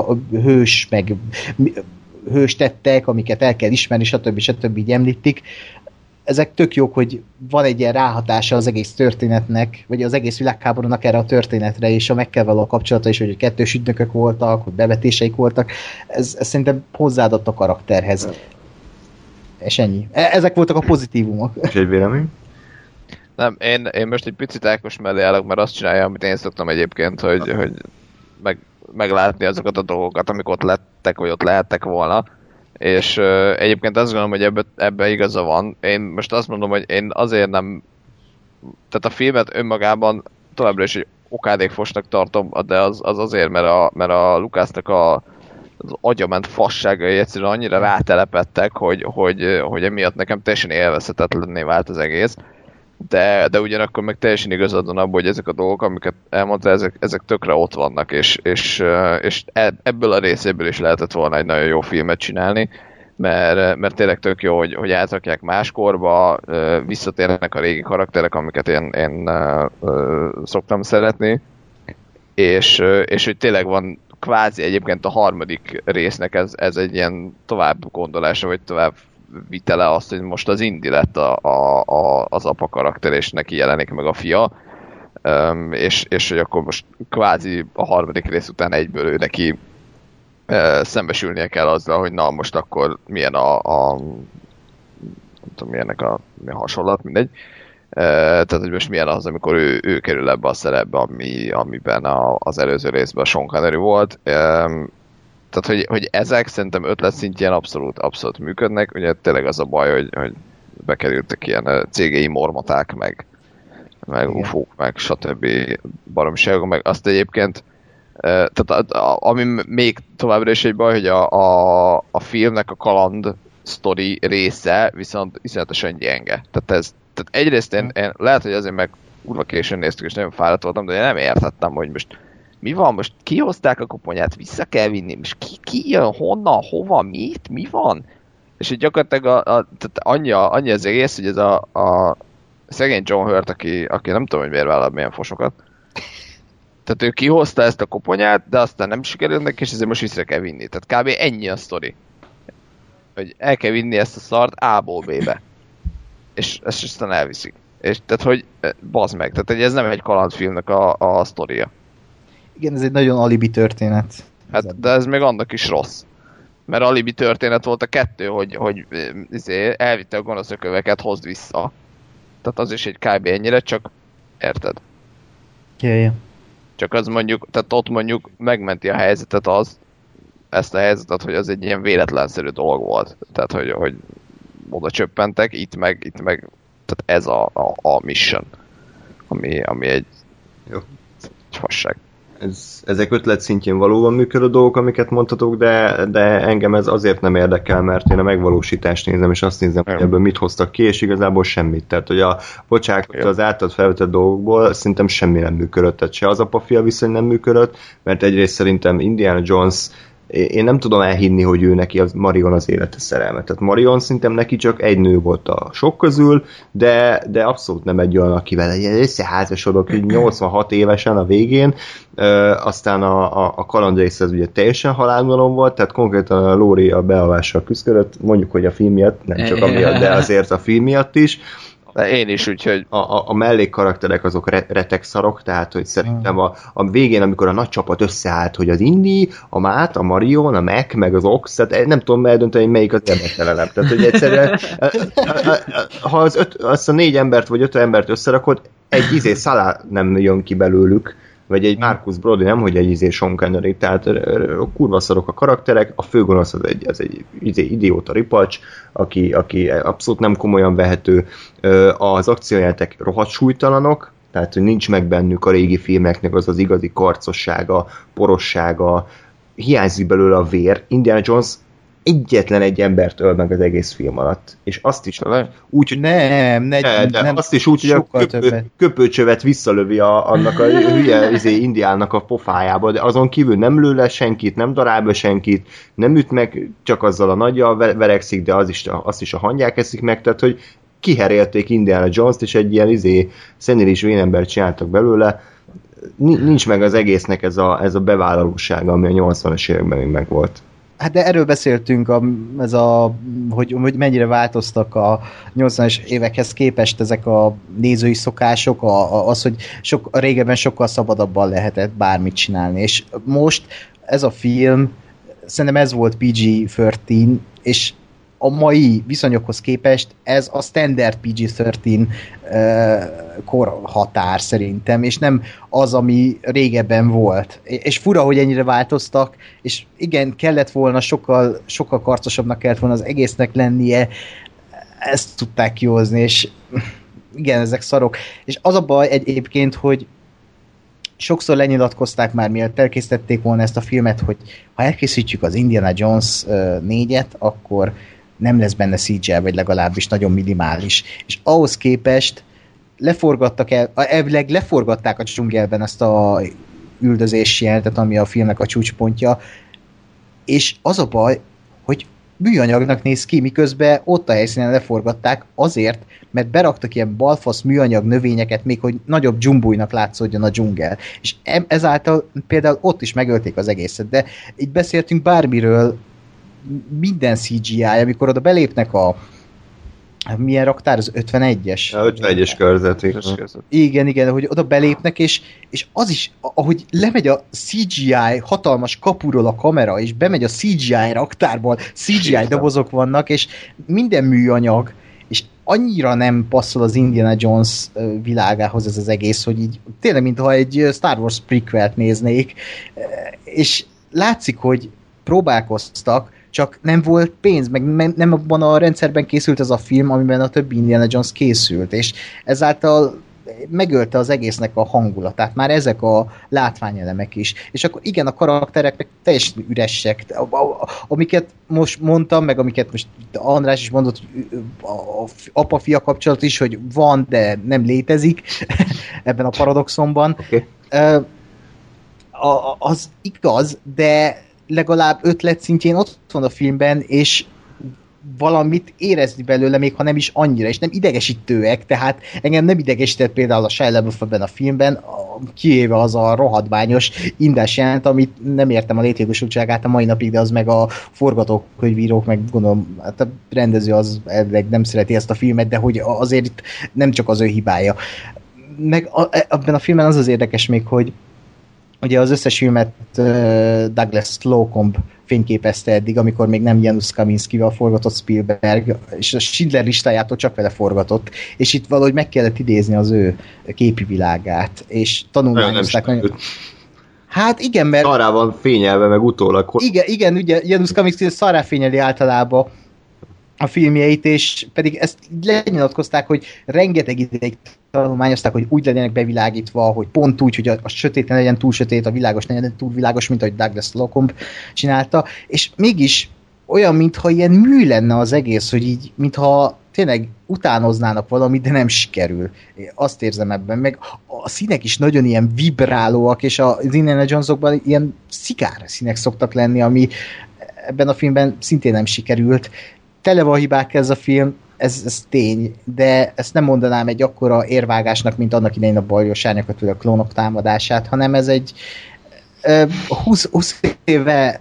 hős tettek, amiket el kell ismerni, stb. Így említik. Ezek tök jók, hogy van egy ilyen ráhatása az egész történetnek, vagy az egész világháborúnak erre a történetre, és a Mac-kel való kapcsolata is, hogy kettős ügynökök voltak, hogy bevetéseik voltak. Ez szerintem hozzáadott a karakterhez. És ennyi. Ezek voltak a pozitívumok. És egy vélemény? Nem, én most egy picit Ákos mellé állok, mert azt csinálja, amit én szoktam egyébként, hogy meglátni azokat a dolgokat, amik ott lettek, vagy ott lehettek volna. És egyébként azt gondolom, hogy ebben igaza van. Én most azt mondom, hogy én azért nem... Tehát a filmet önmagában továbbra is egy okádékfosnak tartom, de az azért, mert a Lucasnak az agyament fasságai egyszerűen annyira rátelepettek, hogy emiatt nekem teljesen élvezhetetlenné vált az egész. De ugyanakkor meg teljesen igazad van abban, hogy ezek a dolgok, amiket elmondta, ezek tökre ott vannak, és ebből a részéből is lehetett volna egy nagyon jó filmet csinálni, mert tényleg tök jó, hogy átrakják máskorba, visszatérnek a régi karakterek, amiket én szoktam szeretni, és hogy tényleg van kvázi egyébként a harmadik résznek ez egy ilyen tovább gondolása, vagy tovább vitele azt, hogy most az Indy lett az apa karakter, és neki jelenik meg a fia, és hogy akkor most kvázi a harmadik rész után egyből ő neki szembesülnie kell azzal, hogy na most akkor milyen nem tudom milyennek a hasonlat, mindegy. Tehát, hogy most milyen az, amikor ő kerül ebbe a szerepbe, amiben az előző részben a Sean Connery volt. Tehát, Tehát, hogy ezek szerintem ötlet szintjén abszolút működnek. Ugye tényleg az a baj, hogy bekerültek ilyen cégei mormaták, meg ufók, meg stb. Baromságok, meg azt egyébként, tehát ami még továbbra is egy baj, hogy a filmnek a kaland sztori része viszont iszonyatosan gyenge. Tehát egyrészt én lehet, hogy azért meg kurva későn néztük, és nagyon fáradt voltam, de én nem értettem, hogy most mi van, most kihozták a koponyát, vissza kell vinni, most ki jön, honnan, hova, mi van? És így gyakorlatilag tehát annyi az egész, hogy ez a szegény John Hurt, aki nem tudom, hogy miért vállal milyen fosokat. Tehát ő kihozta ezt a koponyát, de aztán nem sikerült neki, és ezért most vissza kell vinni. Tehát kb. Ennyi a sztori. Hogy el kell vinni ezt a szart A-ból B-be. És ezt aztán elviszik. És tehát, hogy bazd meg, tehát ez nem egy kalandfilmnek a sztoria. Igen, ez egy nagyon alibi történet. Hát, de ez még annak is rossz. Mert alibi történet volt a kettő, hogy elvitte a gonoszököveket, hozd vissza. Tehát az is egy kb. Ennyire, csak érted? Yeah. Csak az mondjuk, tehát ott mondjuk megmenti a helyzetet ezt a helyzetet, hogy az egy ilyen véletlenszerű dolog volt. Tehát, hogy oda csöppentek, itt meg tehát ez a mission, ami egy fasság. Ezek ötlet szintjén valóban működő dolgok, amiket mondhatok, de engem ez azért nem érdekel, mert én a megvalósítást nézem, és azt nézem, hogy ebből mit hoztak ki, és igazából semmit. Tehát, hogy az által felvetett dolgokból szerintem semmi nem működött. Tehát se az apa-fia viszony nem működött, mert egyrészt szerintem Indiana Jones, én nem tudom elhinni, hogy ő neki Marion az élete szerelme. Tehát Marion szerintem neki csak egy nő volt a sok közül, de abszolút nem egy olyan, akivel összeházasodok, hogy 86 évesen a végén, aztán a kalandrész ez ugye teljesen halálmalom volt, tehát konkrétan a Lóri a beavással küzdött, mondjuk, hogy a film miatt, nem csak amiatt, de azért a film miatt is. De én is, úgyhogy... A mellékkarakterek azok retek szarok, tehát hogy szerintem a végén, amikor a nagy csapat összeállt, hogy az Indy, a Matt, a Marion, a Mac, meg az Ox, tehát nem tudom eldönteni, hogy melyik az érdekelenebb. Tehát, hogy egyszerűen, ha azt a 4 embert vagy 5 embert összerakod, egy Szalá nem jön ki belőlük, vagy egy Marcus Brody, nem, hogy egy Sean Connery, tehát kurva szarok a karakterek, a főgonosz az egy idióta ripacs, aki abszolút nem komolyan vehető, az akciójátek rohadt súlytalanok, tehát hogy nincs meg bennük a régi filmeknek az igazi karcossága, porossága, hiányzik belőle a vér. Indiana Jones egyetlen egy embert öl meg az egész film alatt. És azt is úgy, hogy nem, azt is úgy, hogy a köpőcsövet visszalövi annak a hülye indiánnak a pofájába, de azon kívül nem lő le senkit, nem darál be senkit, nem üt meg, csak azzal a nagyjal verekszik, de azt is a hangyák eszik meg, tehát hogy kiherélték Indiana Jones-t, és egy ilyen szenilis vénembert csináltak belőle. Nincs meg az egésznek ez a bevállalósága, ami a 80-as években még megvolt. Hát de erről beszéltünk, hogy mennyire változtak a 80-as évekhez képest ezek a nézői szokások, az, hogy régebben sokkal szabadabban lehetett bármit csinálni. És most ez a film, szerintem ez volt PG-13, és a mai viszonyokhoz képest ez a standard PG-13 korhatár szerintem, és nem az, ami régebben volt. És fura, hogy ennyire változtak, és igen, kellett volna, sokkal karcosabbnak kellett volna az egésznek lennie, ezt tudták kihozni, és igen, ezek szarok. És az a baj egyébként, hogy sokszor lenyilatkozták már, mielőtt elkészítették volna ezt a filmet, hogy ha elkészítjük az Indiana Jones 4-et, akkor nem lesz benne CGI, vagy legalábbis nagyon minimális. És ahhoz képest elvileg leforgatták a dzsungelben ezt a üldözési jelenetet, ami a filmnek a csúcspontja, és az a baj, hogy műanyagnak néz ki, miközben ott a helyszínen leforgatták azért, mert beraktak ilyen balfasz műanyag növényeket, még hogy nagyobb dzsumbújnak látszódjon a dzsungel. És ezáltal például ott is megölték az egészet, de így beszéltünk bármiről, minden CGI, amikor oda belépnek milyen raktár, az 51-es? A 51-es körzet. Igen, hogy oda belépnek, és az is, ahogy lemegy a CGI hatalmas kapuról a kamera, és bemegy a CGI raktárból, CGI dobozok vannak, és minden műanyag, és annyira nem passzol az Indiana Jones világához ez az egész, hogy így tényleg, mintha egy Star Wars prequelt néznék, és látszik, hogy próbálkoztak, csak nem volt pénz, meg nem abban a rendszerben készült ez a film, amiben a többi Indiana Jones készült, és ezáltal megölte az egésznek a hangulatát, már ezek a látványelemek is. És akkor igen, a karakterek teljesen üresek. Amiket most mondtam, meg amiket most András is mondott, a apa-fia kapcsolat is, hogy van, de nem létezik ebben a paradoxonban. Okay. Az igaz, de legalább ötlet szintjén ott van a filmben, és valamit érezni belőle, még ha nem is annyira, és nem idegesítőek, tehát engem nem idegesített például a Shia LaBeouf ebben a filmben, kivéve az a rohadványos indás jelent, amit nem értem a létjogosultságát a mai napig, de az meg a forgatókönyvírók, meg gondolom, hát a rendező az elvileg nem szereti ezt a filmet, de hogy azért itt nem csak az ő hibája. Meg ebben a filmben az érdekes még, hogy ugye az összes filmet Douglas Slocumb fényképezte eddig, amikor még nem Janusz Kaminskivel forgatott Spielberg, és a Schindler listájától csak vele forgatott, és itt valahogy meg kellett idézni az ő képi világát, és tanulmányozták. Hát igen, mert... Szarrá van fényelve, meg utólag. Igen, ugye Janusz Kaminski szarrá fényeli általában a filmjeit, és pedig ezt lenyilatkozták, hogy rengeteg ideig tanulmányozták, hogy úgy legyenek bevilágítva, hogy pont úgy, hogy a sötét ne legyen túl sötét, a világos ne legyen túl világos, mint ahogy Douglas Slocumb csinálta, és mégis olyan, mintha ilyen mű lenne az egész, hogy így, mintha tényleg utánoznának valamit, de nem sikerül. Én azt érzem ebben, meg a színek is nagyon ilyen vibrálóak, és az Indiana Jonesokban ilyen szikár színek szoktak lenni, ami ebben a filmben szintén nem sikerült. Tele van hibák ez a film, ez tény, de ezt nem mondanám egy akkora érvágásnak, mint annak idején a Baljós Árnyakat, vagy a Klónok támadását, hanem ez egy 20 éve,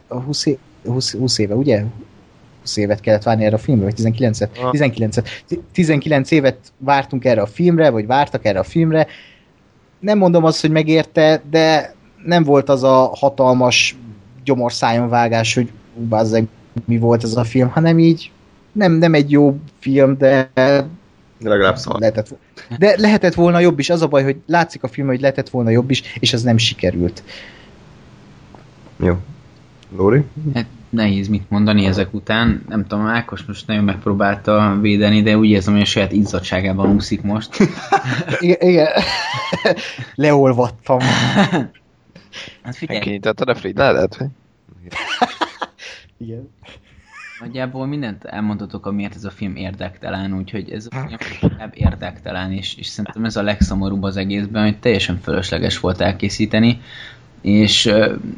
ugye? 20 évet kellett várni erre a filmre, vagy 19-et? 19 évet vártunk erre a filmre, vagy vártak erre a filmre. Nem mondom azt, hogy megérte, de nem volt az a hatalmas gyomorszájon vágás, hogy bázzeg, mi volt ez a film, hanem így nem egy jó film, de legalább szar. Lehetett volna jobb is. Az a baj, hogy látszik a film, hogy lehetett volna jobb is, és az nem sikerült. Jó. Lóri? Hát nehéz mit mondani ezek után. Nem tudom, Ákos most nagyon megpróbálta védeni, de úgy érzem, hogy a saját izzadságában úszik most. Igen. Leolvattam. Hát figyelj. Kinyitottad a Friedladet? Igen. Nagyjából mindent elmondhatok, amiért ez a film érdektelen, úgyhogy ez a film inkább érdektelen, és szerintem ez a legszomorúbb az egészben, hogy teljesen fölösleges volt elkészíteni, és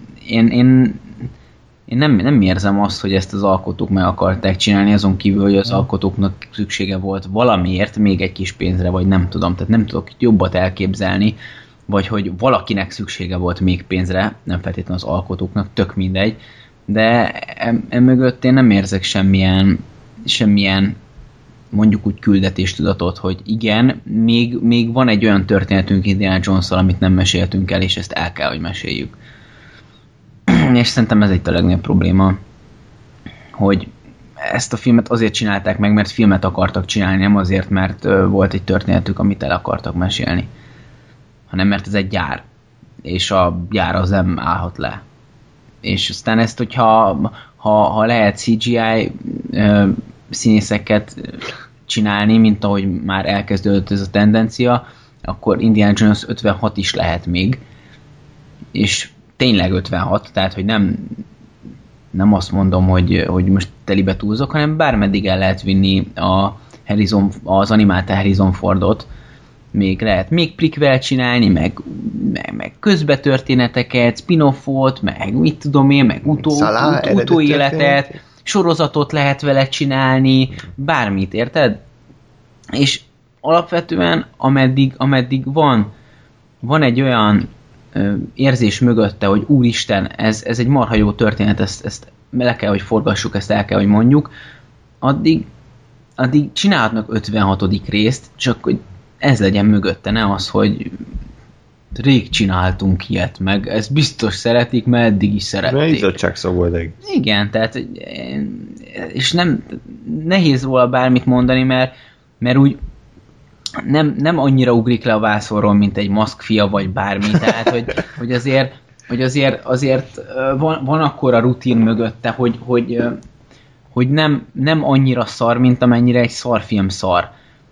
én nem érzem azt, hogy ezt az alkotók meg akarták csinálni, azon kívül, hogy az alkotóknak szüksége volt valamiért, még egy kis pénzre, vagy nem tudom, tehát nem tudok jobbat elképzelni, vagy hogy valakinek szüksége volt még pénzre, nem feltétlenül az alkotóknak, tök mindegy, de emögött én nem érzek semmilyen mondjuk úgy küldetéstudatot, hogy igen, még van egy olyan történetünk Indiana Jones-szal, amit nem meséltünk el, és ezt el kell, hogy meséljük. És szerintem ez egy a legnagyobb probléma, hogy ezt a filmet azért csinálták meg, mert filmet akartak csinálni, nem azért, mert volt egy történetük, amit el akartak mesélni, hanem mert ez egy gyár, és a gyár az nem állhat le. És aztán ezt, hogyha lehet CGI színészeket csinálni, mint ahogy már elkezdődött ez a tendencia, akkor Indiana Jones 56 is lehet még. És tényleg 56, tehát hogy nem azt mondom, hogy most telibe túlzok, hanem bármeddig el lehet vinni az animált Harrison Fordot, még lehet még prequel csinálni, meg közbetörténeteket, spin-offot, meg mit tudom én, meg utóéletet, sorozatot lehet vele csinálni, bármit, érted? És alapvetően, ameddig van egy olyan érzés mögötte, hogy úristen, ez egy marha jó történet, ezt le kell, hogy forgassuk, ezt el kell, hogy mondjuk, addig csinálhatnak 56. részt, csak hogy ez legyen mögötte, ne az, hogy rég csináltunk ilyet, meg ezt biztos szeretik, mert eddig is szerették. Mert izzadságszó volt. Igen, tehát és nehéz róla bármit mondani, mert úgy nem annyira ugrik le a vászonról, mint egy maszkfia, vagy bármi, tehát hogy azért azért van akkora rutin mögötte, hogy nem annyira szar, mint amennyire egy szarfilm szar.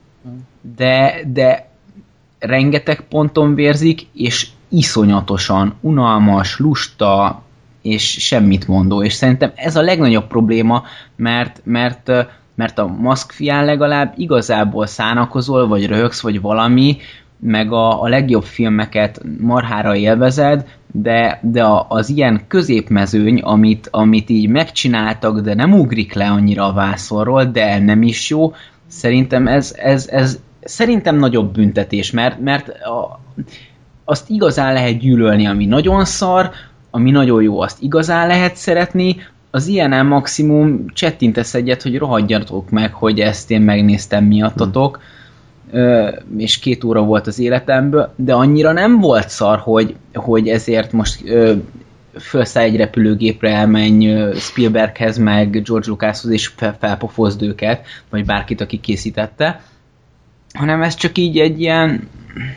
De rengeteg ponton vérzik, és iszonyatosan unalmas, lusta, és semmit mondó. És szerintem ez a legnagyobb probléma, mert a Maszkfián legalább igazából szánakozol, vagy röhögsz, vagy valami, meg a legjobb filmeket marhára élvezed, de az ilyen középmezőny, amit így megcsináltak, de nem ugrik le annyira a vászonról, de nem is jó, szerintem ez szerintem nagyobb büntetés, mert azt igazán lehet gyűlölni, ami nagyon szar, ami nagyon jó, azt igazán lehet szeretni, az ilyenen maximum csettintesz egyet, hogy rohadjatok meg, hogy ezt én megnéztem miattatok, és 2 óra volt az életemből, de annyira nem volt szar, hogy ezért most felszállj egy repülőgépre, elmenj Spielberghez, meg George Lucashoz, és felpofozd őket, vagy bárkit, aki készítette, hanem ez csak így egy ilyen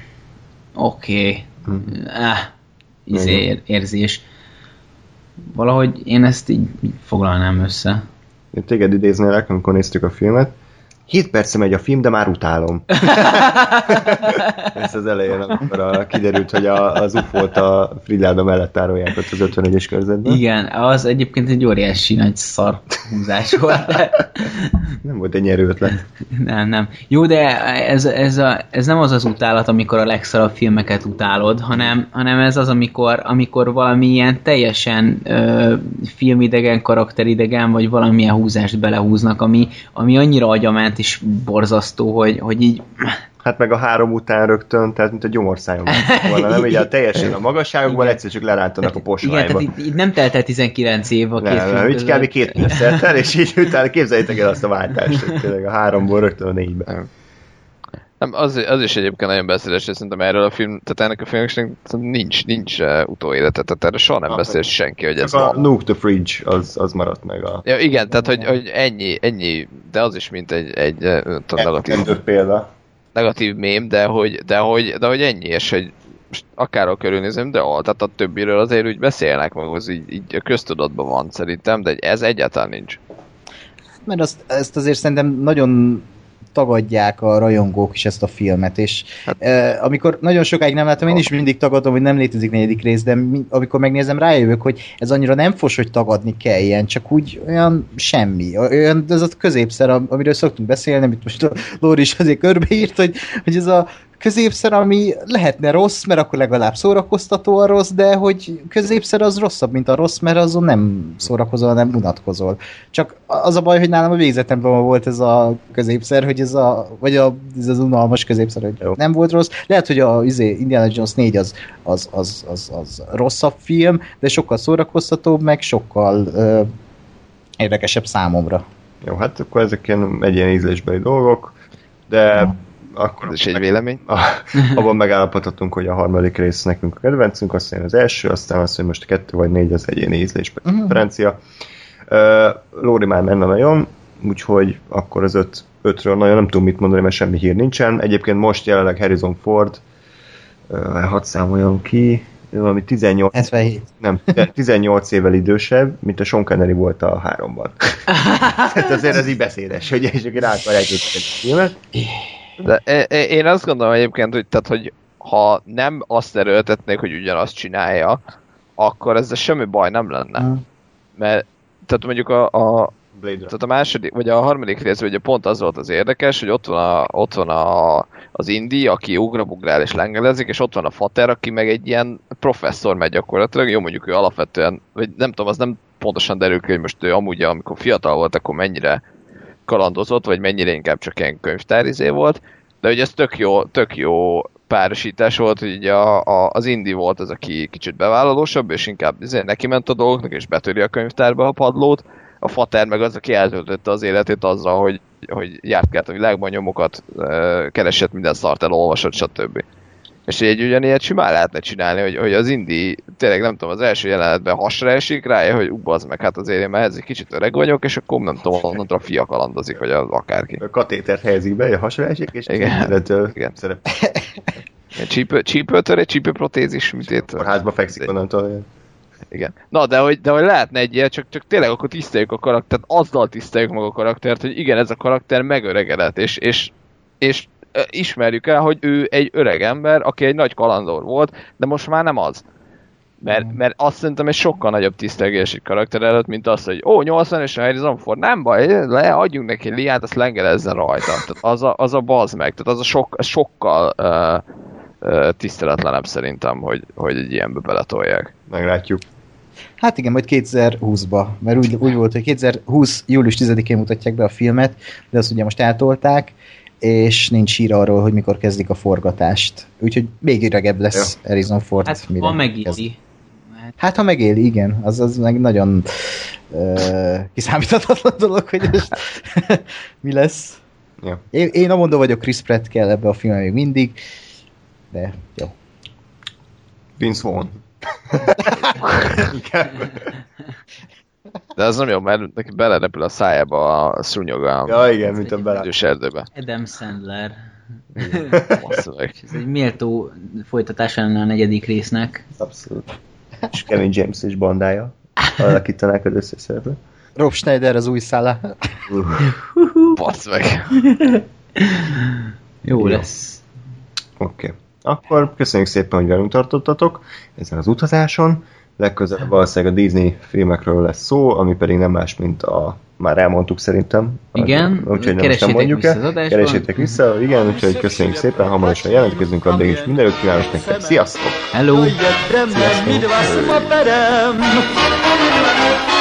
érzés. Valahogy én ezt így foglalnám össze. Én téged idéznélek, amikor néztük a filmet. 7 perce megy a film, de már utálom. Ez az elején, amikor kiderült, hogy az UFO-t a Frigyláda mellett tárolják ott az 51-es körzetben. Igen, az egyébként egy óriási nagy szar húzás volt. De... Nem volt egy nyerő ötlet. Nem. Jó, de ez nem az utálat, amikor a legszarabb filmeket utálod, hanem ez az, amikor valami ilyen teljesen filmidegen, karakteridegen, vagy valamilyen húzást belehúznak, ami annyira agyament és borzasztó, hogy így... Hát meg a 3 után rögtön, tehát mint a gyomorszájon volna, nem? Így teljesen a magasságokban egyszer csak lerántanak a posványba. Igen, tehát így nem telt el 19 év a két film így kb. 2 perc el, és így utána képzeljétek el azt a váltást, hogy tényleg a 3-ból rögtön a 4-be. Nem, az is egyébként nagyon beszédes, hogy szerintem erről a film, tehát ennek a filmnek nincs utóélete, tehát erről soha nem beszél senki, hogy ez van. A Nuke the Fridge az maradt meg a... Ja, igen, tehát hogy ennyi, de az is mint egy negatív mém, de hogy ennyi, és hogy most akárhol körülnézem, de tehát a többiről azért úgy beszélnek, meg az így a köztudatban van szerintem, de ez egyáltalán nincs. Mert ezt azért szerintem nagyon tagadják a rajongók is ezt a filmet, és amikor nagyon sokáig nem láttam, én is mindig tagadom, hogy nem létezik 4. rész, de amikor megnézem, rájövök, hogy ez annyira nem fos, hogy tagadni kelljen, csak úgy olyan semmi. Olyan, ez a középszer, amiről szoktunk beszélni, amit most a Lóri is azért körbeírt, hogy ez a középszer, ami lehetne rossz, mert akkor legalább szórakoztató a rossz, de hogy középszer az rosszabb, mint a rossz, mert azon nem szórakozol, nem unatkozol. Csak az a baj, hogy nálam a végzetemben volt ez a középszer, hogy ez az unalmas középszer, hogy nem volt rossz. Lehet, hogy a Indiana Jones 4 az rosszabb film, de sokkal szórakoztatóbb, meg sokkal érdekesebb számomra. Jó, hát akkor ezek ilyen egyéni ízlésbeli dolgok, de akkor ez is egy vélemény. Abban megállapodhatunk, hogy a 3. rész nekünk a kedvencünk, aztán az első, aztán az, hogy most 2 vagy 4 az egyéni ízlésbeli preferencia. Lóri már menne nagyon, úgyhogy akkor az 5-ről nagyon nem tudom mit mondani, mert semmi hír nincsen. Egyébként most jelenleg Harrison Ford, hadd számoljam ki, valami 18 évvel idősebb, mint a Sean Connery volt a 3-ban. Tehát azért az így beszédes, hogy rá akarják egy filmet. De én azt gondolom egyébként, hogy ha nem azt erőltetnék, hogy ugyanazt csinálja, akkor ezzel semmi baj nem lenne. Mert tehát mondjuk tehát a második, vagy a 3. részben ugye pont az volt az érdekes, hogy ott van az Indy, aki ugrabugrál és lengelezik, és ott van a Fater, aki meg egy ilyen professzor megy gyakorlatilag. Jó, mondjuk ő alapvetően, vagy nem tudom, az nem pontosan derül ki, hogy most ő amúgy, amikor fiatal volt, akkor mennyire kalandozott, vagy mennyire inkább csak ilyen könyvtárizé volt, de hogy ez tök jó párosítás volt, hogy ugye az Indy volt az, aki kicsit bevállalósabb, és inkább neki ment a dolgoknak, és betöri a könyvtárba a padlót, a Fater meg az, aki eltöltötte az életét azzal, hogy járkált a világban, nyomokat keresett, minden szart elolvasott, stb. És egy ugyanilyet simán lehetne csinálni, hogy az Indy tényleg nem tudom, az első jelenetben hasra esik rája, hogy bazd meg, hát azért én már ez egy kicsit öreg vagyok, és akkor nem tudom, onnantól a fia kalandozik, vagy az akárki. A katétert helyezik be, a hasra esik, és igen. Szerep. Csípőtör, egy csípőprotézis műtét. Házba fekszik onnantól. Igen. Na, de hogy lehetne egy ilyen, csak tényleg akkor tiszteljük a karaktert, azzal tiszteljük meg a karaktert, hogy igen, ez a karakter megöregedett, és ismerjük el, hogy ő egy öreg ember, aki egy nagy kalandor volt, de most már nem az. Mert azt szerintem egy sokkal nagyobb tisztelgés egy karakter előtt, mint az, hogy 80 és a Harrison Ford, nem baj, adjunk neki liát, azt lengelezzen rajta. Tehát az a bazd meg, tehát az sokkal tiszteletlenebb szerintem, hogy egy ilyenbe beletolják. Meglátjuk. Hát igen, majd 2020-ba, mert úgy volt, hogy 2020. július 10-én mutatják be a filmet, de azt ugye most eltolták, és nincs hír arról, hogy mikor kezdik a forgatást. Úgyhogy még öregebb lesz Harrison Ford. Hát ha megéli. Hát ha megéli, igen. Az meg nagyon kiszámíthatatlan dolog, hogy most mi lesz. Ja. Én amondó vagyok, Chris Pratt kell ebbe a filmbe még mindig, de jó. Vince Vaughn. De az nem jó, mert neki belerepül a szájába a szúnyoga. Ja, igen, mint a bele. Erdőbe. Adam Sandler. Ez egy méltó folytatása lenne a 4. résznek. Abszolút. És Kevin James és bandája alakítanák az összes szereplőt. Rob Schneider az új szála. Basz meg. Jó lesz. Oké. Akkor köszönjük szépen, hogy velünk tartottatok ezen az utazáson. Legközelebb valószínűleg a Disney filmekről lesz szó, ami pedig nem más, mint már elmondtuk szerintem. Igen, úgyhogy nem mondjuk el. Keresétek vissza, igen, úgyhogy köszönjük szépen, hamarosan jelentkezünk, addig is minden jót kívánok nektek. Sziasztok! Hello! Sziasztok!